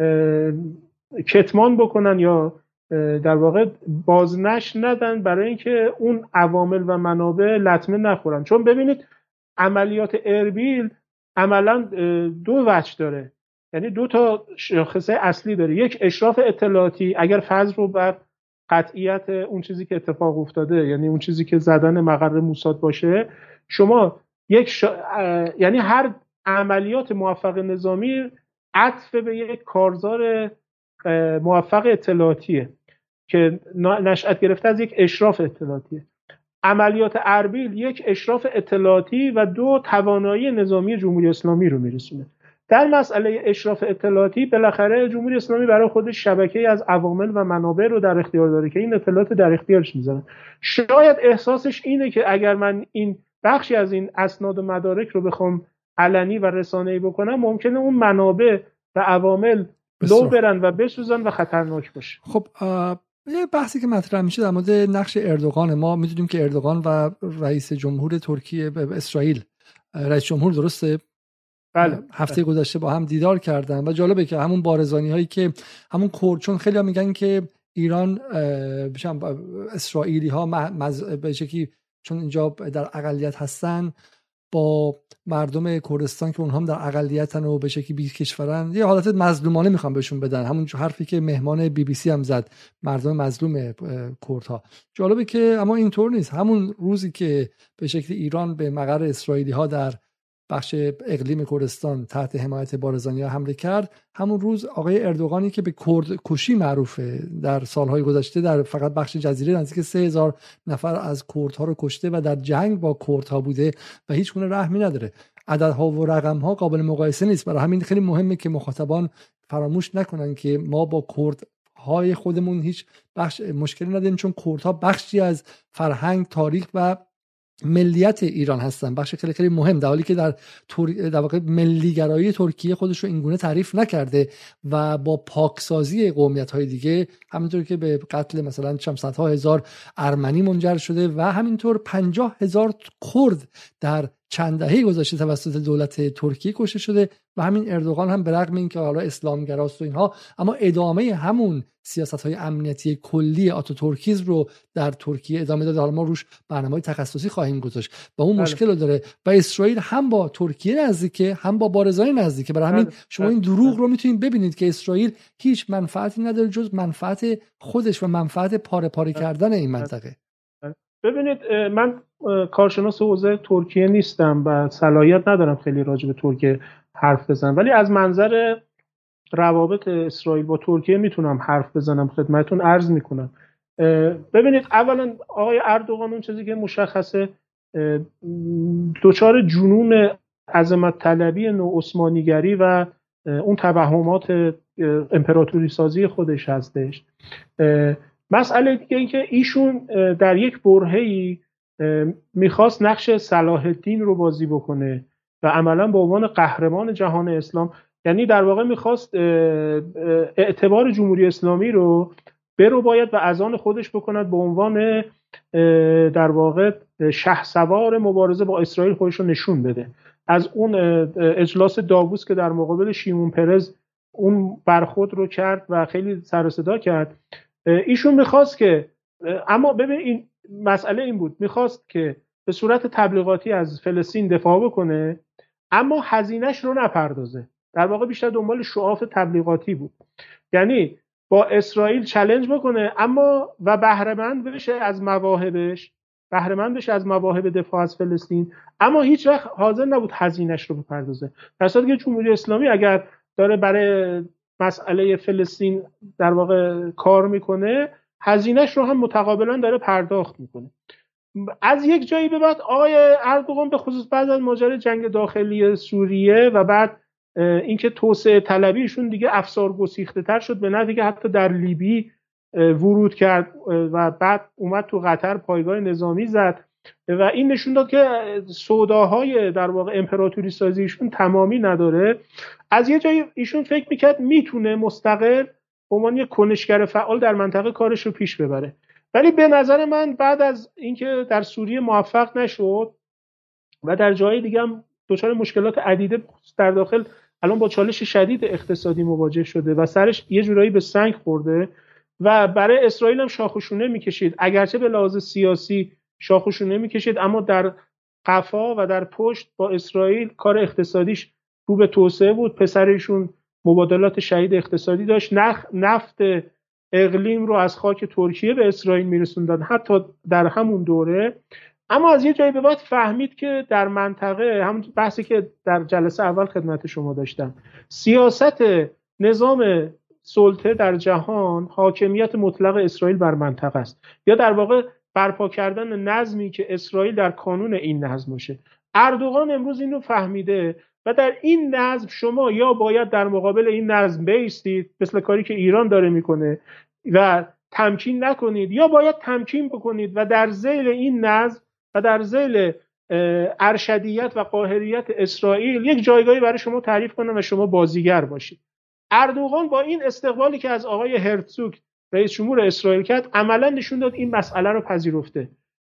کتمان بکنن یا در واقع بازنش ندن برای اینکه اون عوامل و منابع لطمه نخورن. چون ببینید عملیات اربیل عملا دو وجه داره، یعنی دو تا شاخصه اصلی داره. یک، اشراف اطلاعاتی، اگر فرض رو بر قطعیت اون چیزی که اتفاق افتاده یعنی اون چیزی که زدن مقر موساد باشه، شما یک شا... یعنی هر عملیات موفق نظامی عطف به یک کارزار موفق اطلاعاتیه که نشأت گرفته از یک اشراف اطلاعاتیه. عملیات اربیل یک اشراف اطلاعاتی و دو توانایی نظامی جمهوری اسلامی رو میرسونه. در مسئله اشراف اطلاعاتی بالاخره جمهوری اسلامی برای خودش شبکه‌ای از عوامل و منابع رو در اختیار داره که این اطلاعات در اختیارش میذارن. شاید احساسش اینه که اگر من این بخشی از این اسناد و مدارک رو بخوام علنی و رسانه‌ای بکنم ممکنه اون منابع و عوامل لو برن و بسوزن و خطرناک باشه. خب یه بحثی که مطرح میشه در مورد نقش اردوغان. ما میدونیم که اردوغان و رئیس جمهور ترکیه اسرائیل رئیس جمهور درسته بله هفته گذشته با هم دیدار کردن و جالبه که همون بارزانی هایی که همون کرد، چون خیلی ها میگن که ایران اسرائیلی ها مز... به شکلی چون اینجا در اقلیت هستن با مردم کردستان که اونها هم در اقلیتن و به شکلی بی کشورن یه حالت مظلومانه میخوان بهشون بدن، همون حرفی که مهمان بی بی سی هم زد، مردم مظلوم کردها. جالبه که اما اینطور نیست. همون روزی که به شکلی ایران به مقر اسرائیلی ها در بخش اقلیم کردستان تحت حمایت بارزانی ها حمله کرد، همون روز آقای اردوغانی که به کرد کشی معروفه در سالهای گذشته در فقط بخش جزیره نزدیک سه هزار نفر از کردها رو کشته و در جنگ با کردها بوده و هیچ گونه رحمی نداره. عددها و رقمها قابل مقایسه نیست. برای همین خیلی مهمه که مخاطبان فراموش نکنن که ما با کردهای خودمون هیچ بخش مشکلی نداریم، چون کردها بخشی از فرهنگ، تاریخ و ملیت ایران هستن، بخش خیلی خیلی مهم، در حالی که در تور... در واقع ملیگرایی ترکیه خودش رو اینگونه تعریف نکرده و با پاکسازی قومیت‌های دیگه همینطور که به قتل مثلا چند صدها هزار ارمنی منجر شده و همینطور پنجاه هزار کرد در چند دهه گذشته توسط دولت ترکیه کشته شده و همین اردوغان هم به رغم اینکه حالا اسلامگراست و اینها اما ادامه همون سیاست‌های امنیتی کلی آتاتورکیسم رو در ترکیه ادامه داده. حالا ما روش برنامه‌های تخصصی خواهیم گذاشت و اون مشکل رو داره و اسرائیل هم با ترکیه نزدیکه هم با بارزانی نزدیکه. برای همین شما این دروغ رو میتونید ببینید که اسرائیل هیچ منفعتی نداره جز منفعت خودش و منفعت پاره پاره کردن این منطقه. ببینید من کارشناس حوزه ترکیه نیستم و صلاحیت ندارم خیلی راجع به ترکیه حرف بزنم، ولی از منظر روابط اسرائیل با ترکیه میتونم حرف بزنم، خدمتتون عرض میکنم. ببینید اولا آقای اردوغان اون چیزی که مشخصه دچار جنون عظمت طلبی نو عثمانیگری و اون توهمات امپراتوری سازی خودش هستش. مسئله دیگه این که ایشون در یک برهه‌ای میخواست نقش صلاح الدین رو بازی بکنه و عملا به عنوان قهرمان جهان اسلام، یعنی در واقع میخواست اعتبار جمهوری اسلامی رو برو باید و از آن خودش بکند به عنوان در واقع شهسوار مبارزه با اسرائیل خودش رو نشون بده. از اون اجلاس داووس که در مقابل شیمون پرز اون برخورد رو کرد و خیلی سر و صدا کرد، ایشون میخواست که، اما ببین این مسئله این بود، میخواست که به صورت تبلیغاتی از فلسطین دفاع بکنه اما هزینهش رو نپردازه. در واقع بیشتر دنبال شعاف تبلیغاتی بود، یعنی با اسرائیل چالش بکنه اما و بهره مند بشه از مواهبش، بهره مند بشه از مواهب دفاع از فلسطین، اما هیچ وقت حاضر نبود هزینهش رو بپردازه. در صورتی که جمهوری اسلامی اگر داره برای مسئله فلسطین در واقع کار میکنه، هزینهش رو هم متقابلا داره پرداخت میکنه. از یک جایی به بعد آقای اردوغان به خصوص بعد از ماجرای جنگ داخلی سوریه و بعد اینکه توسعه طلبیشون دیگه افسار گسیخته تر شد، به نحوی که حتی در لیبی ورود کرد و بعد اومد تو قطر پایگاه نظامی زد و این نشون داد که سوداهای در واقع امپراتوری سازیشون تمامی نداره. از یه جایی ایشون فکر میکرد میتونه مستقل به عنوان یک کنشگر فعال در منطقه کارش رو پیش ببره، ولی به نظر من بعد از اینکه در سوریه موفق نشد و در جای دیگه هم دچار مشکلات عدیده در داخل الان با چالش شدید اقتصادی مواجه شده و سرش یه جورایی به سنگ خورده و برای اسرائیل هم شاخ و شونه میکشید، اگرچه به لحاظ سیاسی شاخ و شونه میکشید اما در قفا و در پشت با اسرائیل کار اقتصادیش رو به توسعه بود. پسرشون مبادلات شدید اقتصادی داشت، نفت اقلیم رو از خاک ترکیه به اسرائیل میرسوندن حتی در همون دوره. اما از یه جایی به بعد فهمید که در منطقه، همون بحثی که در جلسه اول خدمت شما داشتم، سیاست نظام سلطه در جهان حاکمیت مطلق اسرائیل بر منطقه است، یا در واقع برپا کردن نظمی که اسرائیل در کانون این نظم باشه. اردوغان امروز اینو فهمیده و در این نظم شما یا باید در مقابل این نظم بایستید مثل کاری که ایران داره میکنه و تمکین نکنید، یا باید تمکین بکنید و در ذیل این نظم و در ذیل ارشدیت و قاهریت اسرائیل یک جایگاهی برای شما تعریف کنن و شما بازیگر باشید. اردوغان با این استقبالی که از آقای هرتزوگ رئیس جمهور اسرائیل کرد عملا نشون داد این مسئله رو پذیرفته.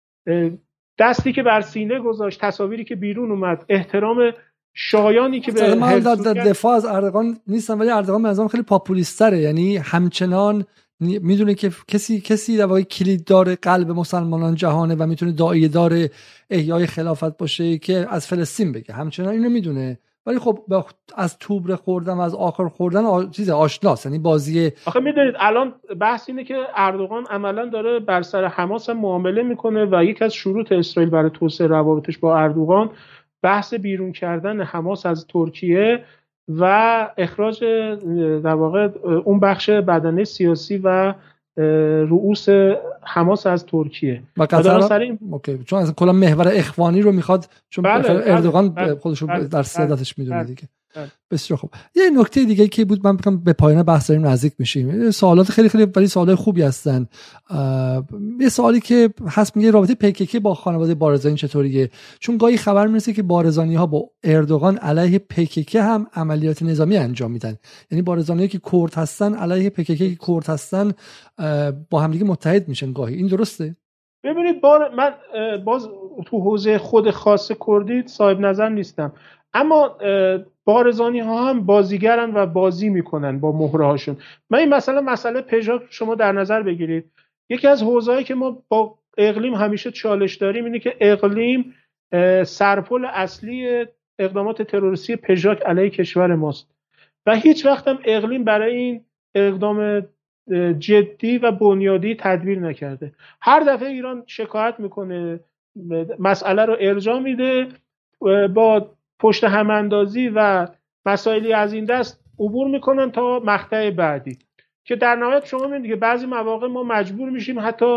دستی که بر سینه گذاشت، تصاویری که بیرون اومد، احترام شایانی که به من در دفاع از اردوغان نیستم، ولی اردوغان به نظرم خیلی پاپولیستره، یعنی همچنان میدونه که کسی کسی در واقع کلیددار قلب مسلمانان جهانه و میتونه داعیه دار احیای خلافت باشه که از فلسطین بگه، همچنان اینو میدونه، ولی خب از توبره خوردن و از آخر خوردن آ... چیز آشناست، یعنی بازی. آخه میدونید الان بحث اینه که اردوغان عملا داره بر سر حماس هم معامله میکنه و یکی از شروط اسرائیل برای توسعه روابطش با اردوغان بحث بیرون کردن حماس از ترکیه و اخراج در واقع اون بخش بدنه سیاسی و رؤوس حماس از ترکیه و قطر این... اوکی. چون از کلا محور اخوانی رو میخواد، چون بله، اردوغان بله، خودش رو بله، در سیادتش میدونه بله، دیگه. بله. بسیار خوب. یه نکته دیگه که بود، من میگم به پایان بحث داریم نزدیک میشیم، سوالات خیلی خیلی ولی سوالات خوبی هستن. یه سوالی که هست میگه رابطه پیکیکی با خانواده بارزانی چطوریه؟ چون گاهی خبر میرسه که بارزانی ها با اردوغان علیه پیکیکی هم عملیات نظامی انجام میدن، یعنی بارزانی که کرد هستن علیه پیکیکی که کرد هستن با هم دیگه متحد میشن گاهی. این درسته؟ ببینید بار من باز تو حوزه خود خاص کردی صاحب نظر نیستم، اما بارزانی ها هم بازیگرن و بازی میکنن با مهره هاشون. من این مثلا مسئله پژاک شما در نظر بگیرید، یکی از حوزه‌ای که ما با اقلیم همیشه چالش داریم اینه که اقلیم سرپل اصلی اقدامات تروریستی پژاک علیه کشور ماست و هیچ وقت هم اقلیم برای این اقدام جدی و بنیادی تدبیر نکرده. هر دفعه ایران شکایت میکنه، مسئله رو ارجاع میده، با پشت هم اندازی و مسائلی از این دست عبور میکنن تا مقطع بعدی که در نهایت شما میبینید که بعضی مواقع ما مجبور میشیم حتی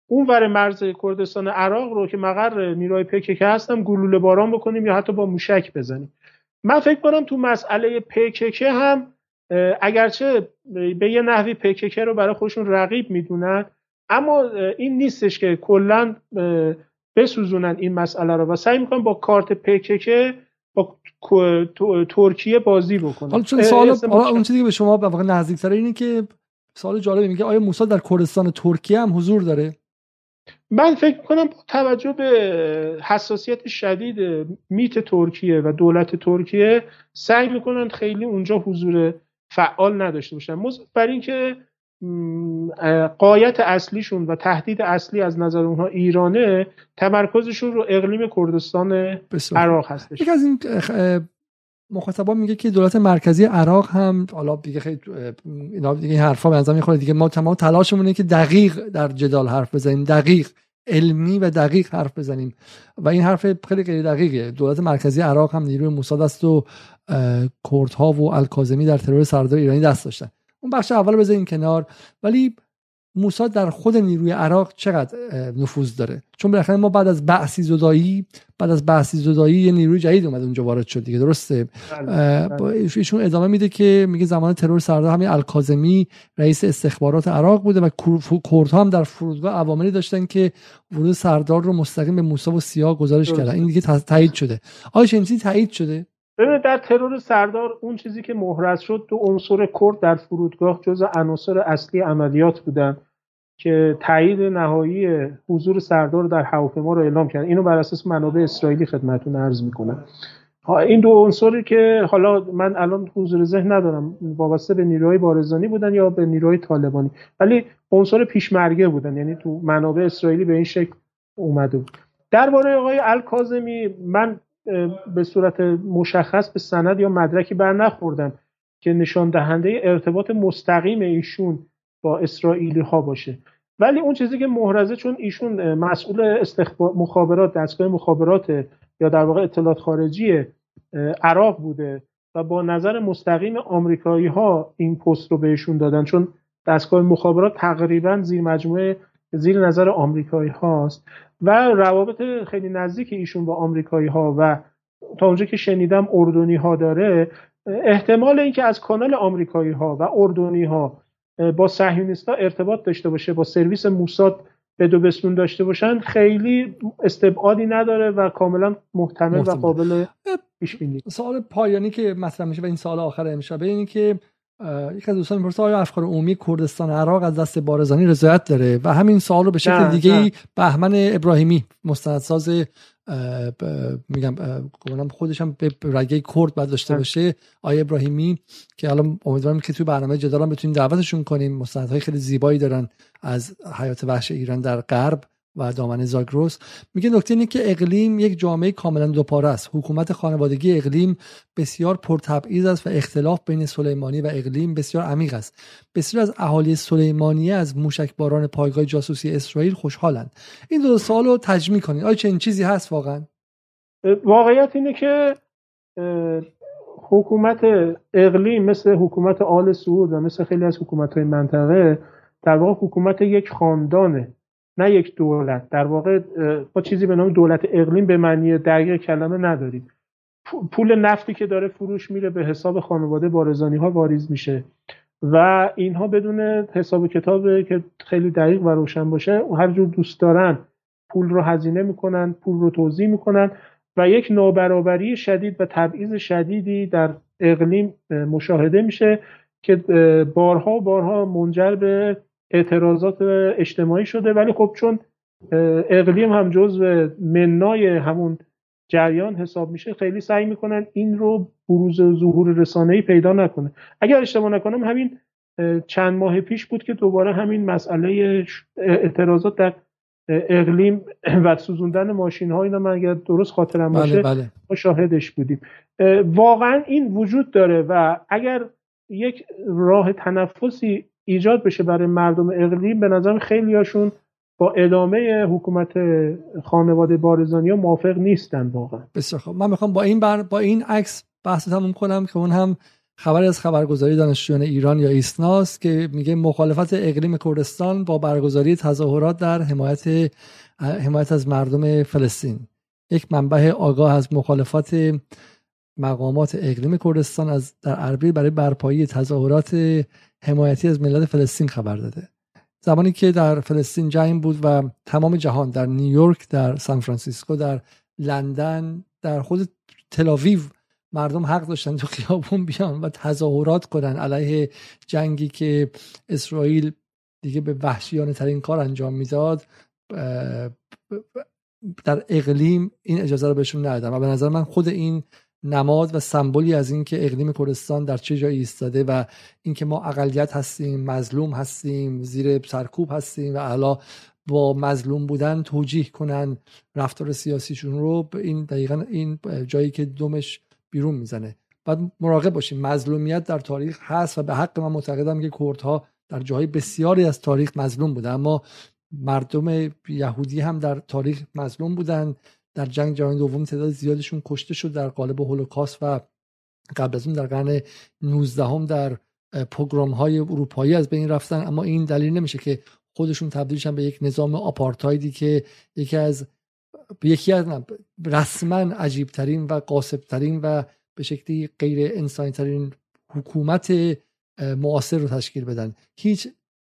اون ور مرز کردستان عراق رو که مقر نیروهای پیکیک هستم گلوله باران بکنیم یا حتی با موشک بزنیم. من فکر کنم تو مسئله پیکیک هم اگرچه به یه نحوی پیکیک رو برای خودشون رقیب میدونن، اما این نیستش که کلا بسوزونن این مسئله رو و سعی میکنن با کارت پیکیک با ترکیه بازی بکنن. حالا چون سوال حالا اون چیزی که به شما واقعا نزدیک‌تره اینه که سوال جالبی میگه آیا موساد در کردستان ترکیه هم حضور داره؟ من فکر کنم با توجه به حساسیت شدید میت ترکیه و دولت ترکیه سعی میکنن خیلی اونجا حضور فعال نداشته باشن. مضاف بر این که غایت اصلیشون و تهدید اصلی از نظر اونها ایرانه، تمرکزشون رو اقلیم کردستان عراق هستش. یکی از این مخاطبا میگه که دولت مرکزی عراق هم حالا دیگه خیلی اینا دیگه این حرفا به نظر میخوره دیگه ما تمام تلاشمون اینه که دقیق در جدال حرف بزنیم، دقیق علمی و دقیق حرف بزنیم و این حرف خیلی غیر دقیقه. دولت مرکزی عراق هم نیروی موساد است و کردها و الکاظمی در ترور سردار ایرانی دست داشتن. اون بخش اول بذاریم کنار، ولی موساد در خود نیروی عراق چقدر نفوذ داره؟ چون بالاخره ما بعد از بعثی زدایی بعد از بعثی زدایی یه نیروی جدید اومد اونجا وارد شد دیگه، درسته؟ ایشون ادامه میده که میگه زمان ترور سردار همین الکاظمی رئیس استخبارات عراق بوده و کردها هم در فرودگاه عواملی داشتن که ورود سردار رو مستقیم به موسی و سیاه گزارش کردن. این دیگه تایید شده. آیا چنین چیزی تایید شده؟ ببینید در ترور سردار اون چیزی که محرز شد دو عنصر کرد در فرودگاه جزء عناصر اصلی عملیات بودن که تایید نهایی حضور سردار در هواپیما رو اعلام کردن. اینو بر اساس منابع اسرائیلی خدمتتون عرض میکنم. این دو عنصری که حالا من الان حضور ذهن ندارم وابسته به نیروهای بارزانی بودن یا به نیروهای طالبانی، ولی عنصر پیشمرگه بودن، یعنی تو منابع اسرائیلی به این شکل اومده بود. درباره آقای الکاظمی من به صورت مشخص به سند یا مدرکی بر نخوردم که نشان دهنده ارتباط مستقیم ایشون با اسرائیلی ها باشه، ولی اون چیزی که محرزه چون ایشون مسئول استخبار مخابرات دستگاه مخابرات یا در واقع اطلاعات خارجی عراق بوده و با نظر مستقیم آمریکایی ها این پست رو بهشون دادن، چون دستگاه مخابرات تقریبا زیر مجموعه زیر نظر آمریکایی هاست و روابط خیلی نزدیک ایشون با آمریکایی ها و تا اونجا که شنیدم اردنی ها داره، احتمال اینکه از کانال آمریکایی ها و اردنی ها با صهیونیست‌ها ارتباط داشته باشه، با سرویس موساد به دو بستون داشته باشن، خیلی استبعادی نداره و کاملا محتمل و قابل پیش بینی. سوال پایانی که مطرح میشه و این سوال آخر امشب اینه که یک از دوستان میپرسه آیا افکار عمومی کردستان عراق از دست بارزانی رضایت داره و همین سوال رو به شکل دیگه‌ای بهمن ابراهیمی مستندساز میگم گفتم خودش هم به رگه کرد باید داشته باشه، آیه ابراهیمی که الان امیدوارم که توی برنامه جدال هم بتونیم دعوتشون کنیم، مستندهای خیلی زیبایی دارن از حیات وحش ایران در غرب و دامنه زاگرس. میگه نکته اینه که اقلیم یک جامعه کاملا دوپاره است. حکومت خانوادگی اقلیم بسیار پرتبعیض است و اختلاف بین سلیمانی و اقلیم بسیار عمیق است. بسیار از اهالی سلیمانیه از موشکباران پایگاه جاسوسی اسرائیل خوشحالند. این دو سوال رو تجمیع کنید. آیا چنین چیزی هست واقعا؟ واقعیت اینه که حکومت اقلیم مثل حکومت آل سعود و مثل خیلی از حکومت‌های منطقه در واقع حکومت یک خاندانه، نه یک دولت. در واقع ما چیزی به نام دولت اقلیم به معنی دقیق کلمه نداریم. پول نفتی که داره فروش میره به حساب خانواده بارزانی ها واریز میشه و اینها بدون حساب کتاب که خیلی دقیق و روشن باشه هر جور دوست دارن پول رو هزینه میکنن، پول رو توزیع میکنن و یک نابرابری شدید و تبعیض شدیدی در اقلیم مشاهده میشه که بارها و بارها منجر به اعتراضات اجتماعی شده. ولی خب چون اقلیم هم جزو منای همون جریان حساب میشه، خیلی سعی میکنن این رو بروز و ظهور رسانه‌ای پیدا نکنه. اگر اشتباه نکنم همین چند ماه پیش بود که دوباره همین مسئله اعتراضات در اقلیم و سوزوندن ماشین ها اینا من اگر درست خاطرم باشه بله بله. ما شاهدش بودیم. واقعا این وجود داره و اگر یک راه تنفسی ایجاد بشه برای مردم اقلیم، به نظرم خیلی هاشون با ادامه حکومت خانواده بارزانی ها موافق نیستن واقعا. بسیار خب، من میخوام با این بر... با این عکس بحث تموم کنم که اون هم خبری از خبرگزاری دانشجویان ایران یا ایسناس که میگه مخالفت اقلیم کردستان با برگزاری تظاهرات در حمایت حمایت از مردم فلسطین. یک منبع آگاه از مخالفت مقامات اقلیم کردستان از در اربیل برای برپایی تظاهرات حمایتی از ملت فلسطین خبر داده. زمانی که در فلسطین جنگ بود و تمام جهان، در نیویورک، در سان فرانسیسکو، در لندن، در خود تل‌آویو مردم حق داشتن تو خیابون بیان و تظاهرات کنن علیه جنگی که اسرائیل دیگه به وحشیانه ترین کار انجام میداد. در اقلیم این اجازه رو بهشون ندادن و به نظر من خود این نماد و سمبولی از این که اقلیم کردستان در چه جایی ایستاده و اینکه ما اقلیت هستیم، مظلوم هستیم، زیر سرکوب هستیم و الا با مظلوم بودن توجیه کنن رفتار سیاسیشون رو، این دقیقاً این جایی که دمش بیرون میزنه. بعد مراقب باشیم، مظلومیت در تاریخ هست و به حق من معتقدم که کردها در جاهای بسیاری از تاریخ مظلوم بودن، اما مردم یهودی هم در تاریخ مظلوم بودن. در جنگ جهانی دوم تعداد زیادشون کشته شد در قالب هولوکاست و قبل از اون در قرن نوزدهم در پوگروم‌های اروپایی از بین رفتن، اما این دلیل نمیشه که خودشون تبدیل شن به یک نظام آپارتایدی که یکی از یکی از رسما عجیبترین و غاصبترین و به شکلی غیر انسانی ترین حکومت معاصر رو تشکیل بدن. هیچ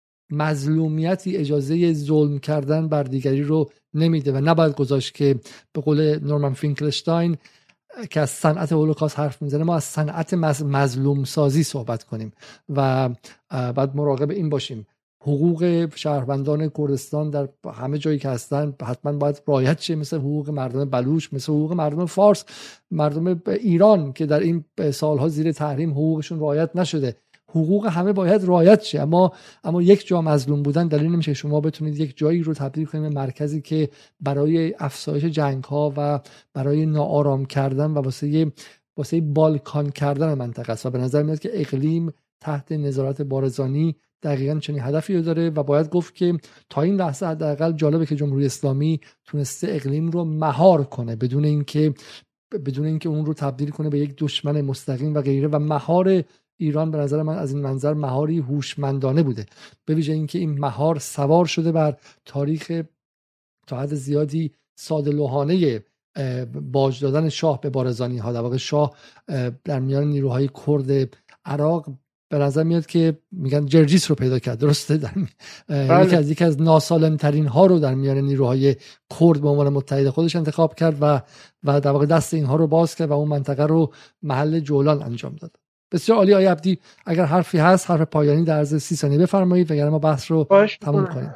مظلومیتی اجازه ظلم کردن بر دیگری رو نمیده و نباید گذاشت که به قول نورمن فینکلشتاین که از صنعت هولوکاست حرف میزنه، ما از صنعت مظلوم سازی صحبت کنیم و بعد مراقب این باشیم حقوق شهروندان کردستان در همه جایی که هستن حتما باید رعایت شه، مثل حقوق مردم بلوچ، مثل حقوق مردم فارس، مردم ایران که در این سالها زیر تحریم حقوقشون رعایت نشده. حقوق همه باید رعایت شه، اما اما یک جا مظلوم بودن دلیل نمیشه شما بتونید یک جایی رو تبدیل کنید به مرکزی که برای افزایش جنگ‌ها و برای ناآرام کردن و واسه واسه بالکان کردن منطقه است. و به نظر میاد که اقلیم تحت نظارت بارزانی دقیقاً چنین هدفی رو داره و باید گفت که تا این لحظه حداقل جالبه که جمهوری اسلامی تونسته اقلیم رو مهار کنه بدون اینکه بدون اینکه اون رو تبدیل کنه به یک دشمن مستقیم و غیره. و مهار ایران به نظر من از این منظر مهاری هوشمندانه بوده، به ویژه اینکه این مهار سوار شده بر تاریخ تا حد زیادی ساده‌لوحانه باج دادن شاه به بارزانی ها. در واقع شاه در میان نیروهای کرد عراق به نظر میاد که میگن جرجیس رو پیدا کرد، درسته؟ در یکی از یکی از ناسالم ترین ها رو در میان نیروهای کرد به عنوان متحد خودش انتخاب کرد و و در واقع دست اینها رو باز کرد و اون منطقه رو محل جولان انجام داد. بسیار عالی. آقای عبدی اگر حرفی هست حرف پایانی در عرض سی ثانیه بفرمایید وگرنه ما بحث رو تموم کنیم.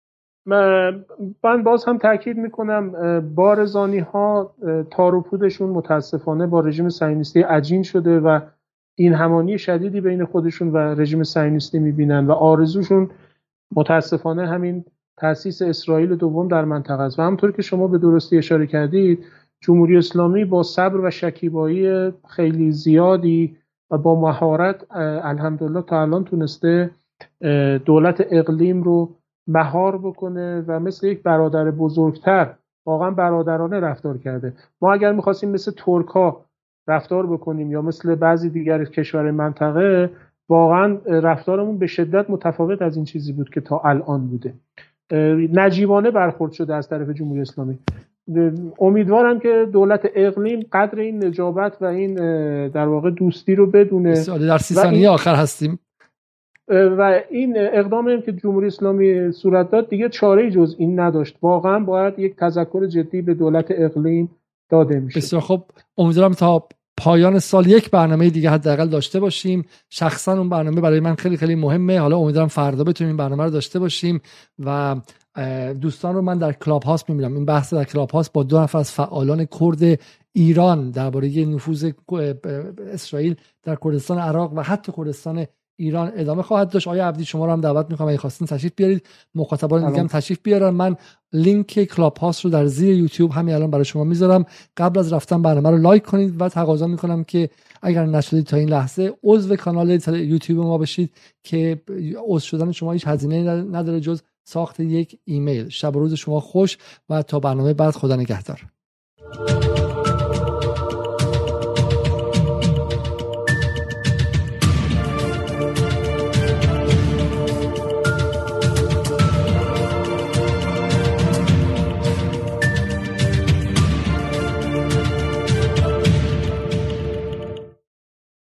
من باز هم تاکید میکنم بارزانی ها تار و پودشون متاسفانه با رژیم صهیونیستی عجین شده و این همانی شدیدی بین خودشون و رژیم صهیونیستی میبینن و آرزوشون متاسفانه همین تأسیس اسرائیل دوم در منطقه است. و همونطور که شما به درستی اشاره کردید جمهوری اسلامی با صبر و شکیبایی خیلی زیادی و با مهارت الحمدلله تا الان تونسته دولت اقلیم رو مهار بکنه و مثل یک برادر بزرگتر واقعا برادرانه رفتار کرده. ما اگر میخواستیم مثل ترک‌ها رفتار بکنیم یا مثل بعضی دیگر کشور منطقه، واقعا رفتارمون به شدت متفاوت از این چیزی بود که تا الان بوده. نجیبانه برخورد شده از طرف جمهوری اسلامی. امیدوارم که دولت اقلیم قدر این نجابت و این در واقع دوستی رو بدونه. در سی ثانیه آخر هستیم و این اقدامی هم که جمهوری اسلامی صورت داد دیگه چاره‌ای جز این نداشت. واقعا باید یک تذکر جدی به دولت اقلیم داده میشه. بسیار خب، امیدوارم تا پایان سال یک برنامه دیگه حداقل داشته باشیم. شخصا اون برنامه برای من خیلی خیلی مهمه. حالا امیدوارم فردا بتونیم این برنامه رو داشته باشیم و دوستان رو من در کلاب هاست می‌بینم. این بحث در کلاب هاست با دو نفر از فعالان کرد ایران درباره نفوذ اسرائیل در کردستان عراق و حتی کردستان ایران ادامه خواهد داشت. آقای عبدی شما رو هم دعوت می‌کنم اگه خواستین تشریف بیارید، مخاطبان دیگه هم تشریف بیارن. من لینک کلاب هاست رو در زیر یوتیوب همین الان برای شما میذارم. قبل از رفتن برنامه رو لایک کنید و تقاضا میکنم که اگر نشدید تا این لحظه عضو کانال یوتیوب ما بشید که عضو شدن شما هیچ هزینه‌ای نداره جز ساخت یک ایمیل. شب و روز شما خوش و تا برنامه بعد خدا نگهدار.